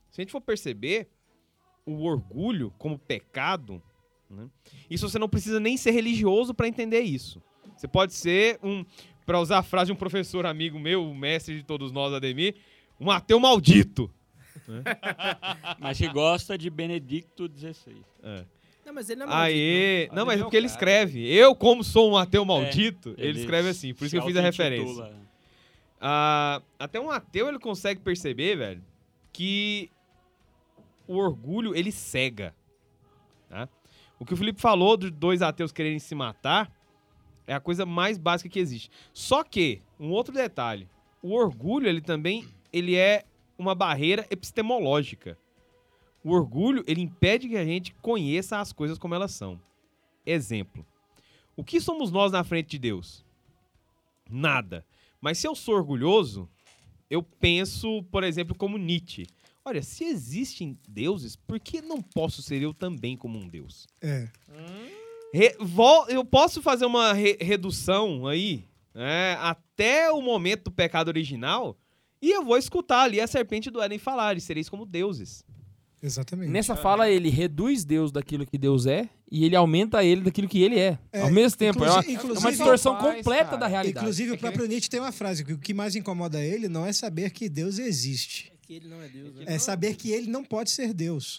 Speaker 8: Se a gente for perceber, o orgulho como pecado, né? Isso você não precisa nem ser religioso para entender isso. Você pode ser um, para usar a frase de um professor amigo meu, o mestre de todos nós, Ademir, um ateu maldito. Né?
Speaker 3: Mas que gosta de Benedicto dezesseis.
Speaker 8: É.
Speaker 5: Não, mas ele não é maldito.
Speaker 8: Aê,
Speaker 3: não.
Speaker 8: não, mas é
Speaker 3: Ele é
Speaker 8: porque
Speaker 3: o
Speaker 8: ele
Speaker 3: cara.
Speaker 8: escreve. Eu, como sou um ateu maldito,
Speaker 3: É,
Speaker 8: ele,
Speaker 3: ele
Speaker 8: escreve assim, por isso que eu
Speaker 3: se
Speaker 8: fiz a
Speaker 3: auto-intitula.
Speaker 8: referência. Ah, até um ateu ele consegue perceber, velho, que o orgulho ele cega. Tá? O que o Felipe falou de dois ateus quererem se matar é a coisa mais básica que existe. Só que, um outro detalhe, o orgulho ele também ele é uma barreira epistemológica. O orgulho ele impede que a gente conheça as coisas como elas são. Exemplo. O que somos nós na frente de Deus? Nada. Mas se eu sou orgulhoso, eu penso, por exemplo, como Nietzsche. Olha, se existem deuses, por que não posso ser eu também como um deus?
Speaker 2: É.
Speaker 8: Re- vol- eu posso fazer uma re- redução aí, né, até o momento do pecado original, e eu vou escutar ali a serpente do Éden falar, e sereis como deuses.
Speaker 2: Exatamente.
Speaker 1: Nessa fala, ele reduz Deus daquilo que Deus é e ele aumenta ele daquilo que ele é.
Speaker 2: É,
Speaker 1: Ao mesmo tempo. É uma,
Speaker 2: inclusive-
Speaker 1: é uma
Speaker 2: inclusive-
Speaker 1: distorção
Speaker 4: Faz,
Speaker 1: completa
Speaker 4: cara.
Speaker 1: da realidade.
Speaker 2: Inclusive,
Speaker 1: É
Speaker 2: o
Speaker 1: que-
Speaker 2: próprio Nietzsche tem uma frase que o que mais incomoda ele não é saber que Deus existe.
Speaker 5: Que ele não é Deus, né?
Speaker 2: É saber que ele não pode ser Deus.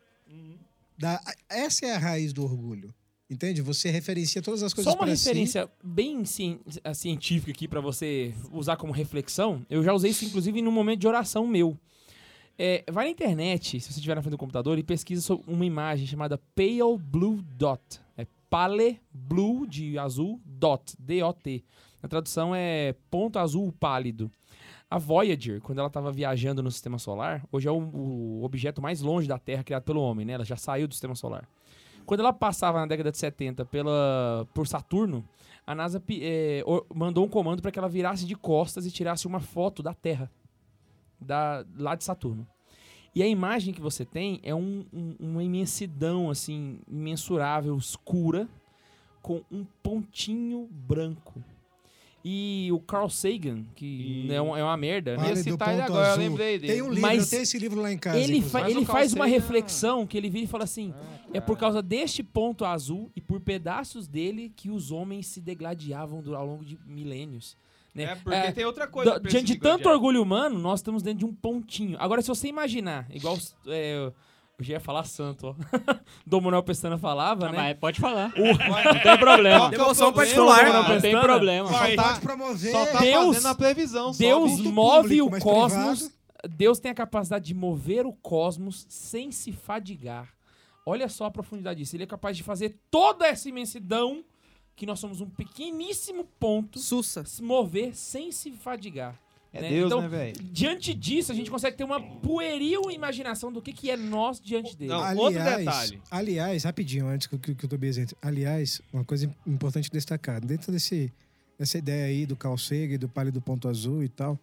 Speaker 2: Da- essa é a raiz do orgulho. Entende? Você referencia todas as coisas
Speaker 1: Só uma
Speaker 2: pra si.
Speaker 1: referência bem cien- a científica aqui pra você usar como reflexão. Eu já usei isso, inclusive, num momento de oração meu. É, vai na internet, se você estiver na frente do computador, e pesquisa sobre uma imagem chamada Pale Blue Dot. É Pale Blue, de azul, Dot, D O T. A tradução é ponto azul pálido. A Voyager, quando ela estava viajando no Sistema Solar, hoje é o, o objeto mais longe da Terra criado pelo homem, né? Ela já saiu do Sistema Solar. Quando ela passava na década de setenta pela, por Saturno, a NASA pi- é, o- mandou um comando para que ela virasse de costas e tirasse uma foto da Terra, da, lá de Saturno. E a imagem que você tem é um- um- uma imensidão, assim, imensurável, escura, com um pontinho branco. E o Carl Sagan, que é, um- é uma merda, né?
Speaker 4: Ia
Speaker 2: Pálido
Speaker 4: citar ele
Speaker 2: ponto
Speaker 4: agora, eu
Speaker 2: azul.
Speaker 4: lembrei dele.
Speaker 2: Tem um livro,
Speaker 1: Mas
Speaker 2: eu tenho esse livro lá em casa.
Speaker 1: Ele,
Speaker 2: inclusive.
Speaker 1: fa-
Speaker 4: Mas
Speaker 1: ele
Speaker 4: o Carl
Speaker 1: faz uma
Speaker 4: Sagan-
Speaker 1: reflexão que ele vira e fala assim: é por causa deste ponto azul e por pedaços dele que os homens se degladiavam du- ao longo de milênios. Né?
Speaker 8: É, porque
Speaker 1: É,
Speaker 8: tem outra coisa.
Speaker 1: da-
Speaker 8: pra
Speaker 1: diante
Speaker 8: esse
Speaker 1: de tanto
Speaker 8: gladiar.
Speaker 1: orgulho humano, nós estamos dentro de um pontinho. Agora, se você imaginar, igual é, eu já ia falar santo, ó. Dom Manuel Pestana falava,
Speaker 3: Ah,
Speaker 1: né?
Speaker 3: mas pode falar. Não tem problema.
Speaker 5: Devoção
Speaker 1: Dom
Speaker 5: particular.
Speaker 1: Manuel
Speaker 3: Não tem
Speaker 1: Pestana,
Speaker 3: problema.
Speaker 2: Só
Speaker 4: Vai.
Speaker 2: pode promover.
Speaker 4: Só tá
Speaker 1: Deus-
Speaker 4: fazendo a previsão. só,
Speaker 1: Deus
Speaker 4: bicho.
Speaker 2: culto
Speaker 1: move
Speaker 2: público,
Speaker 1: o
Speaker 2: mas
Speaker 1: cosmos.
Speaker 2: privado.
Speaker 1: Deus tem a capacidade de mover o cosmos sem se fadigar. Olha só a profundidade disso. Ele é capaz de fazer toda essa imensidão, que nós somos um pequeníssimo ponto,
Speaker 5: Sussa.
Speaker 1: se mover sem se fadigar.
Speaker 10: É
Speaker 1: né?
Speaker 10: Deus,
Speaker 1: então,
Speaker 10: né, velho?
Speaker 1: diante disso, a gente consegue ter uma pueril imaginação do que, que é nós diante dele.
Speaker 8: Não, outro detalhe.
Speaker 2: Aliás, rapidinho, antes que, que, que o Tobias entre. Aliás, uma coisa importante destacar. Dentro desse, dessa ideia aí do Carl Sagan, do pálido ponto azul e tal,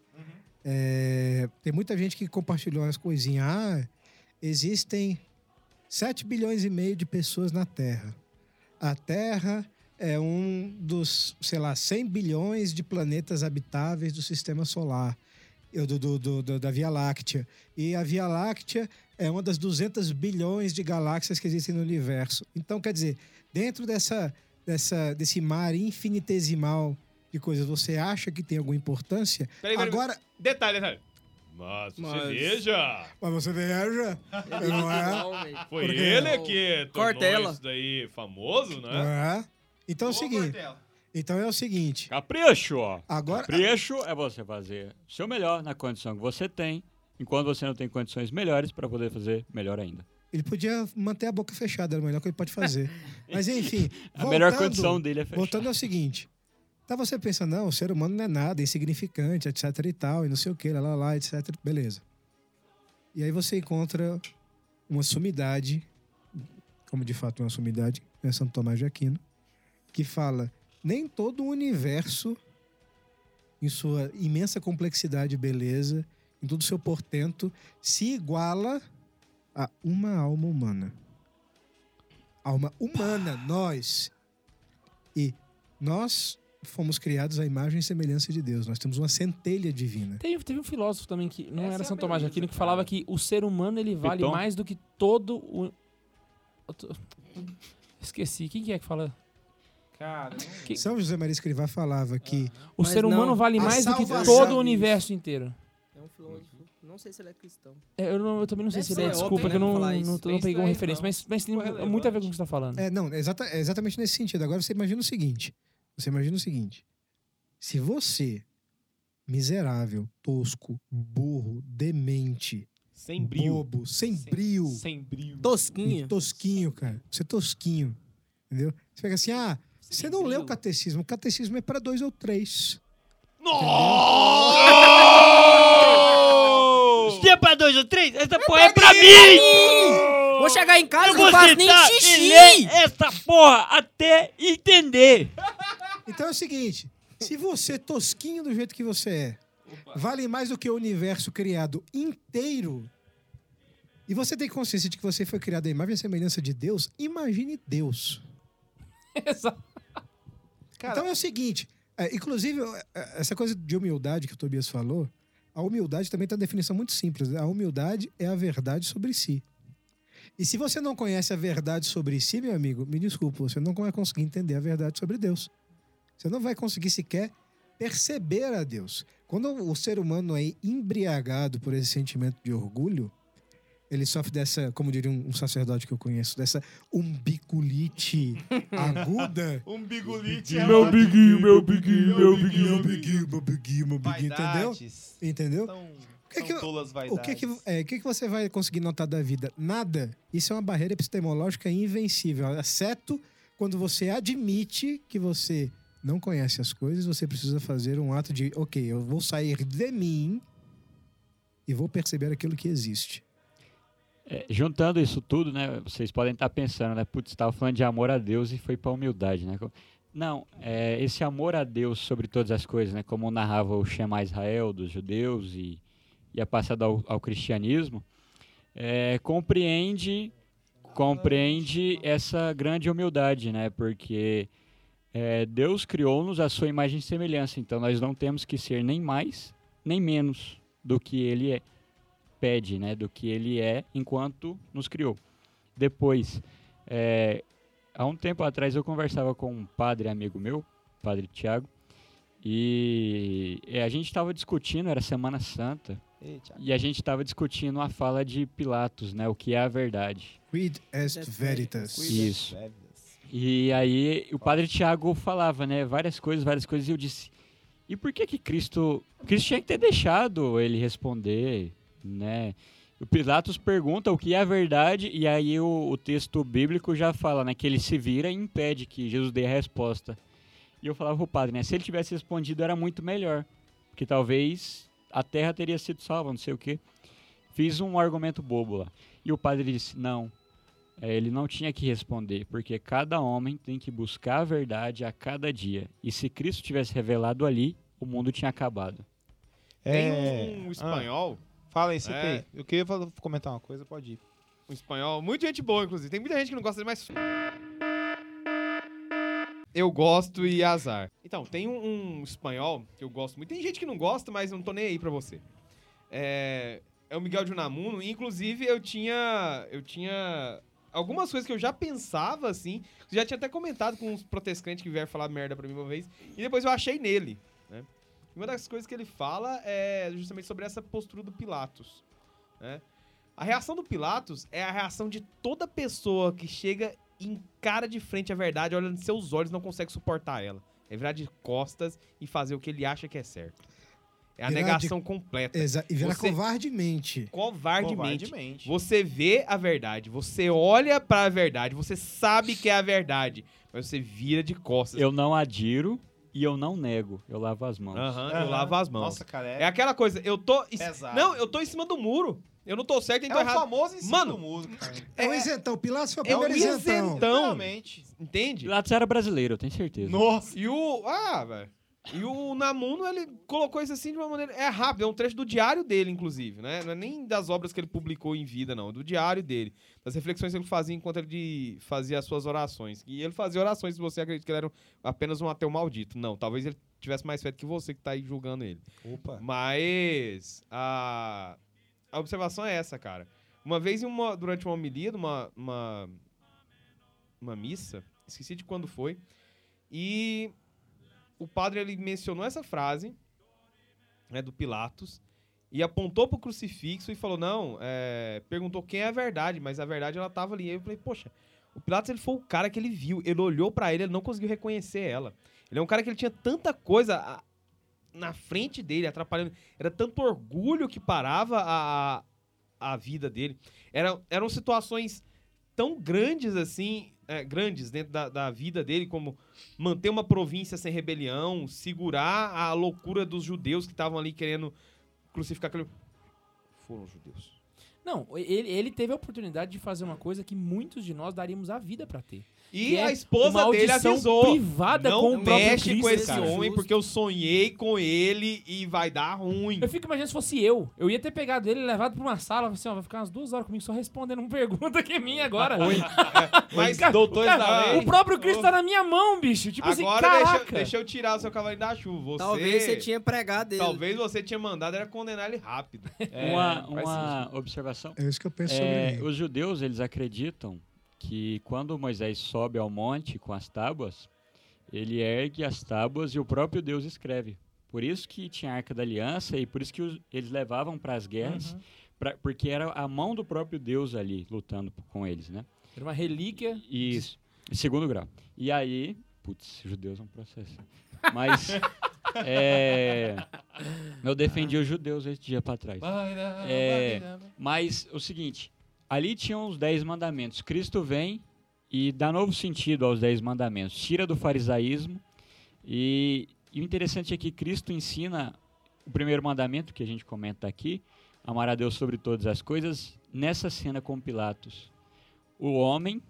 Speaker 2: é, tem muita gente que compartilhou as coisinhas. Ah, existem sete bilhões e meio de pessoas na Terra. A Terra é um dos, sei lá, cem bilhões de planetas habitáveis do Sistema Solar, eu, do, do, do- do- da Via Láctea. E a Via Láctea é uma das duzentos bilhões de galáxias que existem no universo. Então, quer dizer, dentro dessa, dessa, desse mar infinitesimal de coisas, você acha que tem alguma importância?
Speaker 8: Peraí, peraí,
Speaker 2: Agora,
Speaker 8: Detalhe, detalhe. Mas você
Speaker 5: Mas-
Speaker 8: veja,
Speaker 2: mas você veja, não é?
Speaker 5: Não, velho.
Speaker 8: foi
Speaker 2: Porque-
Speaker 8: ele que tornou
Speaker 5: Cortella.
Speaker 8: isso daí famoso,
Speaker 2: Não
Speaker 8: né?
Speaker 2: é? Então é o seguinte. Então é o seguinte.
Speaker 3: Capricho, ó.
Speaker 2: Agora,
Speaker 3: Capricho é você fazer o seu melhor na condição que você tem, enquanto você não tem condições melhores para poder fazer melhor ainda.
Speaker 2: ele podia manter a boca fechada, era o melhor que ele pode fazer. Mas enfim,
Speaker 3: A melhor
Speaker 2: voltando-
Speaker 3: condição dele é fechar.
Speaker 2: Voltando ao seguinte. Tá você pensando, não, o ser humano não é nada, é insignificante, etc e tal, e não sei o que, lá, lá, lá, etcétera. Beleza. E aí você encontra uma sumidade, como de fato é uma sumidade, é Santo Tomás de Aquino, que fala, nem todo o universo, em sua imensa complexidade e beleza, em todo o seu portento, se iguala a uma alma humana. Alma humana, nós. E nós fomos criados à imagem e semelhança de Deus. Nós temos uma centelha divina.
Speaker 1: Teve, teve um filósofo também que não
Speaker 8: Essa
Speaker 1: era
Speaker 8: é a
Speaker 1: São Tomás de
Speaker 8: beleza,
Speaker 1: Aquino que
Speaker 8: cara.
Speaker 1: falava que o ser humano ele vale
Speaker 3: Piton?
Speaker 1: mais do que todo o. eu tô- Esqueci. Quem que é que fala?
Speaker 8: Cara,
Speaker 1: Que-
Speaker 2: São José Maria Escrivá falava que
Speaker 1: O
Speaker 5: Mas
Speaker 1: ser
Speaker 5: não,
Speaker 1: humano vale
Speaker 2: a
Speaker 1: mais do que
Speaker 2: salvação-
Speaker 1: todo o universo inteiro.
Speaker 5: É um filósofo. Não sei se ele é cristão.
Speaker 1: É, Eu, não- eu também não sei
Speaker 5: Deve
Speaker 1: se ele é.
Speaker 5: ser,
Speaker 1: Desculpa,
Speaker 5: óbvio,
Speaker 1: que eu
Speaker 5: né,
Speaker 1: não,
Speaker 5: falar
Speaker 1: não,
Speaker 5: isso.
Speaker 1: não,
Speaker 8: Bem
Speaker 1: peguei uma
Speaker 8: estranho,
Speaker 1: referência.
Speaker 8: não.
Speaker 1: Mas, mas tem
Speaker 8: Ficou
Speaker 1: muito a ver com o
Speaker 8: relevante.
Speaker 1: que você tá falando.
Speaker 2: É, não, exata, é exatamente nesse sentido. Agora você imagina o seguinte. Você imagina o seguinte. Se você, miserável, tosco, burro, demente,
Speaker 8: sem brilho.
Speaker 2: bobo, sem brio,
Speaker 8: Sem brilho.
Speaker 5: Tosquinho.
Speaker 2: tosquinho, cara. Você é tosquinho. Entendeu? Você pega assim, ah, você não leu o catecismo. O catecismo é para dois ou três.
Speaker 3: Se é pra dois ou três, essa porra é pra mim!
Speaker 5: Vou chegar em casa e
Speaker 3: Eu
Speaker 5: não
Speaker 3: vou
Speaker 5: faço nem
Speaker 3: sentar e
Speaker 5: xixi.
Speaker 3: ler essa porra até entender.
Speaker 2: Então é o seguinte. Se você, tosquinho do jeito que você é, vale mais do que o universo criado inteiro, e você tem consciência de que você foi criado à imagem e semelhança de Deus, imagine Deus.
Speaker 1: Exato.
Speaker 2: Então é o seguinte, é, inclusive, é, essa coisa de humildade que o Tobias falou, a humildade também tem uma definição muito simples. Né? A humildade é a verdade sobre si. E se você não conhece a verdade sobre si, meu amigo, me desculpa, você não vai conseguir entender a verdade sobre Deus. Você não vai conseguir sequer perceber a Deus. Quando o ser humano é embriagado por esse sentimento de orgulho, ele sofre dessa, como diria um, um sacerdote que eu conheço, dessa umbiculite aguda.
Speaker 8: Um bigolite.
Speaker 1: Meu biguinho, meu biguinho, meu biguinho.
Speaker 2: Meu biguinho, meu biguinho, meu biguinho, entendeu? Entendeu?
Speaker 8: São,
Speaker 2: O que que,
Speaker 8: são tolas
Speaker 2: o
Speaker 8: vaidades.
Speaker 2: que, que, é, o que, que você vai conseguir notar da vida? Nada. Isso é uma barreira epistemológica invencível. Exceto quando você admite que você não conhece as coisas, você precisa fazer um ato de, ok, eu vou sair de mim e vou perceber aquilo que existe.
Speaker 3: É, juntando isso tudo, né? Vocês podem estar pensando, né? Putz, estava falando de amor a Deus e foi para humildade, né? Não, é, esse amor a Deus sobre todas as coisas, né? Como narrava o Shema Israel dos judeus e, e a passada ao, ao cristianismo, é, compreende, compreende essa grande humildade, né? Porque é, Deus criou-nos à sua imagem e semelhança, então nós não temos que ser nem mais nem menos do que Ele é. Pede, né, do que ele é enquanto nos criou. Depois, é, há um tempo atrás eu conversava com um padre amigo meu, padre Tiago, e é, a gente estava discutindo, era Semana Santa, e a gente estava discutindo a fala de Pilatos, né, o que é a verdade.
Speaker 2: Quid est veritas.
Speaker 3: Isso. E aí o padre Tiago falava, né, várias coisas, várias coisas, e eu disse, e por que que Cristo, Cristo tinha que ter deixado ele responder, né? O Pilatos pergunta o que é a verdade e aí o, o texto bíblico já fala, né, que ele se vira e impede que Jesus dê a resposta. E eu falava pro padre, né, se ele tivesse respondido era muito melhor, porque talvez a terra teria sido salva, não sei o quê. Fiz um argumento bobo lá. E o padre disse, não, é, ele não tinha que responder, porque cada homem tem que buscar a verdade a cada dia. E se Cristo tivesse revelado ali, o mundo tinha acabado.
Speaker 8: Tem
Speaker 10: É,
Speaker 8: um espanhol...
Speaker 10: Fala aí, C P.
Speaker 8: É.
Speaker 10: Eu queria falar- comentar uma coisa, pode ir.
Speaker 8: Um espanhol, muita gente boa, inclusive. Tem muita gente que não gosta dele, mas... Eu gosto e azar. Então, tem um, um espanhol que eu gosto muito. Tem gente que não gosta, mas eu não tô nem aí pra você. É, é o Miguel de Unamuno. Inclusive, eu tinha... Eu tinha... Algumas coisas que eu já pensava, assim... Já tinha até comentado com uns protestantes que vieram falar merda pra mim uma vez. E depois eu achei nele, né? Uma das coisas que ele fala é justamente sobre essa postura do Pilatos, né? A reação do Pilatos é a reação de toda pessoa que chega em cara de frente à verdade, olha nos seus olhos e não consegue suportar ela. É virar de costas e fazer o que ele acha que é certo. É a
Speaker 2: Virar
Speaker 8: negação
Speaker 2: de-
Speaker 8: completa.
Speaker 2: Exa e virar
Speaker 8: Você-
Speaker 2: covardemente.
Speaker 8: Covardemente.
Speaker 10: Covardemente.
Speaker 8: Você vê a verdade, você olha pra verdade, você sabe que é a verdade, mas você vira de costas.
Speaker 3: Eu não adiro e eu não nego, eu lavo as mãos.
Speaker 8: Aham, eu
Speaker 10: Aham.
Speaker 8: lavo as mãos.
Speaker 10: Nossa, cara,
Speaker 8: É aquela coisa, eu tô... em-
Speaker 10: Pesado.
Speaker 8: Não, eu tô em cima do muro. Eu não tô certo, nem
Speaker 10: É
Speaker 8: tô
Speaker 10: o
Speaker 8: errado.
Speaker 10: famoso em cima
Speaker 8: Mano,
Speaker 10: do muro, cara.
Speaker 2: É o isentão. Pilatos foi o
Speaker 8: É o
Speaker 2: primeiro isentão.
Speaker 8: isentão.
Speaker 10: Realmente.
Speaker 8: Entende?
Speaker 3: Pilatos era brasileiro, eu tenho certeza.
Speaker 10: Nossa.
Speaker 8: E o... Ah, velho. E o Namuno, ele colocou isso assim de uma maneira... É rápido, é um trecho do diário dele, inclusive, né? Não é nem das obras que ele publicou em vida, não. É do diário dele. Das reflexões que ele fazia enquanto ele fazia as suas orações. E ele fazia orações, se você acredita que ele era apenas um ateu maldito. Não, talvez ele tivesse mais fé do que você que tá aí julgando ele.
Speaker 10: Opa.
Speaker 8: Mas a, a observação é essa, cara. Uma vez, em uma, durante uma homilia, numa uma, uma missa, esqueci de quando foi, e... o padre ele mencionou essa frase, né, do Pilatos e apontou pro crucifixo e falou, não, é, perguntou quem é a verdade, mas a verdade ela tava ali. Aí eu falei, poxa, o Pilatos ele foi o cara que ele viu, ele olhou pra ele, ele não conseguiu reconhecer ela. Ele é um cara que ele tinha tanta coisa a, na frente dele, atrapalhando, era tanto orgulho que parava a, a vida dele. Era, eram situações tão grandes assim... É, grandes dentro da, da vida dele, como manter uma província sem rebelião, segurar a loucura dos judeus que estavam ali querendo crucificar aquele... Foram os judeus.
Speaker 1: Não, ele, ele teve a oportunidade de fazer uma coisa que muitos de nós daríamos a vida pra ter.
Speaker 8: E
Speaker 1: é
Speaker 8: a esposa
Speaker 1: uma
Speaker 8: dele
Speaker 1: audição
Speaker 8: avisou,
Speaker 1: privada
Speaker 8: não
Speaker 1: com o próprio
Speaker 8: mexe
Speaker 1: Cristo,
Speaker 8: com esse
Speaker 1: cara.
Speaker 8: homem, porque eu sonhei com ele e vai dar ruim.
Speaker 1: Eu fico imaginando se fosse eu. Eu ia ter pegado ele e levado pra uma sala, assim, ó, vai ficar umas duas horas comigo só respondendo uma pergunta que é minha agora.
Speaker 8: Oi. Mas,
Speaker 1: Cara,
Speaker 8: doutor
Speaker 1: o, cara,
Speaker 8: Israel,
Speaker 1: o próprio Cristo tá na minha mão, bicho. Tipo assim,
Speaker 8: agora deixa,
Speaker 1: caraca.
Speaker 8: deixa eu tirar o seu cavalinho da chuva. Você,
Speaker 5: Talvez você tinha pregado ele.
Speaker 8: Talvez você tinha mandado era condenar ele rápido.
Speaker 3: É, uma uma observação.
Speaker 2: É isso que eu penso
Speaker 3: É,
Speaker 2: sobre ele.
Speaker 3: os judeus, eles acreditam que quando Moisés sobe ao monte com as tábuas, ele ergue as tábuas e o próprio Deus escreve. Por isso que tinha a Arca da Aliança e por isso que os, eles levavam para as guerras,
Speaker 1: Uhum.
Speaker 3: pra, porque era a mão do próprio Deus ali lutando com eles, né?
Speaker 1: Era uma relíquia.
Speaker 3: Isso, em segundo grau. E aí, putz, judeus é um processo. Mas é, eu defendi os judeus esse dia para trás. É, mas o seguinte, ali tinham os dez mandamentos. Cristo vem e dá novo sentido aos dez mandamentos. Tira do farisaísmo. E, e o interessante é que Cristo ensina o primeiro mandamento, que a gente comenta aqui, amar a Deus sobre todas as coisas, nessa cena com Pilatos. O homem,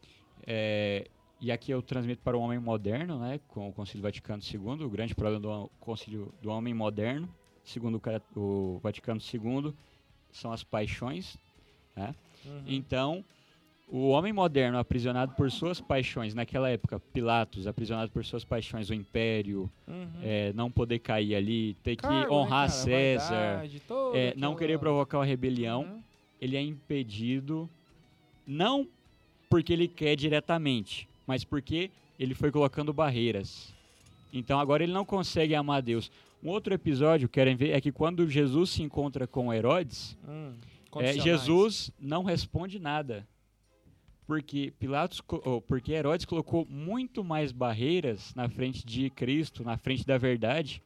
Speaker 3: é, e aqui eu transmito para o homem moderno, né, com o Concílio Vaticano segundo, o grande problema do Concílio do Homem Moderno, segundo o, cara- o Vaticano segundo, são as paixões, né?
Speaker 1: Uhum.
Speaker 3: Então, o homem moderno aprisionado por suas paixões, naquela época, Pilatos, aprisionado por suas paixões, o império,
Speaker 1: Uhum.
Speaker 3: é, não poder cair ali, ter que
Speaker 1: Cargo, né,
Speaker 3: honrar
Speaker 1: cara?
Speaker 3: César,
Speaker 1: Vaidade, todo
Speaker 3: é, não
Speaker 1: aquela-
Speaker 3: querer provocar uma rebelião,
Speaker 1: Uhum.
Speaker 3: ele é impedido, não porque ele quer diretamente, mas porque ele foi colocando barreiras. Então agora ele não consegue amar a Deus. Um outro episódio, querem ver, é que quando Jesus se encontra com Herodes,
Speaker 1: Hum,
Speaker 3: é,
Speaker 1: condicionais.
Speaker 3: Jesus não responde nada. Porque Pilatos, co- oh, porque Herodes colocou muito mais barreiras na frente de Cristo, na frente da verdade,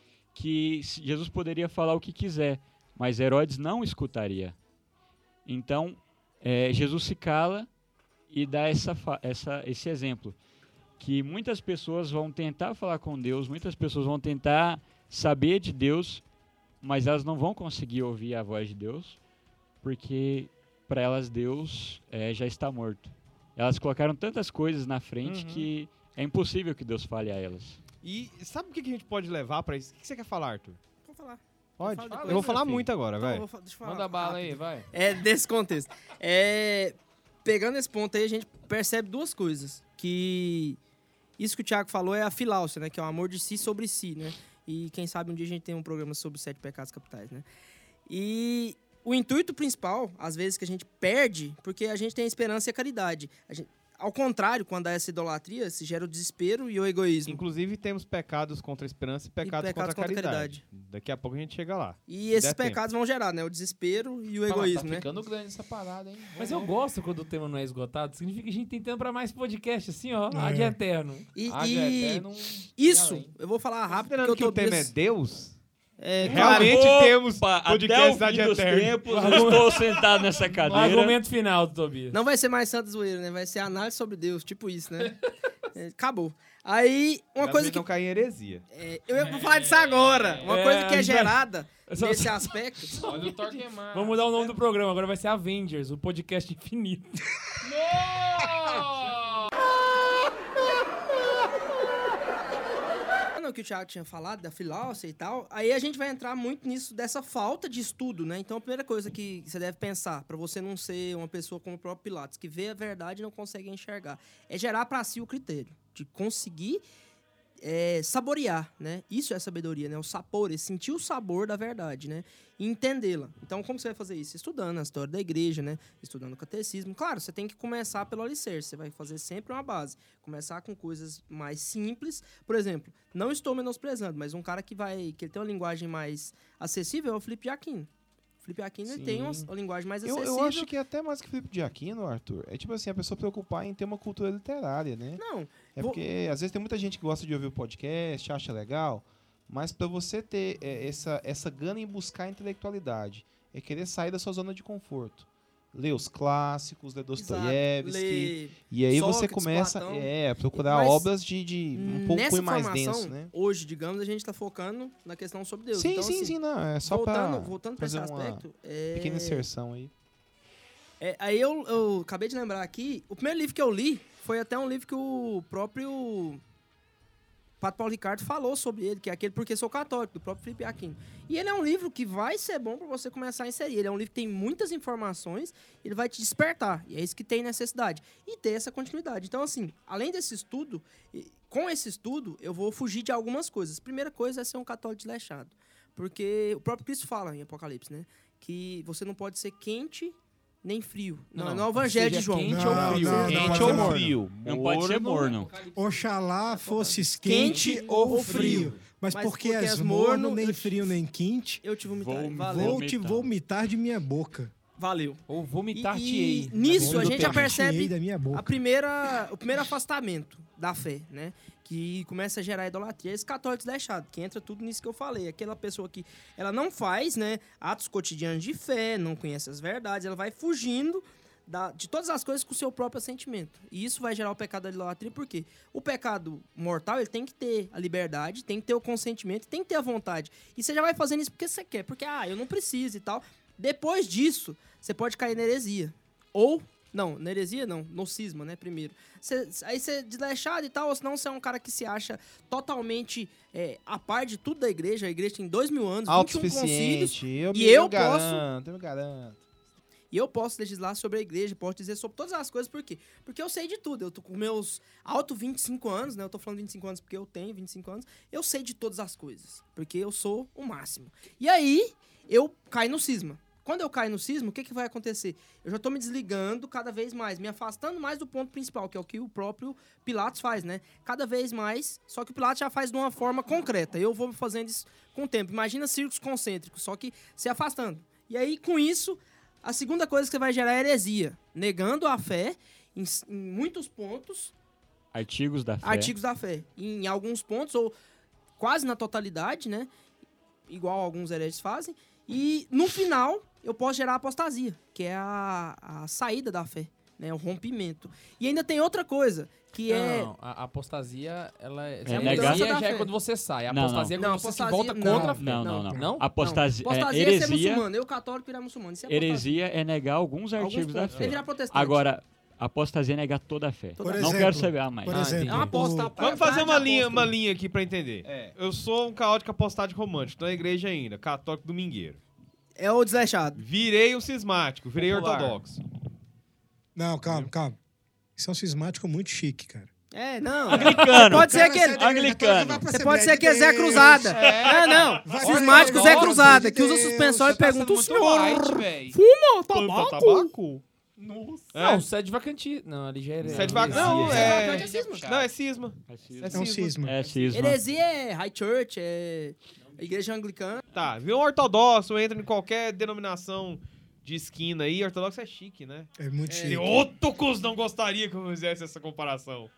Speaker 3: que se- Jesus poderia falar o que quiser, mas Herodes não escutaria. Então, é, Jesus se cala e dá essa, fa- essa, esse exemplo, que muitas pessoas vão tentar falar com Deus, muitas pessoas vão tentar saber de Deus, mas elas não vão conseguir ouvir a voz de Deus, porque para elas Deus é, já está morto. Elas colocaram tantas coisas na frente
Speaker 8: Uhum.
Speaker 3: que é impossível que Deus fale a elas.
Speaker 8: E sabe o que que a gente pode levar pra isso? O que você quer falar, Arthur?
Speaker 5: Vou falar.
Speaker 8: Pode?
Speaker 5: Fala
Speaker 8: Eu
Speaker 5: depois,
Speaker 8: vou falar
Speaker 1: filho.
Speaker 8: muito agora,
Speaker 5: Então,
Speaker 8: vai.
Speaker 5: eu vou fa- deixa eu falar
Speaker 1: Manda bala aí,
Speaker 5: rápido.
Speaker 1: vai.
Speaker 5: É desse contexto. É, pegando esse ponto aí, a gente percebe duas coisas. Que isso que o Thiago falou é a filáusia, né? Que é o amor de si sobre si, né? E quem sabe um dia a gente tem um programa sobre os sete pecados capitais, né? E o intuito principal, às vezes, que a gente perde, porque a gente tem a esperança e a caridade. A gente, ao contrário, quando há essa idolatria, se gera o desespero e o egoísmo.
Speaker 8: Inclusive, temos pecados contra a esperança e pecados,
Speaker 5: pecados
Speaker 8: contra a
Speaker 5: contra a
Speaker 8: caridade. Daqui a pouco a gente chega lá.
Speaker 5: E esses
Speaker 8: der tempo.
Speaker 5: pecados vão gerar, né? O desespero e o
Speaker 4: Fala,
Speaker 5: egoísmo,
Speaker 4: tá
Speaker 5: né?
Speaker 4: ficando grande essa parada, hein?
Speaker 1: Mas eu gosto quando o tema não é esgotado. Significa que a gente tem tempo pra mais podcast, assim, ó.
Speaker 2: É.
Speaker 1: Ad eterno.
Speaker 5: E,
Speaker 4: Ah,
Speaker 5: e
Speaker 4: já é eterno,
Speaker 5: isso,
Speaker 4: além.
Speaker 5: eu vou falar rápido,
Speaker 8: Considerando
Speaker 5: porque
Speaker 8: que
Speaker 5: eu
Speaker 8: o
Speaker 5: tô
Speaker 8: tema é
Speaker 5: des-
Speaker 8: Deus,
Speaker 5: É,
Speaker 8: realmente
Speaker 3: Opa,
Speaker 8: temos
Speaker 3: até
Speaker 8: podcast
Speaker 3: o
Speaker 8: da
Speaker 3: fim
Speaker 8: de
Speaker 3: dos
Speaker 8: Eterno.
Speaker 3: tempos, eu estou sentado nessa
Speaker 1: O
Speaker 3: cadeira.
Speaker 1: argumento final do Tobias.
Speaker 5: Não vai ser mais Santo Zoeiro, né? Vai ser análise sobre Deus, tipo isso, né? É, acabou. Aí, uma
Speaker 8: Às
Speaker 5: coisa
Speaker 8: vezes
Speaker 5: que...
Speaker 8: não cair em heresia.
Speaker 5: é, eu ia falar disso agora. Uma
Speaker 1: É,
Speaker 5: coisa que
Speaker 1: a
Speaker 5: é
Speaker 1: gente vai-
Speaker 5: gerada
Speaker 1: Só-
Speaker 5: nesse aspecto...
Speaker 4: Olha o Torquemar.
Speaker 1: Vamos mudar o nome do programa. Agora vai ser Avengers, o podcast infinito.
Speaker 5: Não, o que o Thiago tinha falado, da filósofia e tal, aí a gente vai entrar muito nisso, dessa falta de estudo, né? Então, a primeira coisa que você deve pensar, para você não ser uma pessoa como o próprio Pilatos, que vê a verdade e não consegue enxergar, é gerar para si o critério, de conseguir é, saborear, né? Isso é sabedoria, né? O sabor, é sentir o sabor da verdade, né? E entendê-la. Então, como você vai fazer isso? Estudando a história da igreja, né? Estudando o catecismo. Claro, você tem que começar pelo alicerce. Você vai fazer sempre uma base. Começar com coisas mais simples. Por exemplo, não estou menosprezando, mas um cara que vai que ele tem uma linguagem mais acessível é o Felipe de Aquino. O Felipe de Aquino ele tem uma, uma linguagem mais
Speaker 10: Eu,
Speaker 5: acessível.
Speaker 10: eu acho que é até mais que Felipe de Aquino, Arthur. É tipo assim, a pessoa preocupar em ter uma cultura literária, né?
Speaker 5: Não.
Speaker 10: É
Speaker 5: vou-
Speaker 10: porque às vezes tem muita gente que gosta de ouvir o podcast, acha legal, mas para você ter é, essa, essa gana em buscar a intelectualidade, é querer sair da sua zona de conforto. Ler os clássicos, ler Dostoiévski,
Speaker 5: ler
Speaker 10: e aí você
Speaker 5: Sócrates,
Speaker 10: começa
Speaker 5: Platão.
Speaker 10: é, a procurar
Speaker 5: Mas
Speaker 10: obras de, de um pouco
Speaker 5: Nessa
Speaker 10: mais
Speaker 5: formação,
Speaker 10: denso, né?
Speaker 5: hoje, digamos, a gente está focando na questão sobre Deus.
Speaker 10: Sim,
Speaker 5: então,
Speaker 10: sim,
Speaker 5: assim,
Speaker 10: sim, não, é só
Speaker 5: voltando,
Speaker 10: para
Speaker 5: voltando para esse
Speaker 10: fazer uma
Speaker 5: aspecto, é...
Speaker 10: pequena inserção aí.
Speaker 5: É, aí eu, eu acabei de lembrar aqui, o primeiro livro que eu li foi até um livro que o próprio Pato Paulo Ricardo falou sobre ele, que é aquele Porque Sou Católico, do próprio Felipe Aquino. E ele é um livro que vai ser bom para você começar a inserir. Ele é um livro que tem muitas informações, ele vai te despertar, e é isso que tem necessidade. E ter essa continuidade. Então, assim, além desse estudo, e- com esse estudo, eu vou fugir de algumas coisas. Primeira coisa é ser um católico desleixado. Porque o próprio Cristo fala em Apocalipse, né? Que você não pode ser quente nem frio. Não, não,
Speaker 1: Não,
Speaker 5: é o Evangelho
Speaker 1: seja
Speaker 5: de João.
Speaker 1: quente
Speaker 2: Não,
Speaker 1: ou frio.
Speaker 2: não, não,
Speaker 3: Quente
Speaker 2: não,
Speaker 3: ou
Speaker 2: não.
Speaker 3: frio? Não pode ser morno.
Speaker 2: Oxalá fosse quente,
Speaker 5: Quente
Speaker 2: ou
Speaker 5: ou
Speaker 2: frio.
Speaker 5: frio.
Speaker 2: Mas,
Speaker 5: Mas
Speaker 2: porque,
Speaker 5: porque
Speaker 2: és
Speaker 5: és
Speaker 2: morno,
Speaker 5: morno,
Speaker 2: nem
Speaker 5: eu-
Speaker 2: frio, nem quente,
Speaker 5: Eu te vomitar.
Speaker 3: Vou-
Speaker 5: Valeu.
Speaker 2: vou te
Speaker 3: vomitar.
Speaker 2: vomitar de minha boca.
Speaker 5: Valeu.
Speaker 1: Ou
Speaker 5: E,
Speaker 1: vomitar-te-ei.
Speaker 5: e nisso
Speaker 1: na
Speaker 5: a gente já
Speaker 1: boca do
Speaker 2: Tirei
Speaker 5: percebe
Speaker 2: da minha
Speaker 5: a
Speaker 2: boca.
Speaker 5: primeira, o primeiro afastamento da fé, né? Que começa a gerar idolatria. Esse católico desleixado, que entra tudo nisso que eu falei. Aquela pessoa que ela não faz, né, atos cotidianos de fé, não conhece as verdades, ela vai fugindo da- de todas as coisas com o seu próprio sentimento. E isso vai gerar o pecado da idolatria, por quê? O pecado mortal, ele tem que ter a liberdade, tem que ter o consentimento, tem que ter a vontade. E você já vai fazendo isso porque você quer, porque, ah, eu não preciso e tal. Depois disso, você pode cair na heresia. Ou, não, na heresia não, no cisma, né, primeiro. Você- aí você é desleixado e tal, ou senão você é um cara que se acha totalmente é, a par de tudo da igreja. A igreja tem dois mil anos, vinte e um concílios.
Speaker 10: Autossuficiente, eu,
Speaker 5: e
Speaker 10: me,
Speaker 5: eu
Speaker 10: eu garanto, eu me garanto.
Speaker 5: E eu posso legislar sobre a igreja, posso dizer sobre todas as coisas, por quê? Porque eu sei de tudo. Eu tô com meus alto vinte e cinco anos, né? Eu tô falando vinte e cinco anos porque eu tenho vinte e cinco anos. Eu sei de todas as coisas, porque eu sou o máximo. E aí, eu caio no cisma. Quando eu caio no cisma, o que, que vai acontecer? Eu já tô me desligando cada vez mais, me afastando mais do ponto principal, que é o que o próprio Pilatos faz, né? Cada vez mais, só que o Pilatos já faz de uma forma concreta. Eu vou fazendo isso com o tempo. Imagina círculos concêntricos, só que se afastando. E aí, com isso, a segunda coisa que você vai gerar é heresia. Negando a fé em, em muitos pontos,
Speaker 3: Artigos da fé.
Speaker 5: artigos da fé. Em alguns pontos, ou quase na totalidade, né? Igual alguns hereges fazem. E, no final, eu posso gerar apostasia, que é a, a saída da fé, né? O rompimento. E ainda tem outra coisa, que é...
Speaker 1: Não, a a apostasia, ela é...
Speaker 3: É
Speaker 1: a
Speaker 3: negar-
Speaker 1: heresia
Speaker 5: da
Speaker 1: já é
Speaker 5: fé.
Speaker 1: quando você sai. A
Speaker 3: Não,
Speaker 1: apostasia é
Speaker 5: não.
Speaker 1: quando
Speaker 5: Não,
Speaker 1: você se
Speaker 5: apostasia-
Speaker 1: volta contra a fé.
Speaker 3: Não, não, não.
Speaker 1: Não?
Speaker 3: Apostasia,
Speaker 5: Não,
Speaker 3: é,
Speaker 5: apostasia é ser
Speaker 3: heresia,
Speaker 5: muçulmano. Eu, católico, virar muçulmano. Isso é apostasia.
Speaker 3: heresia é negar alguns
Speaker 5: Alguns
Speaker 3: artigos da
Speaker 5: pontos.
Speaker 3: fé.
Speaker 5: É virar protestante.
Speaker 3: Agora, apostasia é negar toda a fé.
Speaker 5: Por
Speaker 3: não
Speaker 2: exemplo,
Speaker 3: quero saber a mais.
Speaker 2: Por
Speaker 1: Ah,
Speaker 2: exemplo,
Speaker 1: entendi.
Speaker 5: É uma aposta.
Speaker 2: o-
Speaker 8: Vamos fazer uma
Speaker 5: Apóstolo.
Speaker 8: linha, uma linha aqui pra entender. Eu sou um caótico apostado romântico, na igreja ainda, católico domingueiro.
Speaker 5: É o desleixado.
Speaker 8: Virei um cismático, virei
Speaker 10: Popular.
Speaker 8: ortodoxo.
Speaker 2: Não, calma, calma. Isso é um cismático muito chique, cara.
Speaker 5: É, não.
Speaker 3: Anglicano.
Speaker 5: Pode ser
Speaker 2: Cara,
Speaker 5: aquele...
Speaker 2: sai da igreja,
Speaker 3: Anglicano.
Speaker 2: vai pra
Speaker 5: Você
Speaker 2: Assembleia
Speaker 5: pode ser
Speaker 2: de
Speaker 5: aquele Zé
Speaker 2: Deus.
Speaker 5: Cruzada. Não, não.
Speaker 2: Vai
Speaker 5: Cismático
Speaker 2: pra
Speaker 5: Zé
Speaker 2: igreja
Speaker 5: Cruzada,
Speaker 2: de
Speaker 5: que usa
Speaker 2: Deus.
Speaker 5: suspensório e
Speaker 8: Você tá
Speaker 5: pergunta,
Speaker 8: sendo
Speaker 5: o
Speaker 8: muito light,
Speaker 5: senhor
Speaker 8: véi.
Speaker 5: fuma
Speaker 8: Planta
Speaker 5: tabaco?
Speaker 8: tabaco?
Speaker 1: Não, você é de vacantismo. Não, ali já é...
Speaker 8: Você é de vaca-
Speaker 1: heresia.
Speaker 8: Não, é...
Speaker 5: É cisma.
Speaker 8: Não, é cisma.
Speaker 3: É
Speaker 8: É
Speaker 3: cisma.
Speaker 2: É um cisma.
Speaker 3: É cisma.
Speaker 5: Heresia é high church, é igreja anglicana.
Speaker 8: Tá, viu um ortodoxo, entra em qualquer denominação de esquina aí, ortodoxo é chique, né?
Speaker 2: É muito chique.
Speaker 8: Otocos não gostaria que eu fizesse essa comparação.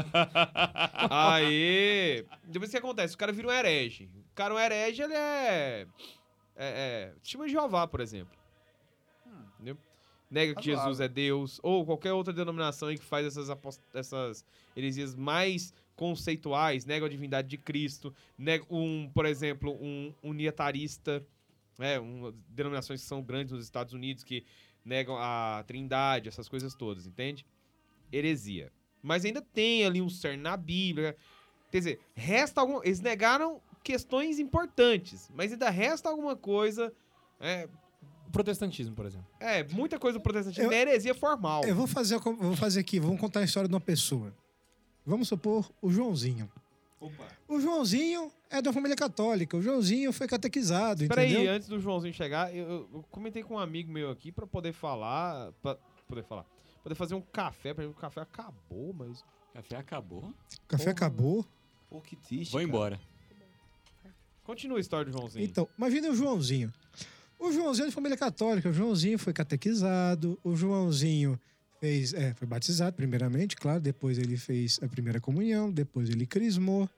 Speaker 8: Aí, depois o que acontece? O cara vira um herege. O cara, um herege, ele é... É... é Testemunho de Jeová, por exemplo. Entendeu? Nega que
Speaker 10: Razoável.
Speaker 8: Jesus é Deus, ou qualquer outra denominação aí que faz essas, apos- essas heresias mais conceituais, nega a divindade de Cristo, nega um, por exemplo, um unitarista, né, um, denominações que são grandes nos Estados Unidos, que negam a trindade, essas coisas todas, entende? Heresia. Mas ainda tem ali um cerne na Bíblia. Quer dizer, resta algum... Eles negaram questões importantes, mas ainda resta alguma coisa... É,
Speaker 1: O protestantismo, por exemplo.
Speaker 8: é muita coisa do protestantismo
Speaker 2: Eu-
Speaker 8: é heresia formal.
Speaker 2: Eu vou fazer, eu vou fazer aqui, vamos contar a história de uma pessoa. Vamos supor o Joãozinho.
Speaker 8: Opa.
Speaker 2: O Joãozinho é da família católica. O Joãozinho foi catequizado,
Speaker 8: Espera aí,
Speaker 2: entendeu?
Speaker 8: antes do Joãozinho chegar, eu, eu- eu comentei com um amigo meu aqui pra poder falar... Pra poder falar. Poder fazer um café. Pra mim, o café acabou, mas...
Speaker 3: O café acabou.
Speaker 2: O café acabou.
Speaker 6: Pô, que triste.
Speaker 3: Vou
Speaker 6: cara.
Speaker 3: embora.
Speaker 8: Continua a história do Joãozinho.
Speaker 2: Então, imagina o Joãozinho. O Joãozinho é de família católica. O Joãozinho foi catequizado. O Joãozinho fez, é, foi batizado, primeiramente, claro. Depois ele fez a primeira comunhão. Depois ele crismou.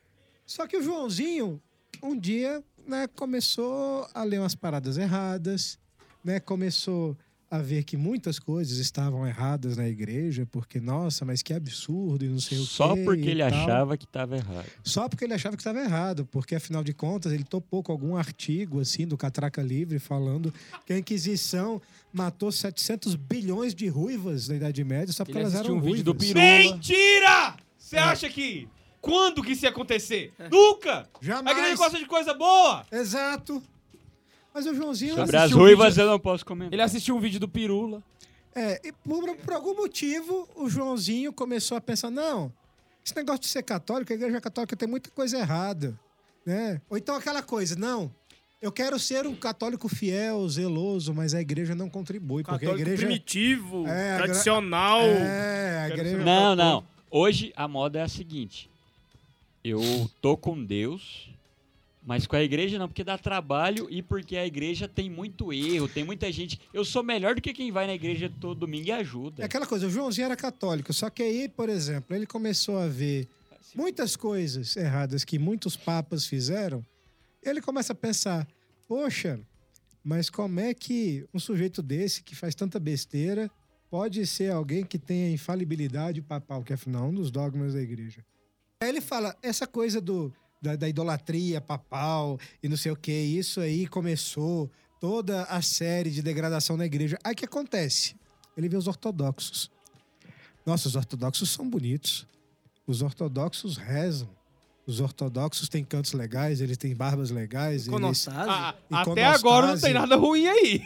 Speaker 2: Só que o Joãozinho, um dia, né, começou a ler umas paradas erradas, né? Começou a ver que muitas coisas estavam erradas na igreja, porque, nossa, mas que absurdo e não sei o quê.
Speaker 3: Só porque
Speaker 2: e
Speaker 3: ele
Speaker 2: tal.
Speaker 3: achava que estava errado.
Speaker 2: Só porque ele achava que estava errado, porque afinal de contas ele topou com algum artigo assim do Catraca Livre falando que a Inquisição matou setecentos bilhões de ruivas na Idade Média só porque
Speaker 1: Ele
Speaker 2: elas
Speaker 1: assistiu
Speaker 2: eram
Speaker 1: um vídeo do
Speaker 2: ruivas.
Speaker 1: Pirula.
Speaker 8: Mentira! Você
Speaker 2: É.
Speaker 8: acha que... Quando que isso ia acontecer? Nunca! A
Speaker 2: Jamais.
Speaker 8: igreja gosta de coisa boa!
Speaker 2: Exato. Mas o Joãozinho
Speaker 3: Sobre
Speaker 1: assistiu
Speaker 3: as
Speaker 1: um
Speaker 3: ruivas
Speaker 1: vídeo-
Speaker 3: eu não posso comentar.
Speaker 1: Ele assistiu um vídeo do Pirula.
Speaker 2: É, e por, por algum motivo, o Joãozinho começou a pensar, não, esse negócio de ser católico, a igreja católica tem muita coisa errada, né? Ou então aquela coisa, não, eu quero ser um católico fiel, zeloso, mas a igreja não contribui, porque a igreja...
Speaker 11: primitivo,
Speaker 2: É, a gra-
Speaker 11: tradicional.
Speaker 2: É, a igreja...
Speaker 3: Não, não. Hoje a moda é a seguinte. Eu tô com Deus, mas com a igreja não, porque dá trabalho e porque a igreja tem muito erro, tem muita gente. Eu sou melhor do que quem vai na igreja todo domingo e ajuda.
Speaker 2: É aquela coisa, o Joãozinho era católico, só que aí, por exemplo, ele começou a ver muitas coisas erradas que muitos papas fizeram, ele começa a pensar, poxa, mas como é que um sujeito desse, que faz tanta besteira, pode ser alguém que tenha infalibilidade papal, que afinal é um dos dogmas da igreja. Aí ele fala, essa coisa do, da, da idolatria papal e não sei o que, isso aí começou toda a série de degradação na igreja. Aí o que acontece? Ele vê os ortodoxos. Nossa, os ortodoxos são bonitos. Os ortodoxos rezam. Os ortodoxos têm cantos legais, eles têm barbas legais.
Speaker 5: Iconostase?
Speaker 8: Ah,
Speaker 2: Eles...
Speaker 8: até agora não tem nada ruim aí.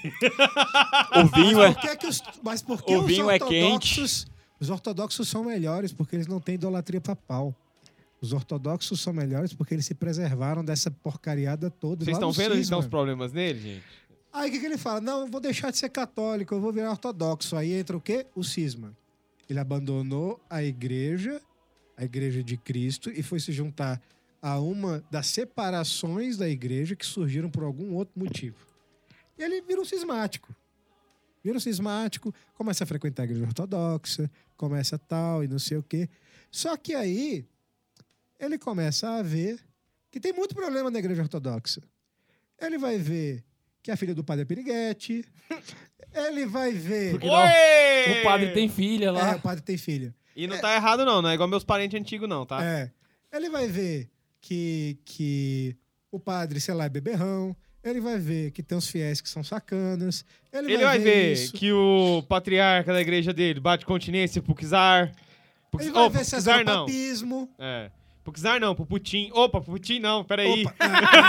Speaker 3: O vinho é...
Speaker 2: Por que que os... Mas por que
Speaker 3: O
Speaker 2: os
Speaker 3: vinho é
Speaker 2: ortodoxos... Os ortodoxos são melhores porque eles não têm idolatria papal. Os ortodoxos são melhores porque eles se preservaram dessa porcariada toda.
Speaker 8: Vocês
Speaker 2: lá
Speaker 8: estão
Speaker 2: no
Speaker 8: vendo que estão
Speaker 2: cisma.
Speaker 8: os problemas nele, gente?
Speaker 2: Aí o que, que ele fala? Não, eu vou deixar de ser católico, eu vou virar ortodoxo. Aí entra o quê? O cisma. Ele abandonou a igreja, a igreja de Cristo, e foi se juntar a uma das separações da igreja que surgiram por algum outro motivo. E ele vira um cismático. Vira um cismático, começa a frequentar a igreja ortodoxa, começa tal e não sei o quê. Só que aí ele começa a ver que tem muito problema na igreja ortodoxa. Ele vai ver que a filha do padre é piriguete. Ele vai ver...
Speaker 1: Porque não, o padre tem filha lá.
Speaker 2: É, o padre tem filha.
Speaker 8: E não tá errado não, não é igual meus parentes antigos não, tá?
Speaker 2: É. Ele vai ver que, que o padre, sei lá, é beberrão. Ele vai ver que tem uns fiéis que são sacanas. Ele,
Speaker 8: Ele vai ver
Speaker 2: isso.
Speaker 8: que o patriarca da igreja dele bate continência pro czar. Pro
Speaker 2: Ele
Speaker 8: oh,
Speaker 2: vai
Speaker 8: pro
Speaker 2: ver se é
Speaker 8: czar não.
Speaker 2: papismo.
Speaker 8: É. Pro czar não, pro Putin. Opa, pro Putin não, peraí.
Speaker 2: Opa,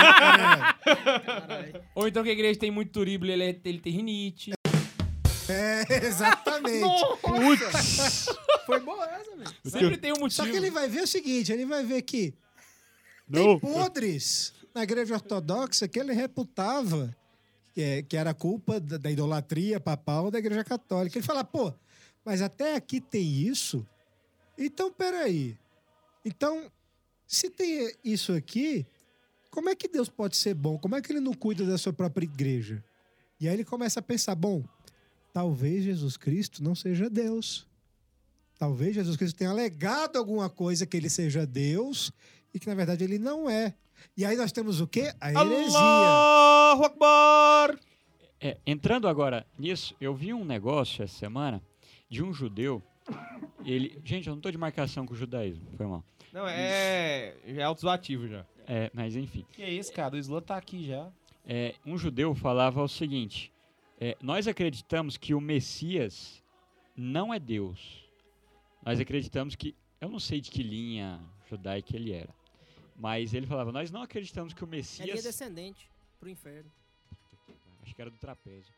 Speaker 2: é, é,
Speaker 1: Ou então que a igreja tem muito turíbulo e ele, é- ele tem rinite.
Speaker 2: é, é, exatamente.
Speaker 5: Putz. Foi boa essa, velho.
Speaker 1: Sempre tem um motivo.
Speaker 2: Só que ele vai ver o seguinte, ele vai ver que
Speaker 3: Não.
Speaker 2: tem podres na igreja ortodoxa que ele reputava que, é, que era culpa da, da idolatria papal da igreja católica. Ele fala, pô, mas até aqui tem isso? Então, peraí. Então, se tem isso aqui, como é que Deus pode ser bom? Como é que ele não cuida da sua própria igreja? E aí ele começa a pensar, bom, talvez Jesus Cristo não seja Deus. Talvez Jesus Cristo tenha alegado alguma coisa que ele seja Deus e que, na verdade, ele não é. E aí nós temos o quê? A heresia.
Speaker 8: Allahu Akbar!
Speaker 3: É, entrando agora nisso, eu vi um negócio essa semana de um judeu. Ele, gente, eu não tô de marcação com o judaísmo, foi mal.
Speaker 8: Não, é... Já é autozoativo já.
Speaker 3: É, mas enfim.
Speaker 10: Que é isso, cara? O Islã tá aqui já.
Speaker 3: É, um judeu falava o seguinte: é, nós acreditamos que o Messias não é Deus. Nós acreditamos que, eu não sei de que linha judaica ele era. Mas ele falava, nós não acreditamos que o
Speaker 5: É linha
Speaker 3: Messias...
Speaker 5: descendente pro inferno.
Speaker 3: Acho que era do trapézio.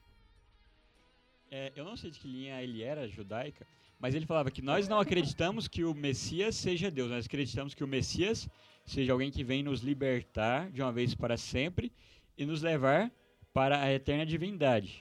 Speaker 3: É, eu não sei de que linha ele era, judaica, mas ele falava que nós não acreditamos que o Messias seja Deus, nós acreditamos que o Messias seja alguém que vem nos libertar de uma vez para sempre e nos levar para a eterna divindade.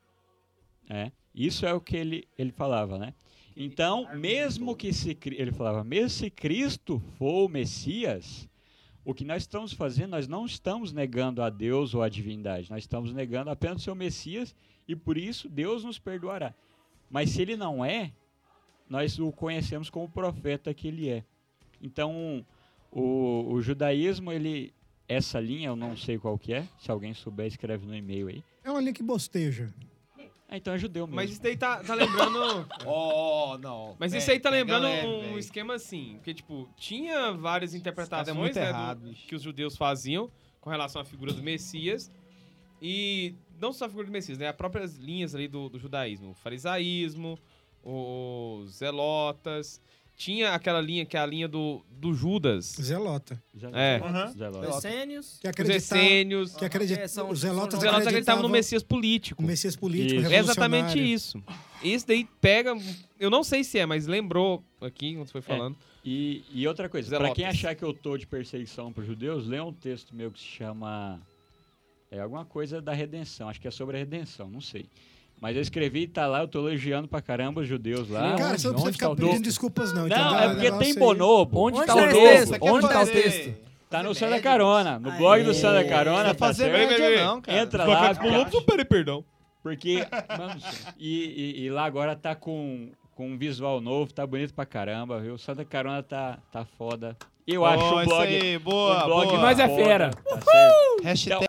Speaker 3: É, isso é o que ele, ele falava, né? Então, mesmo que se, ele falava, mesmo se Cristo for o Messias, o que nós estamos fazendo, nós não estamos negando a Deus ou a divindade, nós estamos negando apenas o seu Messias e por isso Deus nos perdoará. Mas se ele não é, nós o conhecemos como profeta que ele é. Então, o, o judaísmo, ele, essa linha, eu não sei qual que é, se alguém souber, escreve no e-mail aí.
Speaker 2: É uma linha que bosteja.
Speaker 3: Ah, então é judeu mesmo.
Speaker 8: Mas isso aí tá, tá lembrando...
Speaker 6: Oh, não.
Speaker 8: Mas
Speaker 6: Véi,
Speaker 8: isso aí tá
Speaker 6: pega
Speaker 8: lembrando
Speaker 6: leve,
Speaker 8: um
Speaker 6: véi.
Speaker 8: esquema assim, porque, tipo, tinha várias interpretações,
Speaker 6: muito
Speaker 8: né,
Speaker 6: errado,
Speaker 8: do-
Speaker 6: bicho.
Speaker 8: que os judeus faziam com relação à figura do Messias, e não só a figura do Messias, né, as próprias linhas ali do, do judaísmo, o farisaísmo, os zelotas, tinha aquela linha que é a linha do, do Judas,
Speaker 2: Zelota.
Speaker 8: é,
Speaker 6: Aham.
Speaker 3: Zelota.
Speaker 5: Essênios.
Speaker 2: Que
Speaker 8: os
Speaker 2: acredita,
Speaker 8: essênios,
Speaker 2: que acredita,
Speaker 5: É, são-
Speaker 2: os
Speaker 5: são
Speaker 2: zelotas
Speaker 8: os zelotas acreditavam no
Speaker 2: acreditavam
Speaker 8: Messias político.
Speaker 2: o Messias político,
Speaker 3: Isso.
Speaker 8: É exatamente
Speaker 2: revolucionário.
Speaker 8: isso. Isso daí pega, eu não sei se é, mas lembrou aqui, quando você foi falando.
Speaker 3: E, e outra coisa, para
Speaker 8: Zelotas.
Speaker 3: quem achar que eu tô de perseguição para os judeus, lê um texto meu que se chama é alguma coisa da redenção, acho que é sobre a redenção, não sei. Mas eu escrevi e tá lá, eu tô elogiando pra caramba os judeus lá.
Speaker 2: Cara, você não precisa
Speaker 3: Onde
Speaker 2: ficar
Speaker 3: tá o
Speaker 2: pedindo
Speaker 3: texto?
Speaker 2: desculpas, não.
Speaker 3: Não,
Speaker 2: entendeu?
Speaker 3: é
Speaker 2: O
Speaker 3: porque
Speaker 2: negócio
Speaker 3: tem
Speaker 2: aí-
Speaker 3: bonobo.
Speaker 1: Onde
Speaker 5: Onde
Speaker 1: tá
Speaker 5: tá
Speaker 1: o
Speaker 5: esse
Speaker 1: texto?
Speaker 5: texto?
Speaker 1: Onde tá o
Speaker 6: Fazer-
Speaker 1: texto?
Speaker 3: Tá no
Speaker 6: fazer
Speaker 3: Santa
Speaker 6: média,
Speaker 3: Carona, no
Speaker 5: Aê.
Speaker 3: blog do Santa Carona,
Speaker 6: Vai
Speaker 3: tá
Speaker 6: fazer
Speaker 3: certo?
Speaker 6: média
Speaker 8: Peraí, peraí,
Speaker 6: não, cara.
Speaker 3: Entra
Speaker 8: Vai
Speaker 3: lá,
Speaker 8: ficar com lobos ou peraí, perdão?
Speaker 3: porque mano, e, e, e lá agora tá com, com um visual novo, tá bonito pra caramba, viu? Santa Carona tá, tá foda. Eu acho
Speaker 6: Oh,
Speaker 3: o
Speaker 6: isso
Speaker 3: blog,
Speaker 6: aí, boa,
Speaker 3: o blog
Speaker 6: boa.
Speaker 1: Nós é
Speaker 3: foda,
Speaker 1: fera.
Speaker 3: tá certo?
Speaker 6: Hashtag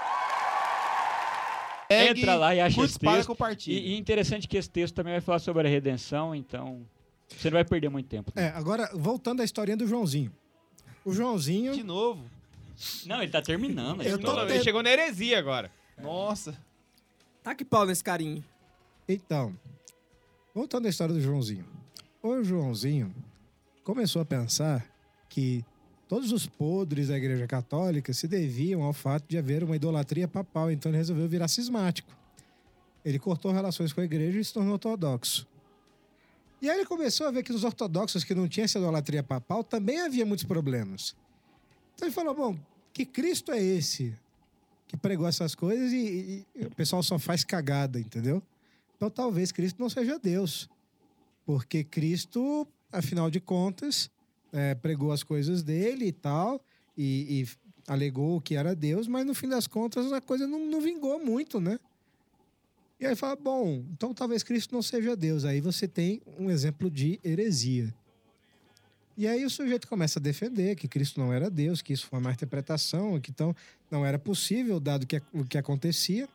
Speaker 3: Entra lá e acha
Speaker 6: curte,
Speaker 3: esse
Speaker 6: espalha,
Speaker 3: texto.
Speaker 6: compartilha.
Speaker 3: E, e interessante que esse texto também vai falar sobre a redenção, então você não vai perder muito tempo.
Speaker 2: É, agora, voltando à historinha do Joãozinho. O Joãozinho...
Speaker 6: De novo.
Speaker 3: Não, ele tá terminando. a
Speaker 2: Eu
Speaker 3: história.
Speaker 2: tô-
Speaker 8: Ele chegou na heresia agora.
Speaker 6: Nossa.
Speaker 5: Tá que pau nesse carinho.
Speaker 2: Então, voltando à história do Joãozinho. O Joãozinho começou a pensar que todos os podres da Igreja Católica se deviam ao fato de haver uma idolatria papal, então ele resolveu virar cismático. Ele cortou relações com a igreja e se tornou ortodoxo. E aí ele começou a ver que os ortodoxos que não tinham essa idolatria papal também havia muitos problemas. Então ele falou, bom, que Cristo é esse que pregou essas coisas e, e- e o pessoal só faz cagada, entendeu? Então talvez Cristo não seja Deus. Porque Cristo, afinal de contas, é, pregou as coisas dele e tal, e, e alegou que era Deus, mas no fim das contas a coisa não, não vingou muito, né? E aí fala, bom, então talvez Cristo não seja Deus. Aí você tem um exemplo de heresia. E aí o sujeito começa a defender que Cristo não era Deus, que isso foi uma interpretação, que então não era possível, dado que, o que acontecia.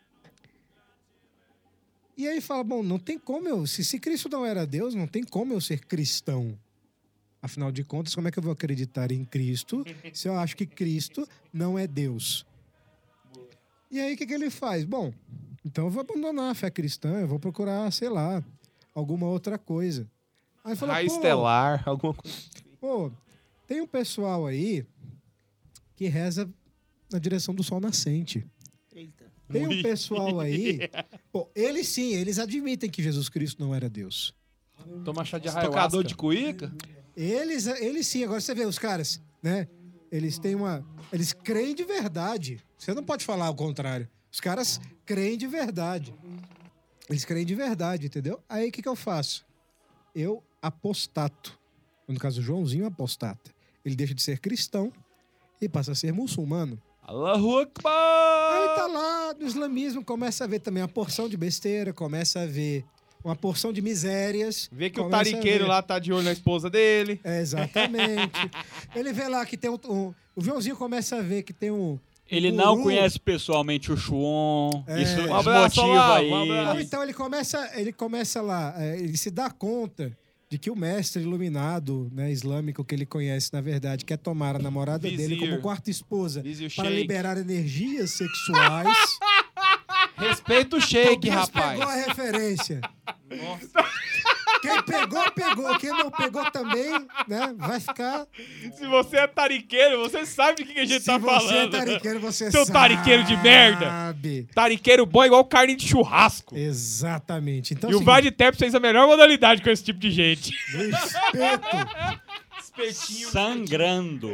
Speaker 2: E aí fala, bom, não tem como eu... Se, se Cristo não era Deus, não tem como eu ser cristão. Afinal de contas, como é que eu vou acreditar em Cristo se eu acho que Cristo não é Deus? E aí o que, que ele faz? Bom, então eu vou abandonar a fé cristã, eu vou procurar, sei lá, alguma outra coisa. Aí fala,
Speaker 6: Raio
Speaker 2: pô,
Speaker 6: estelar, alguma coisa.
Speaker 2: Pô, tem um pessoal aí que reza na direção do sol nascente.
Speaker 5: Eita.
Speaker 2: Tem um pessoal aí... Pô, eles sim, eles admitem que Jesus Cristo não era Deus.
Speaker 1: Toma chá de
Speaker 6: Tocador
Speaker 1: ayahuasca.
Speaker 6: de cuíca?
Speaker 2: Eles, eles sim, agora você vê os caras, né? Eles têm uma... Eles creem de verdade. Você não pode falar o contrário. Os caras creem de verdade. Eles creem de verdade, entendeu? Aí o que, que eu faço? Eu apostato. No caso, o Joãozinho apostata. Ele deixa de ser cristão e passa a ser muçulmano.
Speaker 6: Allahu
Speaker 2: Aí
Speaker 6: Akbar!
Speaker 2: tá lá no islamismo, começa a ver também uma porção de besteira, começa a ver uma porção de misérias.
Speaker 8: Vê que o
Speaker 2: começa a
Speaker 8: tariqueiro
Speaker 2: ver-
Speaker 8: lá tá de olho na esposa dele.
Speaker 2: É, exatamente. Ele vê lá que tem um, um... O Joãozinho começa a ver que tem um...
Speaker 3: Ele
Speaker 2: um
Speaker 3: não
Speaker 2: guru.
Speaker 3: conhece pessoalmente o Shuon.
Speaker 2: É.
Speaker 3: Isso
Speaker 2: Um
Speaker 8: abraço,
Speaker 3: desmotiva
Speaker 8: Olavo, um
Speaker 3: ele.
Speaker 8: abraço.
Speaker 2: Ou então ele começa, ele começa lá, é, ele se dá conta de que o mestre iluminado, né, islâmico que ele conhece, na verdade, quer tomar a namorada dele
Speaker 6: Vizir.
Speaker 2: como quarta esposa
Speaker 6: Vizir
Speaker 2: para
Speaker 6: Sheik.
Speaker 2: liberar energias sexuais.
Speaker 6: Respeita o shake,
Speaker 2: Tobias
Speaker 6: rapaz.
Speaker 2: pegou a referência. Quem pegou, pegou. Quem não pegou também, né? Vai ficar...
Speaker 8: Se você é tariqueiro, você sabe do que, que a gente
Speaker 2: Se
Speaker 8: tá
Speaker 2: você
Speaker 8: falando.
Speaker 2: é tariqueiro, você
Speaker 8: Seu
Speaker 2: sabe.
Speaker 8: tariqueiro de merda. Tariqueiro bom é igual carne de churrasco.
Speaker 2: Exatamente. Então,
Speaker 8: E o
Speaker 2: seguinte,
Speaker 8: Vaditep fez a melhor modalidade com esse tipo de gente.
Speaker 2: do espeto.
Speaker 8: Espetinho.
Speaker 3: Sangrando.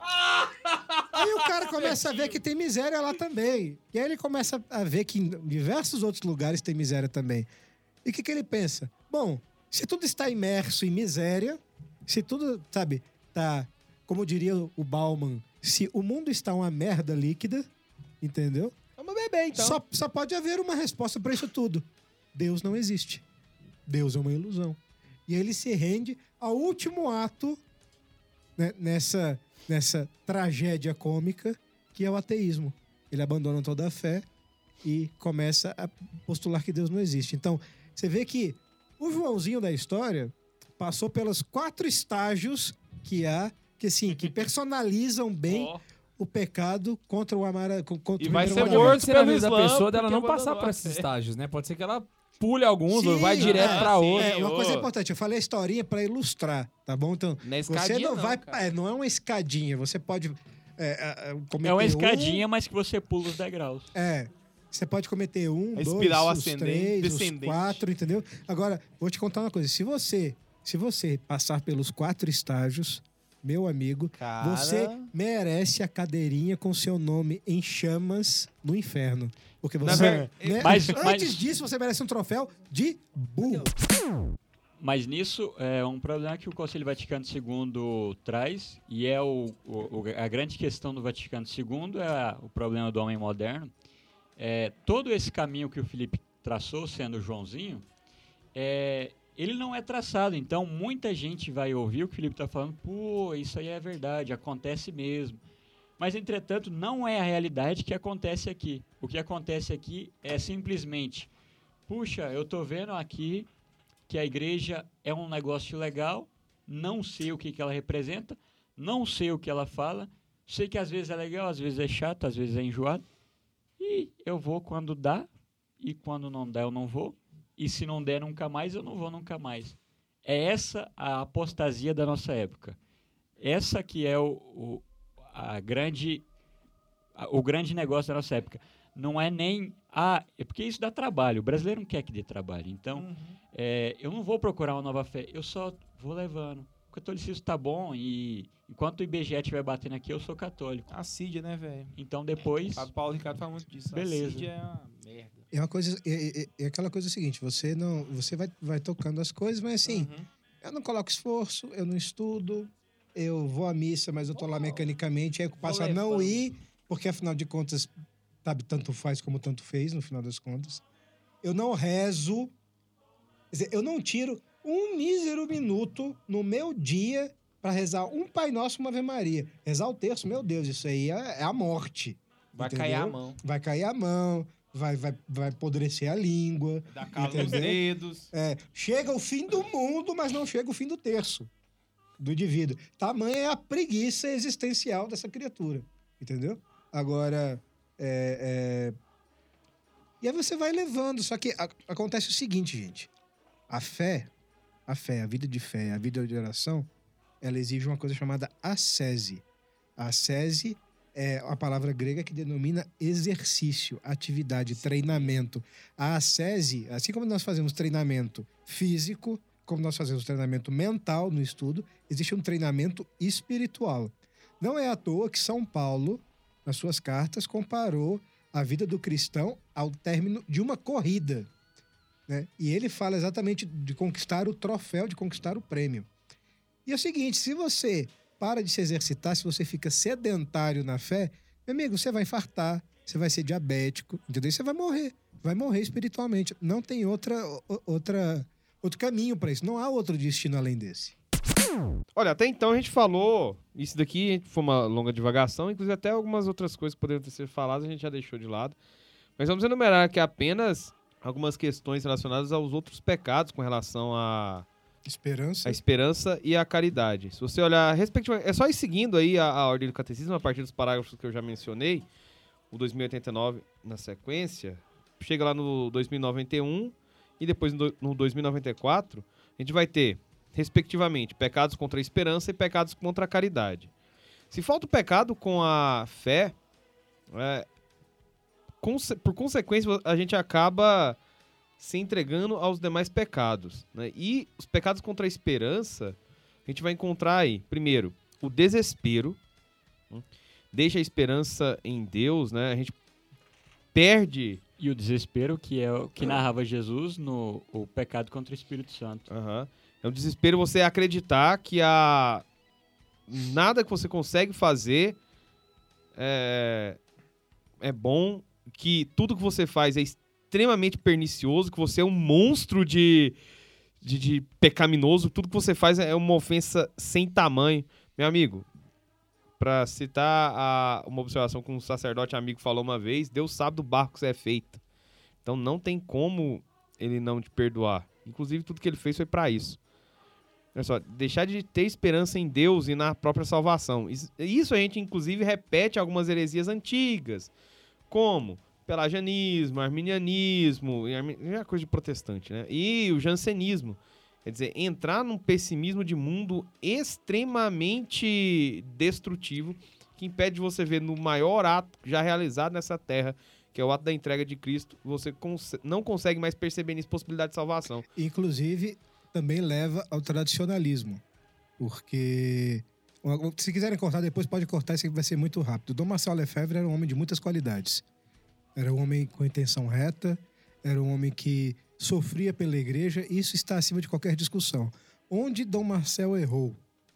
Speaker 2: Aí o cara começa a ver que tem miséria lá também. E aí ele começa a ver que em diversos outros lugares tem miséria também. E o que, que ele pensa? Bom, se tudo está imerso em miséria, se tudo, sabe, tá, como diria o Bauman, se o mundo está uma merda líquida, entendeu?
Speaker 8: Vamos beber, então.
Speaker 2: Só, só pode haver uma resposta para isso tudo. Deus não existe. Deus é uma ilusão. E aí ele se rende ao último ato, né, nessa, nessa tragédia cômica, que é o ateísmo. Ele abandona toda a fé e começa a postular que Deus não existe. Então, você vê que o Joãozinho da história passou pelos quatro estágios que há, que assim, que personalizam bem
Speaker 8: Ó.
Speaker 2: o pecado contra o amara, contra
Speaker 8: E
Speaker 2: o
Speaker 8: vai
Speaker 2: primeiro
Speaker 8: ser
Speaker 2: mandamento.
Speaker 8: morto
Speaker 1: Pode ser na
Speaker 8: pelo
Speaker 1: vida da
Speaker 8: Islã,
Speaker 1: pessoa dela
Speaker 8: porque
Speaker 1: não
Speaker 8: abandonou
Speaker 1: passar por
Speaker 8: a
Speaker 1: esses
Speaker 8: fé.
Speaker 1: estágios, né? Pode ser que ela pule alguns ou
Speaker 2: Sim,
Speaker 1: vai direto
Speaker 8: é,
Speaker 1: pra
Speaker 8: sim.
Speaker 1: outro.
Speaker 2: É, uma coisa
Speaker 8: ô.
Speaker 2: importante, eu falei a historinha pra ilustrar, tá bom? Então,
Speaker 8: Não é
Speaker 2: você
Speaker 8: escadinha,
Speaker 2: não
Speaker 8: não,
Speaker 2: vai...
Speaker 8: cara.
Speaker 2: é, não é uma escadinha, você pode é, é, cometer
Speaker 3: É uma
Speaker 2: um,
Speaker 3: escadinha, mas que você pula os degraus.
Speaker 2: É, você pode cometer um,
Speaker 8: A
Speaker 2: dois,
Speaker 8: espiral
Speaker 2: os
Speaker 8: ascendente,
Speaker 2: três, os
Speaker 8: descendente.
Speaker 2: quatro, entendeu? Agora, vou te contar uma coisa. Se você, se você passar pelos quatro estágios, meu amigo,
Speaker 8: Cara.
Speaker 2: você merece a cadeirinha com seu nome em chamas no inferno. Porque
Speaker 8: Na
Speaker 2: você...
Speaker 8: ver-
Speaker 2: né?
Speaker 3: Mas-
Speaker 2: Antes
Speaker 3: mas-
Speaker 2: disso, você merece um troféu de burro.
Speaker 3: Mas nisso é um problema que o Conselho Vaticano segundo traz, e é o, o- o- a grande questão do Vaticano segundo é a- o problema do homem moderno. É, todo esse caminho que o Felipe traçou, sendo o Joãozinho, é, ele não é traçado. Então, muita gente vai ouvir o que o Felipe está falando, pô, isso aí é verdade, acontece mesmo. Mas, entretanto, não é a realidade que acontece aqui. O que acontece aqui é simplesmente, puxa, eu estou vendo aqui que a igreja é um negócio legal, não sei o que, que ela representa, não sei o que ela fala, sei que às vezes é legal, às vezes é chato, às vezes é enjoado, e eu vou quando dá, e quando não dá eu não vou, e se não der nunca mais, eu não vou nunca mais. É essa a apostasia da nossa época. Essa que é o, o, a grande, a, o grande negócio da nossa época. Não é nem... Ah, é porque isso dá trabalho. O brasileiro não quer que dê trabalho. Então,
Speaker 8: Uhum.
Speaker 3: é, eu não vou procurar uma nova fé. Eu só vou levando. O catolicismo tá bom e enquanto o I B G E estiver batendo aqui, eu sou católico.
Speaker 10: A Cídia, né, velho?
Speaker 3: Então, depois...
Speaker 10: O Paulo Ricardo fala muito disso.
Speaker 3: Beleza.
Speaker 10: A Cídia é uma merda.
Speaker 2: É uma coisa, é, é- é aquela coisa seguinte, você não, você vai, vai tocando as coisas, mas assim,
Speaker 10: Uhum.
Speaker 2: eu não coloco esforço, eu não estudo, eu vou à missa, mas eu tô lá mecanicamente, aí eu passo a não
Speaker 8: levando.
Speaker 2: ir, porque afinal de contas, sabe, tanto faz como tanto fez, no final das contas. Eu não rezo, quer dizer, eu não tiro um mísero minuto no meu dia para rezar um Pai Nosso e uma Ave Maria. Rezar o terço, meu Deus, isso aí é, é a morte.
Speaker 10: Vai
Speaker 2: entendeu?
Speaker 10: cair a mão.
Speaker 2: Vai cair a mão, vai, vai, vai apodrecer a língua.
Speaker 8: Dá calo nos
Speaker 2: Entendeu?
Speaker 8: dedos.
Speaker 2: É, chega o fim do mundo, mas não chega o fim do terço do indivíduo. Tamanha é a preguiça existencial dessa criatura, entendeu? Agora, é, é... e aí você vai levando, só que a- acontece o seguinte, gente. A fé, a fé, a vida de fé, a vida de oração, ela exige uma coisa chamada ascese. A ascese é a palavra grega que denomina exercício, atividade, treinamento. A ascese, assim como nós fazemos treinamento físico, como nós fazemos treinamento mental no estudo, existe um treinamento espiritual. Não é à toa que São Paulo, nas suas cartas, comparou a vida do cristão ao término de uma corrida, né? E ele fala exatamente de conquistar o troféu, de conquistar o prêmio. E é o seguinte, se você para de se exercitar, se você fica sedentário na fé, meu amigo, você vai infartar, você vai ser diabético, entendeu? Você vai morrer, vai morrer espiritualmente. Não tem outra, o- outra, outro caminho para isso, não há outro destino além desse.
Speaker 8: Olha, até então a gente falou, isso daqui foi uma longa divagação, inclusive até algumas outras coisas que poderiam ter sido faladas a gente já deixou de lado. Mas vamos enumerar aqui apenas algumas questões relacionadas aos outros pecados com relação a
Speaker 2: Esperança.
Speaker 8: a esperança e a caridade. Se você olhar, respectivamente, é só ir seguindo aí a, a ordem do catecismo a partir dos parágrafos que eu já mencionei, o dois mil e oitenta e nove na sequência, chega lá no dois mil e noventa e um e depois no, do- no dois mil e noventa e quatro, a gente vai ter, respectivamente, pecados contra a esperança e pecados contra a caridade. Se falta o pecado com a fé, é, conse- por consequência, a gente acaba se entregando aos demais pecados, né? E os pecados contra a esperança, a gente vai encontrar aí, primeiro, o desespero, né? Deixa a esperança em Deus, né? A gente perde...
Speaker 3: E o desespero, que é o que narrava Jesus no o pecado contra o Espírito Santo.
Speaker 8: Uhum. É um desespero você acreditar que a... nada que você consegue fazer é, é bom, que tudo que você faz é extremamente pernicioso, que você é um monstro de, de, de pecaminoso, tudo que você faz é uma ofensa sem tamanho. Meu amigo, para citar a, uma observação que um sacerdote amigo falou uma vez, Deus sabe do barro que você é feito. Então não tem como ele não te perdoar. Inclusive tudo que ele fez foi para isso. Olha só, deixar de ter esperança em Deus e na própria salvação. Isso, isso a gente, inclusive, repete algumas heresias antigas, como pelagianismo, arminianismo, é coisa de protestante, né? E o jansenismo. Quer dizer, entrar num pessimismo de mundo extremamente destrutivo, que impede de você ver no maior ato já realizado nessa terra, que é o ato da entrega de Cristo, você cons- não consegue mais perceber nisso possibilidade de salvação.
Speaker 2: Inclusive, também leva ao tradicionalismo. Porque, se quiserem cortar depois, pode cortar, isso vai ser muito rápido. Dom Marcelo Lefebvre era um homem de muitas qualidades. Era um homem com intenção reta, era um homem que sofria pela igreja, e isso está acima de qualquer discussão. Onde Dom Marcelo errou?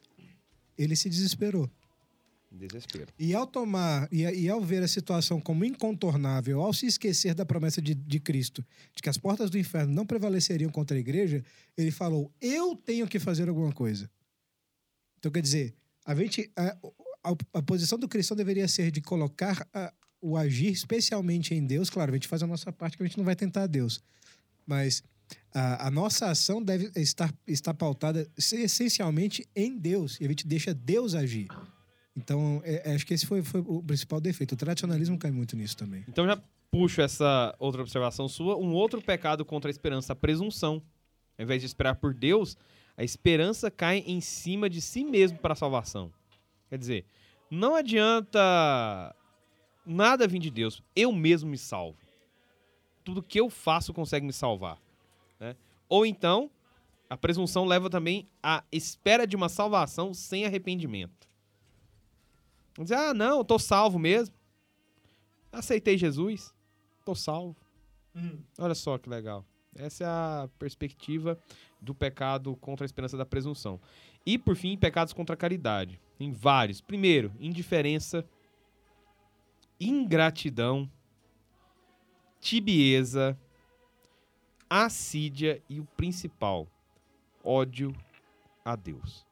Speaker 2: Ele se desesperou.
Speaker 8: Desespero.
Speaker 2: E ao tomar, e, e ao ver a situação como incontornável, ao se esquecer da promessa de, de Cristo, de que as portas do inferno não prevaleceriam contra a igreja, ele falou, eu tenho que fazer alguma coisa. Então, quer dizer, a, gente, a, a, a posição do cristão deveria ser de colocar a, o agir especialmente em Deus. Claro, a gente faz a nossa parte, que a gente não vai tentar Deus. Mas a, a nossa ação deve estar, estar pautada essencialmente em Deus, e a gente deixa Deus agir. Então, é, acho que esse foi, foi o principal defeito. O tradicionalismo cai muito nisso também.
Speaker 8: Então já puxo essa outra observação sua. Um outro pecado contra a esperança, a presunção. Ao invés de esperar por Deus, a esperança cai em cima de si mesmo para a salvação. Quer dizer, não adianta nada vir de Deus. Eu mesmo me salvo. Tudo que eu faço consegue me salvar, né? Ou então, a presunção leva também à espera de uma salvação sem arrependimento. Vamos dizer, ah, não, eu tô salvo mesmo. Aceitei Jesus, tô salvo. Hum. Olha só que legal. Essa é a perspectiva do pecado contra a esperança da presunção. E, por fim, pecados contra a caridade. Tem vários. Primeiro, indiferença, ingratidão, tibieza, assídia e o principal, ódio a Deus.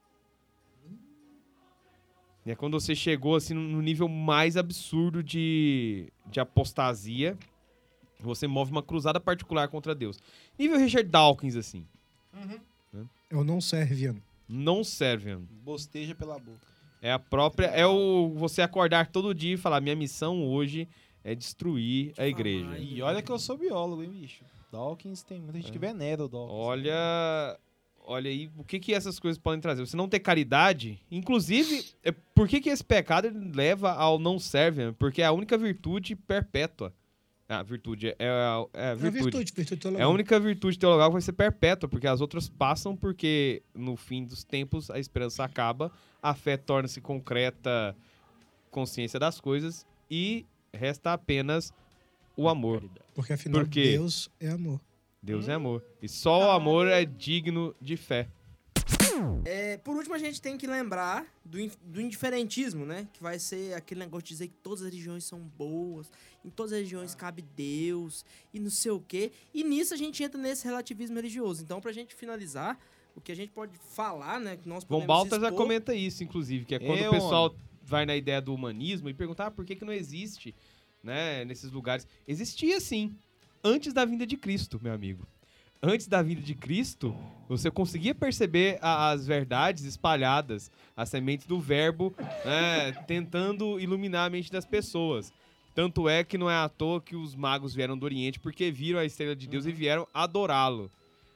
Speaker 8: É quando você chegou assim no nível mais absurdo de, de apostasia, você move uma cruzada particular contra Deus. Nível Richard Dawkins, assim.
Speaker 2: Uhum. Né? É o não serviam.
Speaker 8: Não serviam.
Speaker 10: Bosteja pela boca.
Speaker 8: É a própria... É o você acordar todo dia e falar, minha missão hoje é destruir a igreja.
Speaker 10: Ah, e olha que eu sou biólogo, hein, bicho? Dawkins, tem muita gente é. que venera o Dawkins.
Speaker 8: Olha... Olha aí, o que que essas coisas podem trazer? Você não ter caridade, inclusive, é, por que que esse pecado leva ao não serve? Porque é a única virtude perpétua. Ah, virtude, é, é, é a virtude. É, virtude, virtude teologal. É a única virtude teologal que vai ser perpétua, porque as outras passam, porque no fim dos tempos a esperança acaba, a fé torna-se concreta consciência das coisas e resta apenas o amor.
Speaker 2: Porque afinal porque Deus é amor.
Speaker 8: Deus hum. é amor. E só o amor é digno de fé.
Speaker 5: É, por último, a gente tem que lembrar do, do indiferentismo, né? Que vai ser aquele negócio de dizer que todas as religiões são boas, em todas as religiões cabe Deus, e não sei o quê. E nisso a gente entra nesse relativismo religioso. Então, pra gente finalizar, o que a gente pode falar, né? Que nós podemos
Speaker 8: Von Baltas
Speaker 5: expor...
Speaker 8: já comenta isso, inclusive, que é quando Eu, o pessoal homem. vai na ideia do humanismo e perguntar ah, por que, que não existe, né? Nesses lugares. Existia, sim. Antes da vinda de Cristo, meu amigo. Antes da vinda de Cristo, você conseguia perceber a, as verdades espalhadas, as sementes do verbo, né, tentando iluminar a mente das pessoas. Tanto é que não é à toa que os magos vieram do Oriente, porque viram a estrela de Deus uhum. e vieram adorá-lo.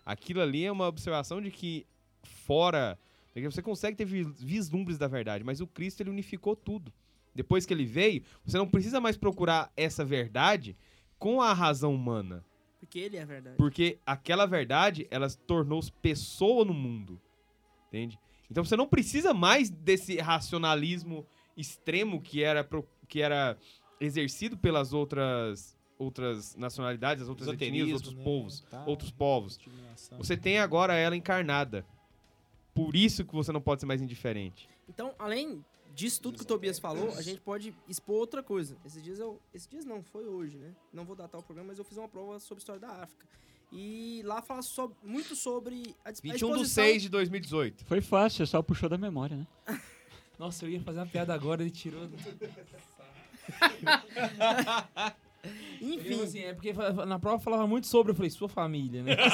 Speaker 8: Aquilo ali é uma observação de que fora... Você consegue ter vislumbres da verdade, mas o Cristo ele unificou tudo. Depois que ele veio, você não precisa mais procurar essa verdade com a razão humana.
Speaker 5: Porque ele é a verdade.
Speaker 8: Porque aquela verdade, ela tornou-se pessoa no mundo. Entende? Então você não precisa mais desse racionalismo extremo que era, que era exercido pelas outras, outras nacionalidades, as outras etnias, os outros
Speaker 10: né?
Speaker 8: povos,
Speaker 10: Tá.
Speaker 8: outros povos. Você tem agora ela encarnada. Por isso que você não pode ser mais indiferente.
Speaker 5: Então, além disso tudo que o Tobias falou, a gente pode expor outra coisa. Esses dias eu... Esses dias não, foi hoje, né? Não vou datar o programa, mas eu fiz uma prova sobre a história da África. E lá fala so, muito sobre a, dis- a
Speaker 8: vinte e um de
Speaker 5: exposição...
Speaker 8: seis de dois mil e dezoito.
Speaker 3: Foi fácil, você só puxou da memória, né?
Speaker 1: Nossa, eu ia fazer uma piada agora, ele tirou.
Speaker 5: Enfim,
Speaker 1: Assim, é porque fa- na prova falava muito sobre, eu falei, sua família, né?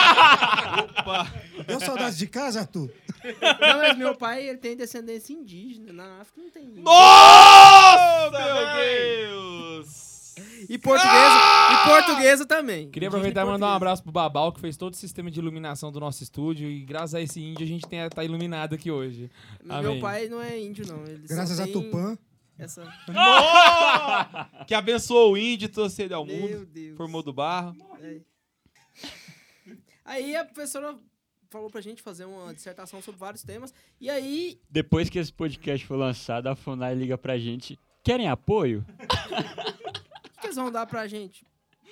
Speaker 2: Deu saudade de casa, Arthur?
Speaker 5: não, mas meu pai ele tem descendência indígena. Na África não tem índio.
Speaker 8: Nossa, meu Deus!
Speaker 5: E portuguesa, e portuguesa também.
Speaker 1: Queria aproveitar e mandar um abraço pro Babal, que fez todo o sistema de iluminação do nosso estúdio. E graças a esse índio a gente tem, tá iluminado aqui hoje.
Speaker 5: Meu
Speaker 1: Amém.
Speaker 5: pai não é índio, não. Ele só
Speaker 2: Graças a
Speaker 5: tem
Speaker 2: Tupã.
Speaker 5: Essa...
Speaker 10: Que abençoou o índio, trouxe ele ao
Speaker 5: Meu
Speaker 10: mundo,
Speaker 5: Deus.
Speaker 10: formou do barro.
Speaker 5: É. Aí a professora falou pra gente fazer uma dissertação sobre vários temas. E aí...
Speaker 3: Depois que esse podcast for lançado, a FUNAI liga pra gente. Querem apoio?
Speaker 5: O que eles vão dar pra gente?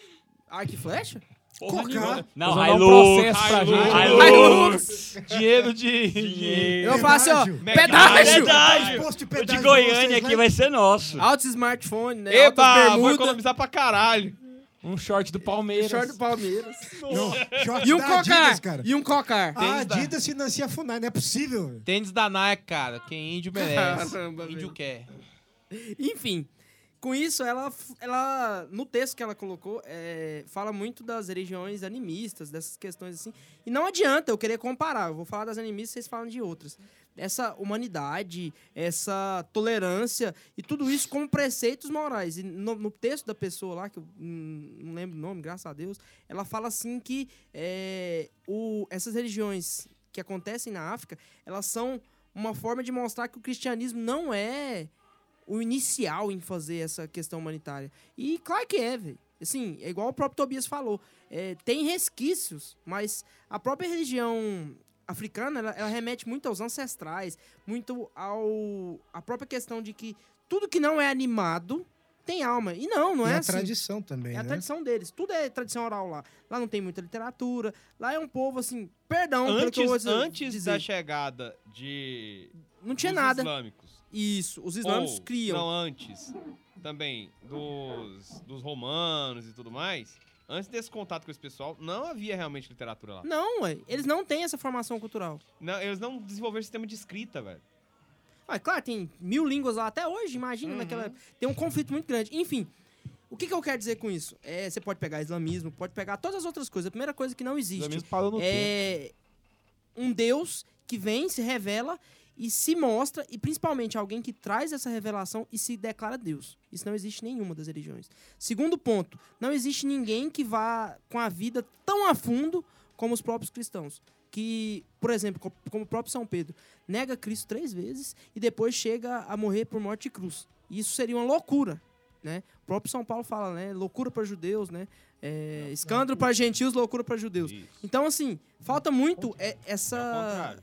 Speaker 5: Arco e flecha?
Speaker 2: Cocar.
Speaker 3: Não,
Speaker 1: Eles vão dar um
Speaker 3: Hilux.
Speaker 1: processo pra
Speaker 10: Hilux.
Speaker 1: gente.
Speaker 10: Hilux. Dinheiro de...
Speaker 3: Dinheiro.
Speaker 5: Eu faço assim, ó,
Speaker 2: Pedágio.
Speaker 5: pedágio!
Speaker 3: Pedágio.
Speaker 2: Posto de
Speaker 3: O
Speaker 2: pedágio
Speaker 3: de
Speaker 2: pra
Speaker 3: Goiânia
Speaker 2: vocês,
Speaker 3: aqui
Speaker 2: né?
Speaker 3: vai ser nosso.
Speaker 5: Altos smartphone, né?
Speaker 8: Eba,
Speaker 5: Altas
Speaker 8: vou
Speaker 5: bermuda,
Speaker 8: economizar pra caralho.
Speaker 1: Um short do Palmeiras.
Speaker 5: short do Palmeiras.
Speaker 2: Não, short
Speaker 5: E um
Speaker 2: da Adidas,
Speaker 5: cocar.
Speaker 2: cara.
Speaker 5: E um cocar.
Speaker 2: A Adidas financia a FUNAI, não é possível. velho.
Speaker 10: Tênis da Nike, cara. Quem índio merece.
Speaker 5: Caramba,
Speaker 10: índio
Speaker 5: velho.
Speaker 10: quer.
Speaker 5: Enfim, com isso, ela, ela no texto que ela colocou, é, fala muito das religiões animistas, dessas questões assim. E não adianta eu querer comparar. Eu vou falar das animistas, vocês falam de outras. Essa humanidade, essa tolerância e tudo isso como preceitos morais. E no, no texto da pessoa lá, que eu hum, não lembro o nome, graças a Deus, ela fala assim que é, o, essas religiões que acontecem na África, elas são uma forma de mostrar que o cristianismo não é o inicial em fazer essa questão humanitária. E claro que é, velho. Assim, é igual o próprio Tobias falou. É, tem resquícios, mas a própria religião africana, ela, ela remete muito aos ancestrais, muito ao a própria questão de que tudo que não é animado tem alma. E não, não
Speaker 2: E
Speaker 5: é
Speaker 2: a
Speaker 5: assim.
Speaker 2: tradição também,
Speaker 5: É a
Speaker 2: né?
Speaker 5: tradição deles. Tudo é tradição oral lá. Lá não tem muita literatura. Lá é um povo, assim... Perdão pelo que eu vou
Speaker 8: Antes,
Speaker 5: dizer.
Speaker 8: antes da chegada de
Speaker 5: Não tinha
Speaker 8: dos
Speaker 5: nada.
Speaker 8: islâmicos.
Speaker 5: Isso. Os islâmicos
Speaker 8: Ou,
Speaker 5: criam.
Speaker 8: Não, antes também dos, dos romanos e tudo mais. Antes desse contato com esse pessoal, não havia realmente literatura lá.
Speaker 5: Não, ué. Eles não têm essa formação cultural.
Speaker 8: Não, eles não desenvolveram sistema de escrita, velho.
Speaker 5: Ah, claro, tem mil línguas lá até hoje, imagina
Speaker 8: Uhum.
Speaker 5: naquela... Tem um conflito muito grande. Enfim, o que, que eu quero dizer com isso? É, você pode pegar islamismo, pode pegar todas as outras coisas. A primeira coisa que não existe
Speaker 10: Islamismo parou no tempo.
Speaker 5: é um Deus que vem, se revela e se mostra, e principalmente alguém que traz essa revelação e se declara Deus. Isso não existe em nenhuma das religiões. Segundo ponto, não existe ninguém que vá com a vida tão a fundo como os próprios cristãos. Que, por exemplo, co- como o próprio São Pedro, nega Cristo três vezes e depois chega a morrer por morte de cruz. E isso seria uma loucura, né? O próprio São Paulo fala, né? Loucura para judeus, né? É, escândalo para gentios, loucura para judeus.
Speaker 8: Isso.
Speaker 5: Então, assim, falta muito é,
Speaker 8: É o
Speaker 5: essa...
Speaker 8: contrário.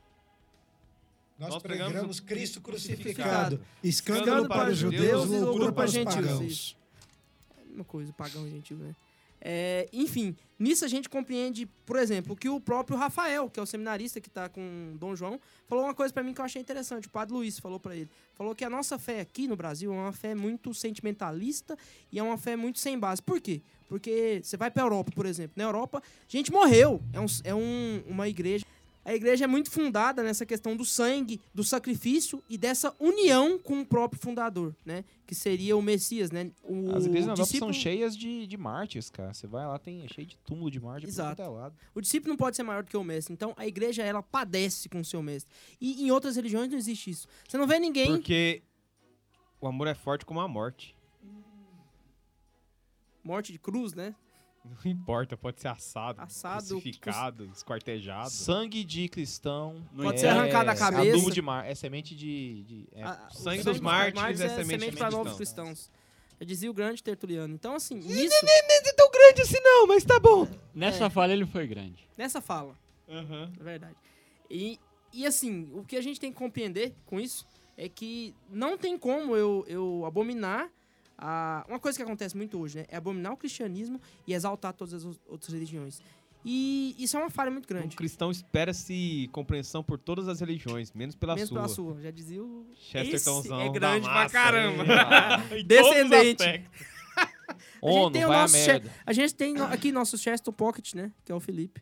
Speaker 2: Nós,
Speaker 8: Nós pregamos
Speaker 2: pregamos
Speaker 8: o
Speaker 2: Cristo
Speaker 8: Cristo
Speaker 2: crucificado. Escândalo
Speaker 8: Escândalo
Speaker 2: para os judeus, loucura para os
Speaker 5: gentios.
Speaker 2: pagãos.
Speaker 5: Isso. É uma coisa, pagão e gentil, né? É, enfim, nisso a gente compreende, por exemplo, que o próprio Rafael, que é o seminarista que está com Dom João, falou uma coisa para mim que eu achei interessante. O padre Luiz falou para ele. Falou que a nossa fé aqui no Brasil é uma fé muito sentimentalista e é uma fé muito sem base. Por quê? Porque você vai para a Europa, por exemplo. Na Europa, gente morreu. É, um, é um, uma igreja... A igreja é muito fundada nessa questão do sangue, do sacrifício e dessa união com o próprio fundador, né? Que seria o Messias, né? O
Speaker 10: As igrejas na Europa
Speaker 5: discípulo-
Speaker 10: são cheias de, de mártires, cara. Você vai lá, tem é cheio de túmulo de mártires por
Speaker 5: Exato.
Speaker 10: todo lado.
Speaker 5: O discípulo não pode ser maior do que o mestre. Então, a igreja, ela padece com o seu mestre. E em outras religiões não existe isso. Você não vê ninguém...
Speaker 8: Porque o amor é forte como a morte.
Speaker 5: Morte de cruz, né?
Speaker 8: Não importa, pode ser assado,
Speaker 5: Assado,
Speaker 8: crucificado, esquartejado.
Speaker 10: Sangue de cristão.
Speaker 5: Pode
Speaker 10: é,
Speaker 5: ser arrancado da cabeça.
Speaker 10: Adubo de mar, é semente de... de é,
Speaker 5: A- o
Speaker 8: sangue dos mártires é semente
Speaker 5: para
Speaker 8: de
Speaker 5: novos
Speaker 8: cristão.
Speaker 5: cristãos. Já dizia o grande Tertuliano. Então, assim, isso,
Speaker 10: Não é tão grande assim não, mas tá bom.
Speaker 3: Nessa
Speaker 5: É.
Speaker 3: fala ele foi grande.
Speaker 5: nessa fala,
Speaker 8: Aham.
Speaker 5: é verdade. E, e, assim, o que a gente tem que compreender com isso é que não tem como eu, eu abominar... a- uma coisa que acontece muito hoje, né? É abominar o cristianismo e exaltar todas as o- outras religiões. E isso é uma falha muito
Speaker 8: O
Speaker 5: grande.
Speaker 8: cristão espera-se compreensão por todas as religiões, menos pela
Speaker 5: Menos
Speaker 8: sua.
Speaker 5: pela sua. Já dizia o...
Speaker 8: Chestertonzão
Speaker 5: Esse é
Speaker 8: da
Speaker 5: grande pra
Speaker 8: massa,
Speaker 5: caramba.
Speaker 8: hein? Em
Speaker 5: Descendente.
Speaker 8: todos os aspectos.
Speaker 5: A gente
Speaker 10: ONU,
Speaker 5: tem o
Speaker 10: vai a
Speaker 5: nosso che-
Speaker 10: merda.
Speaker 5: A gente tem no- aqui nosso Chester Pocket, né? Que é o Felipe.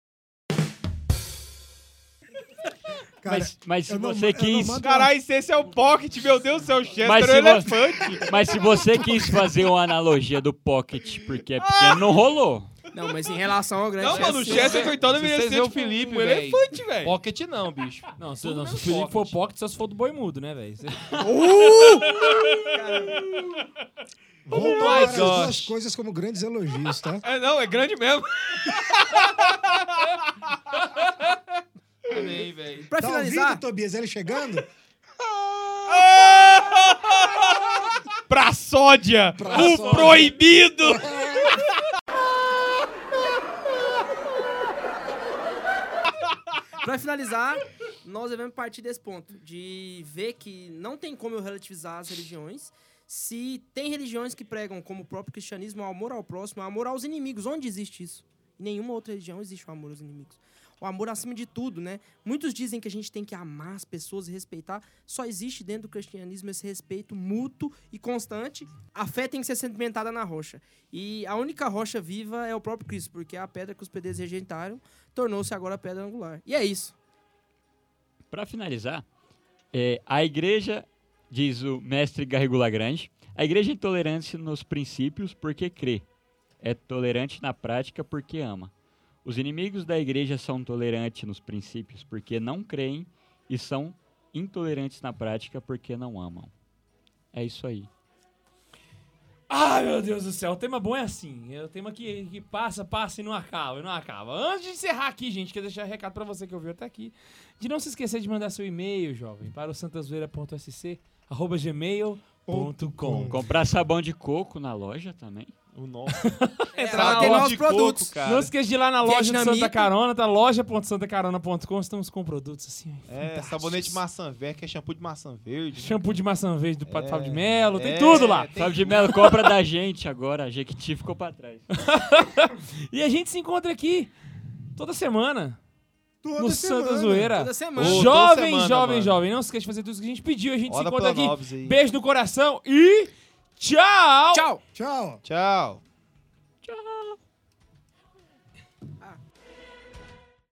Speaker 2: Cara,
Speaker 3: mas, mas se
Speaker 2: eu não
Speaker 3: você
Speaker 2: ma- eu não
Speaker 3: quis...
Speaker 2: mando-
Speaker 8: Caralho, se esse é o Pocket, meu Deus do céu, o Chester
Speaker 3: Mas
Speaker 8: é
Speaker 3: se
Speaker 8: o
Speaker 3: vo-
Speaker 8: elefante.
Speaker 3: Mas se você quis fazer uma analogia do Pocket porque é pequeno, não rolou.
Speaker 5: Não, mas em relação ao grande
Speaker 8: Não, mano, o
Speaker 5: Chester...
Speaker 8: Chester então
Speaker 10: Se
Speaker 8: deveria
Speaker 10: vocês
Speaker 8: ser
Speaker 10: verem o
Speaker 8: tipo,
Speaker 10: Felipe,
Speaker 8: um
Speaker 10: velho.
Speaker 8: elefante, velho.
Speaker 10: Pocket não, bicho.
Speaker 1: Não, se,
Speaker 10: Tudo
Speaker 1: não, se o
Speaker 10: menos
Speaker 1: Felipe for
Speaker 10: pocket.
Speaker 1: pocket, só se for do boi mudo, né, velho? Você-
Speaker 2: Vou
Speaker 10: my
Speaker 2: tomar as
Speaker 10: gosh.
Speaker 2: duas coisas como grandes elogios, tá?
Speaker 8: É, não, é grande mesmo.
Speaker 10: Amei, velho.
Speaker 5: Pra
Speaker 2: Tá
Speaker 5: finalizar,
Speaker 2: ouvindo, Tobias? Ele chegando?
Speaker 8: Pra sódia,
Speaker 2: Pra
Speaker 8: o
Speaker 2: sódia.
Speaker 8: proibido.
Speaker 5: pra finalizar, nós devemos partir desse ponto. De ver que não tem como eu relativizar as religiões. Se tem religiões que pregam, como o próprio cristianismo, o amor ao próximo, o amor aos inimigos. Onde existe isso? Em nenhuma outra religião existe o amor aos inimigos. O amor acima de tudo, né? Muitos dizem que a gente tem que amar as pessoas e respeitar. Só existe dentro do cristianismo esse respeito mútuo e constante. A fé tem que ser sedimentada na rocha. E a única rocha viva é o próprio Cristo, porque a pedra que os pedreiros rejeitaram tornou-se agora a pedra angular. E é isso.
Speaker 3: Para finalizar, é, a igreja, diz o mestre Garrigou Lagrange, a igreja é intolerante nos princípios porque crê. É tolerante na prática porque ama. Os inimigos da igreja são tolerantes nos princípios porque não creem e são intolerantes na prática porque não amam. É isso aí.
Speaker 1: Ai, meu Deus do céu, o tema bom é assim. É o tema que, que passa, passa e não acaba, e não acaba. Antes de encerrar aqui, gente, quero deixar um recado pra você que ouviu até aqui. De não se esquecer de mandar seu e-mail, jovem, para o santazoeira ponto s c arroba gmail ponto com.
Speaker 3: Comprar sabão de coco na loja também.
Speaker 10: O nosso.
Speaker 5: É,
Speaker 1: lá,
Speaker 5: lá tem
Speaker 1: loja
Speaker 5: novos
Speaker 10: de
Speaker 5: produtos.
Speaker 10: coco, cara.
Speaker 1: Não esqueça de ir lá na loja do
Speaker 5: Vietnamita.
Speaker 1: Santa Carona, tá? loja ponto santa carona ponto com. Estamos com produtos assim.
Speaker 10: É,
Speaker 1: fantásticos.
Speaker 10: sabonete de maçã verde, que é shampoo de maçã verde.
Speaker 1: Shampoo de maçã verde do Pato
Speaker 10: É,
Speaker 1: Fábio de Melo, tem
Speaker 10: é,
Speaker 1: tudo lá.
Speaker 10: tem
Speaker 3: Fábio de Melo, compra da gente agora. A Jequiti ficou pra trás.
Speaker 1: E a gente se encontra aqui toda semana.
Speaker 2: Toda
Speaker 1: no
Speaker 2: semana.
Speaker 1: Santa Zoeira.
Speaker 5: Toda semana.
Speaker 10: Ô, toda
Speaker 1: Jovem,
Speaker 10: semana,
Speaker 1: jovem,
Speaker 10: mano.
Speaker 1: jovem. Não se esqueça de fazer tudo isso que a gente pediu. A gente se
Speaker 10: Ora
Speaker 1: encontra
Speaker 10: pela
Speaker 1: aqui.
Speaker 10: Novos aí.
Speaker 1: Beijo no coração e tchau!
Speaker 5: Tchau!
Speaker 2: Tchau.
Speaker 10: Tchau.